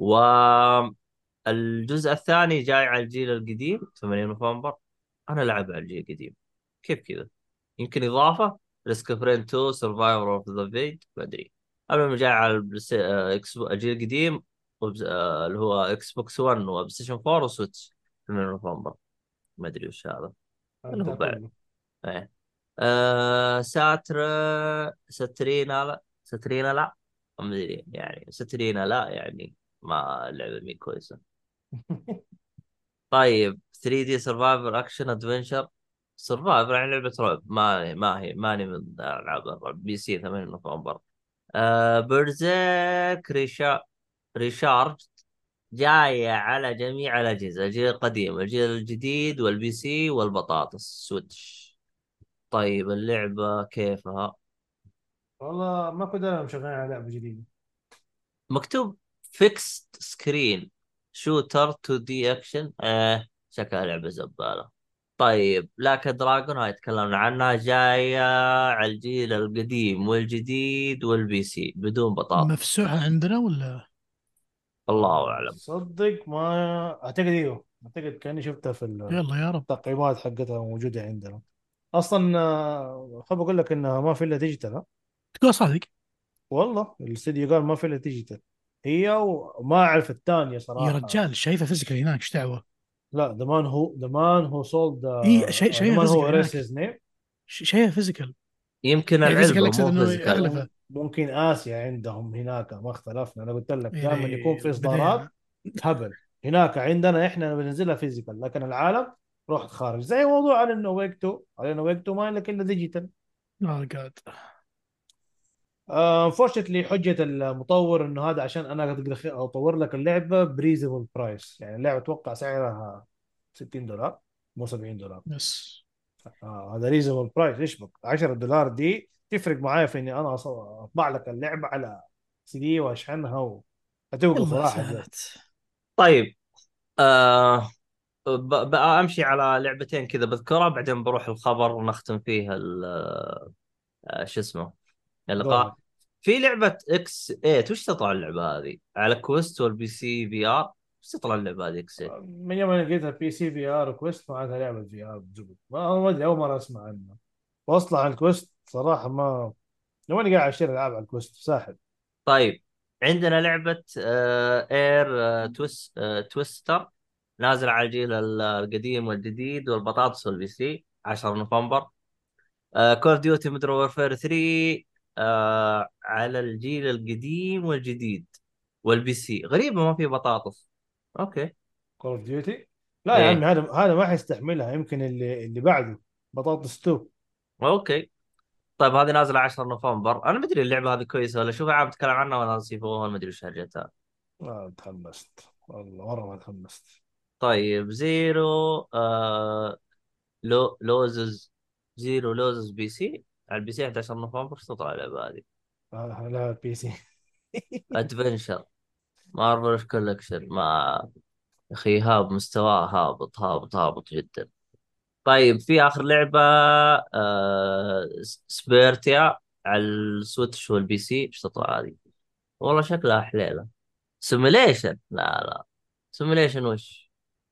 والجزء الثاني جاي على الجيل القديم ثمانية نوفمبر. انا لعب على الجيل القديم. كيف كذا؟ يمكن اضافه ريسك فريند تو سرفايفر اوف ذا فيج ما ادري. المهم جاي على البلايست- آه، إكس بو- الجيل القديم وبز- آه، اللي هو اكس بوكس واحد وبلاي ستيشن أربعة وسويتش ثمانية نوفمبر. ما ادري وش هذا اللي انت هو بعد. كله. ايه. آه ساتر سترينا لا سترينا لا ما ادري يعني سترينا لا يعني ما اللعبه مي كويسه. طيب ثري دي سرفايفر اكشن ادفنشر. سرفايفر يعني لعبه رعب ما ما هي ماني من العاب الرعب. بي سي ثمانية نوفمبر. آه بيرزيرك ريشا ريشارج جاية على جميع الأجهزة الجيل القديم الجيل الجديد والبي سي والبطاطس سويتش. طيب اللعبة كيفها؟ والله ما كنت انا مشغلين على لعبه جديده. مكتوب فيكست سكرين شوتر تو دي اكشن. آه شكلها لعبة زبالة. طيب لاك دراجون هاي تكلمنا عنها جاية على الجيل القديم والجديد والبي سي بدون بطاطس. مفسوحة عندنا ولا؟ الله آه، أعلم. صدق ما اعتقد. ايوه اعتقد كاني شفتها في يلا يا رب. التقييمات حقتها موجوده عندنا. اصلا آه، حاب اقول لك انها ما في الا ديجيتال ها؟ تقول صادق؟ والله الاستديو قال ما في الا ديجيتال. هي وما اعرف الثانية يا صراحه. رجال شايفه فيزيكال هناك، ايش دعوه؟ لا ضمان هو ضمان هو سولد. اي شيء شايفها ضمان هو فيزيكال ريس هناك. هيز نيم. ش- شايفها فيزيكال. يمكن يعني فيزيكال العلبة اقصد مو انه فيزيكال. اغلفه. ممكن اسيا عندهم هناك ما اختلفنا. انا قلت لك دائما يكون يعني في اصدارات بدينا. هبل. هناك عندنا احنا بننزلها فيزيكال لكن العالم رحت خارج زي موضوع على انه ويكتو على انه ويكتو ما لك الا ديجيتال. اه جاد. انفورشنتلي حجه المطور انه هذا عشان انا اقدر أخ- اطور لك اللعبه بريزبل برايس. يعني اللعبه اتوقع سعرها ستين دولار مو سبعين دولار. بس آه هذا ريزبل برايس. ايش بك عشرة دولار دي تفرق معايا في اني انا أص- اطبع لك اللعبه على سي دي واشحنها وهتوقف يلا وراحه جد. سهلت. طيب آه ب- بقى امشي على لعبتين كذا بذكرها بعدين بروح الخبر ونختم فيه ال- آه، شو اسمه جوهر. اللقاء. في لعبة اكس ثمانية وش تطلع اللعبة هذه على كويست والبي سي في ار؟ وش تطلع اللعبة هذه اكس ثمانية؟ من يوم انا لقيتها بي سي في ار كويست معناتها لعبه في ار بزبط. ما ما ادري اول مره اسمع عنها. واصلا على الكويست صراحه ما لو انا قاعد اشتري العاب على الكويست ساحل. طيب عندنا لعبة آه اير آه تويست آه تويستر نازل على الجيل ال- القديم والجديد والبطاطس والبي سي عشرة نوفمبر. كول اوف ديوتي مودرن وورفير ثري آه على الجيل القديم والجديد والبي سي. غريبة ما في بطاطس. اوكي. كول اوف ديوتي. لا يا عمي ايه هذا هذا ما حيستحملها. يمكن اللي اللي بعده بطاطس تو. اوكي. طيب هذه نازلة عشرة نوفمبر. انا ما ادري اللعبة هذه كويسة ولا شوف عم تتكلم عنها وانا نسيفوها ما ادري وش هرجتها. ما تحمست والله مره ما تحمست. طيب زيرو آه لو لوزز زيرو لوزز بي سي على البي سي احد عشر نوفمبر. شو تطلع اللعبة هذه؟ آه لا بي سي. ادفنشر مارفل كولكشن مع اخي هاب مستواه هابط هابط هابط جدا. طيب في اخر لعبه آه سبيرتيا على السويتش والبي سي. ايش تطلع هذه؟ والله شكلها حليله. سيميليشن لا لا سيميليشن وش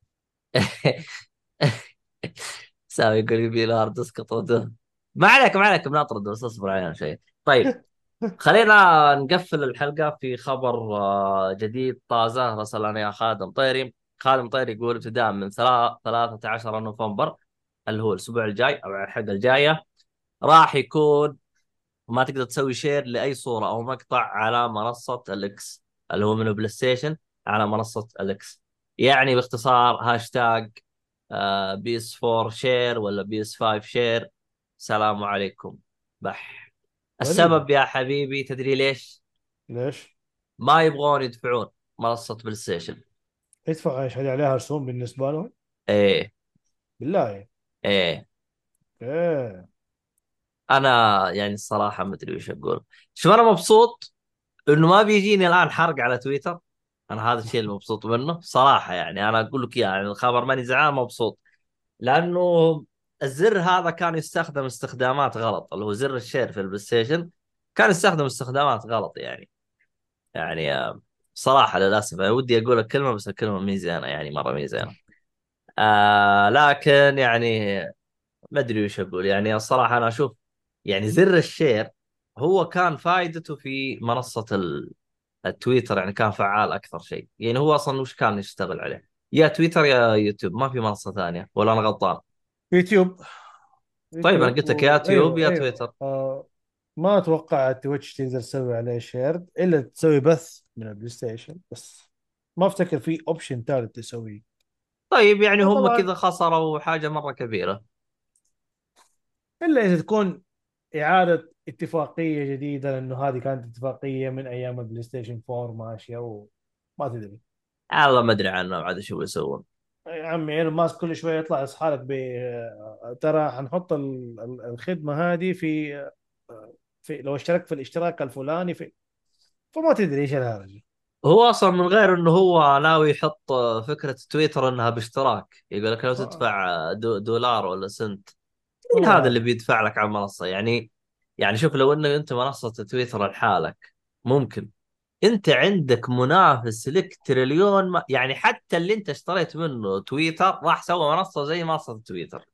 سامي يقول يبي الهارد ديسك اطرده. ما عليك ما عليك بنطرده بس اصبر علينا شيء. طيب خلينا نقفل الحلقة في خبر آه، جديد طازة راسلنا يا خادم طيري. خادم طيري يقول ابتداء من ثلاثة عشر نوفمبر اللي هو الأسبوع الجاي أو الحلقة الجاية راح يكون ما تقدر تسوي شير لأي صورة أو مقطع على منصة الإكس اللي هو من بلاي ستيشن على منصة الإكس. يعني باختصار هاشتاج آه، بي اس فور شير ولا بي اس فايف شير. سلام عليكم بح. غريبه. السبب يا حبيبي تدري ليش؟ ليش؟ ما يبغون يدفعون منصة بلاي ستيشن. يدفع ايش هذه عليها رسوم بالنسبه لهم؟ ايه بالله. ايه. ايه. انا يعني الصراحة ما ادري وش اقول. شوف انا مبسوط انه ما بيجيني الان حرق على تويتر. انا هذا الشيء اللي مبسوط منه صراحة. يعني انا اقول لك إياه، يعني الخبر ماني زعلان مبسوط لانه الزر هذا كان يستخدم استخدامات غلط، اللي هو زر الشير في البلاي ستيشن كان يستخدم استخدامات غلط يعني. يعني آه، صراحة للأسف أنا ودي أقول الكلمة، بس الكلمة مي زينة يعني، مرة مي زينة. آه لكن يعني ما أدري وش أقول. يعني الصراحة أنا أشوف يعني زر الشير هو كان فائدته في منصة ال- التويتر، يعني كان فعال أكثر شيء. يعني هو أصلا وش كان يشتغل عليه؟ يا تويتر يا يوتيوب، ما في منصة ثانية، ولا أنا غلطان؟ يوتيوب. طيب أنا يوتيوب قلت لك يا تيوب وايوه يا ايوه تويتر. آه ما اتوقع تويتش تقدر تسوي عليه شير الا تسوي بث من البلاي ستيشن بس. ما افتكر في اوبشن ثالث تسويه. طيب يعني آه هم طبعا، كذا خسروا حاجة مرة كبيرة. الا اذا تكون اعاده اتفاقيه جديده، لانه هذه كانت اتفاقيه من ايام البلاي ستيشن فور ماشيه وما تدري. الله ما ادري عنهم عاد شو بيسوون. يا عمي ايلون ماسك كل شويه يطلع يصحى لك ب ترى حنحط ال- ال- الخدمه هذه في في لو اشتركت في الاشتراك الفلاني في، فما تدري ايش الهرجه. هو اصلا من غير انه هو ناوي يحط فكرة تويتر انها باشتراك، يقول لك لو آه، تدفع دو دولار ولا سنت. مين الله هذا اللي اعلم. بيدفع لك على المنصة يعني؟ يعني شوف، لو انه انت منصة تويتر لحالك ممكن، انت عندك منافس لك تريليون ما، يعني حتى اللي انت اشتريت منه تويتر راح سوى منصة زي منصة تويتر.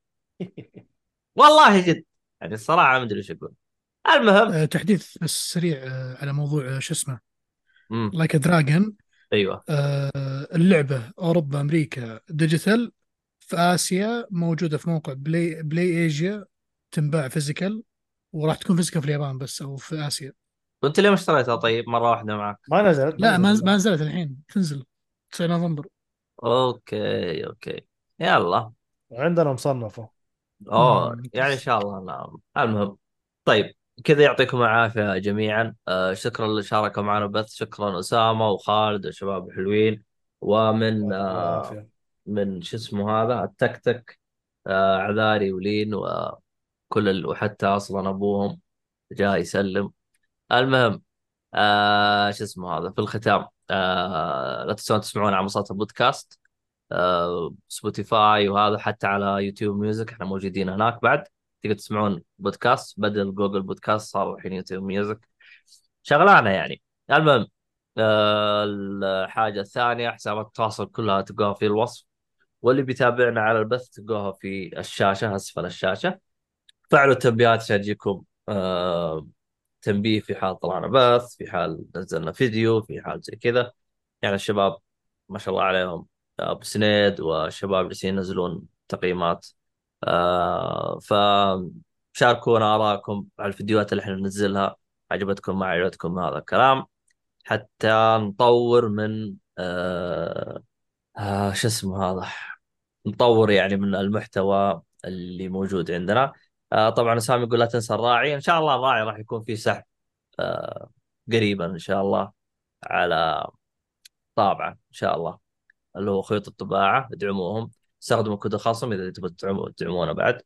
والله جد. يعني الصراحة ما ادري ايش اقول. المهم. آه، تحديث بس سريع آه، على موضوع آه، شو اسمه، امم لايك دراجون. ايوه. اللعبة أوروبا أمريكا ديجيتال، في آسيا موجودة في موقع بلاي بلاي ايجيا، تنباع فيزيكال، وراح تكون فيزيكال في اليابان بس أو في آسيا. وانت ليه ما اشتريتها طيب مرة واحدة معك؟ ما نزلت ما لا نزلت ما ما اللعبه. نزلت الحين، تنزل تسعة نوفمبر. اوكي اوكي. يلا. وعندنا مصنفه. اوه أمم، يعني ان شاء الله نعم. المهم. طيب كذا يعطيكم العافية جميعا. آه شكرا اللي شاركوا معنا بث، شكرا أسامة وخالد والشباب الحلوين. ومن يعطيكم آه العافيه. من شو اسمه هذا التكتك، آه عذاري ولين وكل ال... وحتى أصلا أبوهم جاي يسلم. المهم، آه شو اسمه هذا في الختام، آه لا تنسون تسمعون على منصات البودكاست، آه سبوتيفاي وهذا، حتى على يوتيوب ميوزك احنا موجودين هناك بعد. تقدر تسمعون بودكاست بدل جوجل بودكاست، صار الحين يوتيوب ميوزك شغلانه يعني. المهم، آه الحاجه الثانيه حسابات التواصل كلها تلقاها في الوصف، واللي بيتابعنا على البث تلقاها في الشاشه اسفل الشاشه. فعلوا التنبيهات عشان تجيكم آه تنبيه في حال طلعنا بث، في حال نزلنا فيديو، في حال زي كذا. يعني الشباب ما شاء الله عليهم، ابو سنيد والشباب اللي ينزلون تقييمات. آه فشاركونا آراءكم على الفيديوهات اللي احنا ننزلها، عجبتكم ما عجبتكم هذا الكلام، حتى نطور من آه آه شو اسمه هذا، نطور يعني من المحتوى اللي موجود عندنا. آه طبعا سامي يقول لا تنسى الراعي، ان شاء الله الراعي راح يكون فيه سحب آه قريبا ان شاء الله، على طابعه ان شاء الله، اللي هو خيوط الطباعه. ادعموهم، استخدموا كود الخصم اذا تبغوا تدعموا تدعمونا بعد.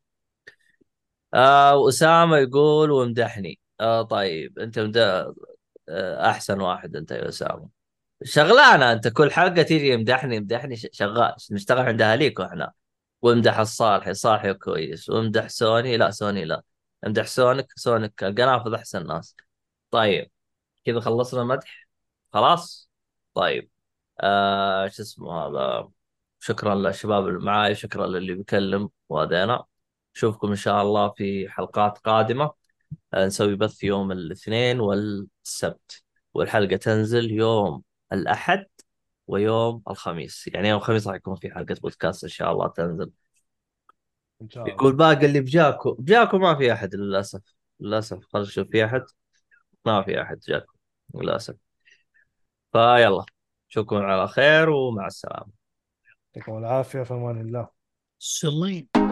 آه واسامه يقول ومدحني. آه طيب انت مد... آه احسن واحد انت يا اسامه. شغلانه انت كل حلقه تيجي يمدحني يمدحني ش- شغال نشتغل عند اهاليك واحنا. وامدح الصالحي صالحي كويس، وامدح سوني لا سوني لا، امدح سونيك سونيك القنافذ احسن ناس. طيب كذا خلصنا مدح خلاص. طيب آه شو اسمه هذا، شكرا للشباب اللي معاي، شكرا للي بيكلم وهذينا. نشوفكم ان شاء الله في حلقات قادمة. آه نسوي بث يوم الاثنين والسبت، والحلقة تنزل يوم الأحد ويوم الخميس. يعني يوم الخميس راح يكون في حلقة بودكاست ان شاء الله تنزل. ان شاء الله. يقول باقي اللي بجاكو بجاكو ما في احد للاسف. للاسف خلنا نشوف في احد. ما في احد جاكو للاسف. فيلا، اشوفكم على خير ومع السلامة. يعطيكم العافيه، في امان الله. سليم.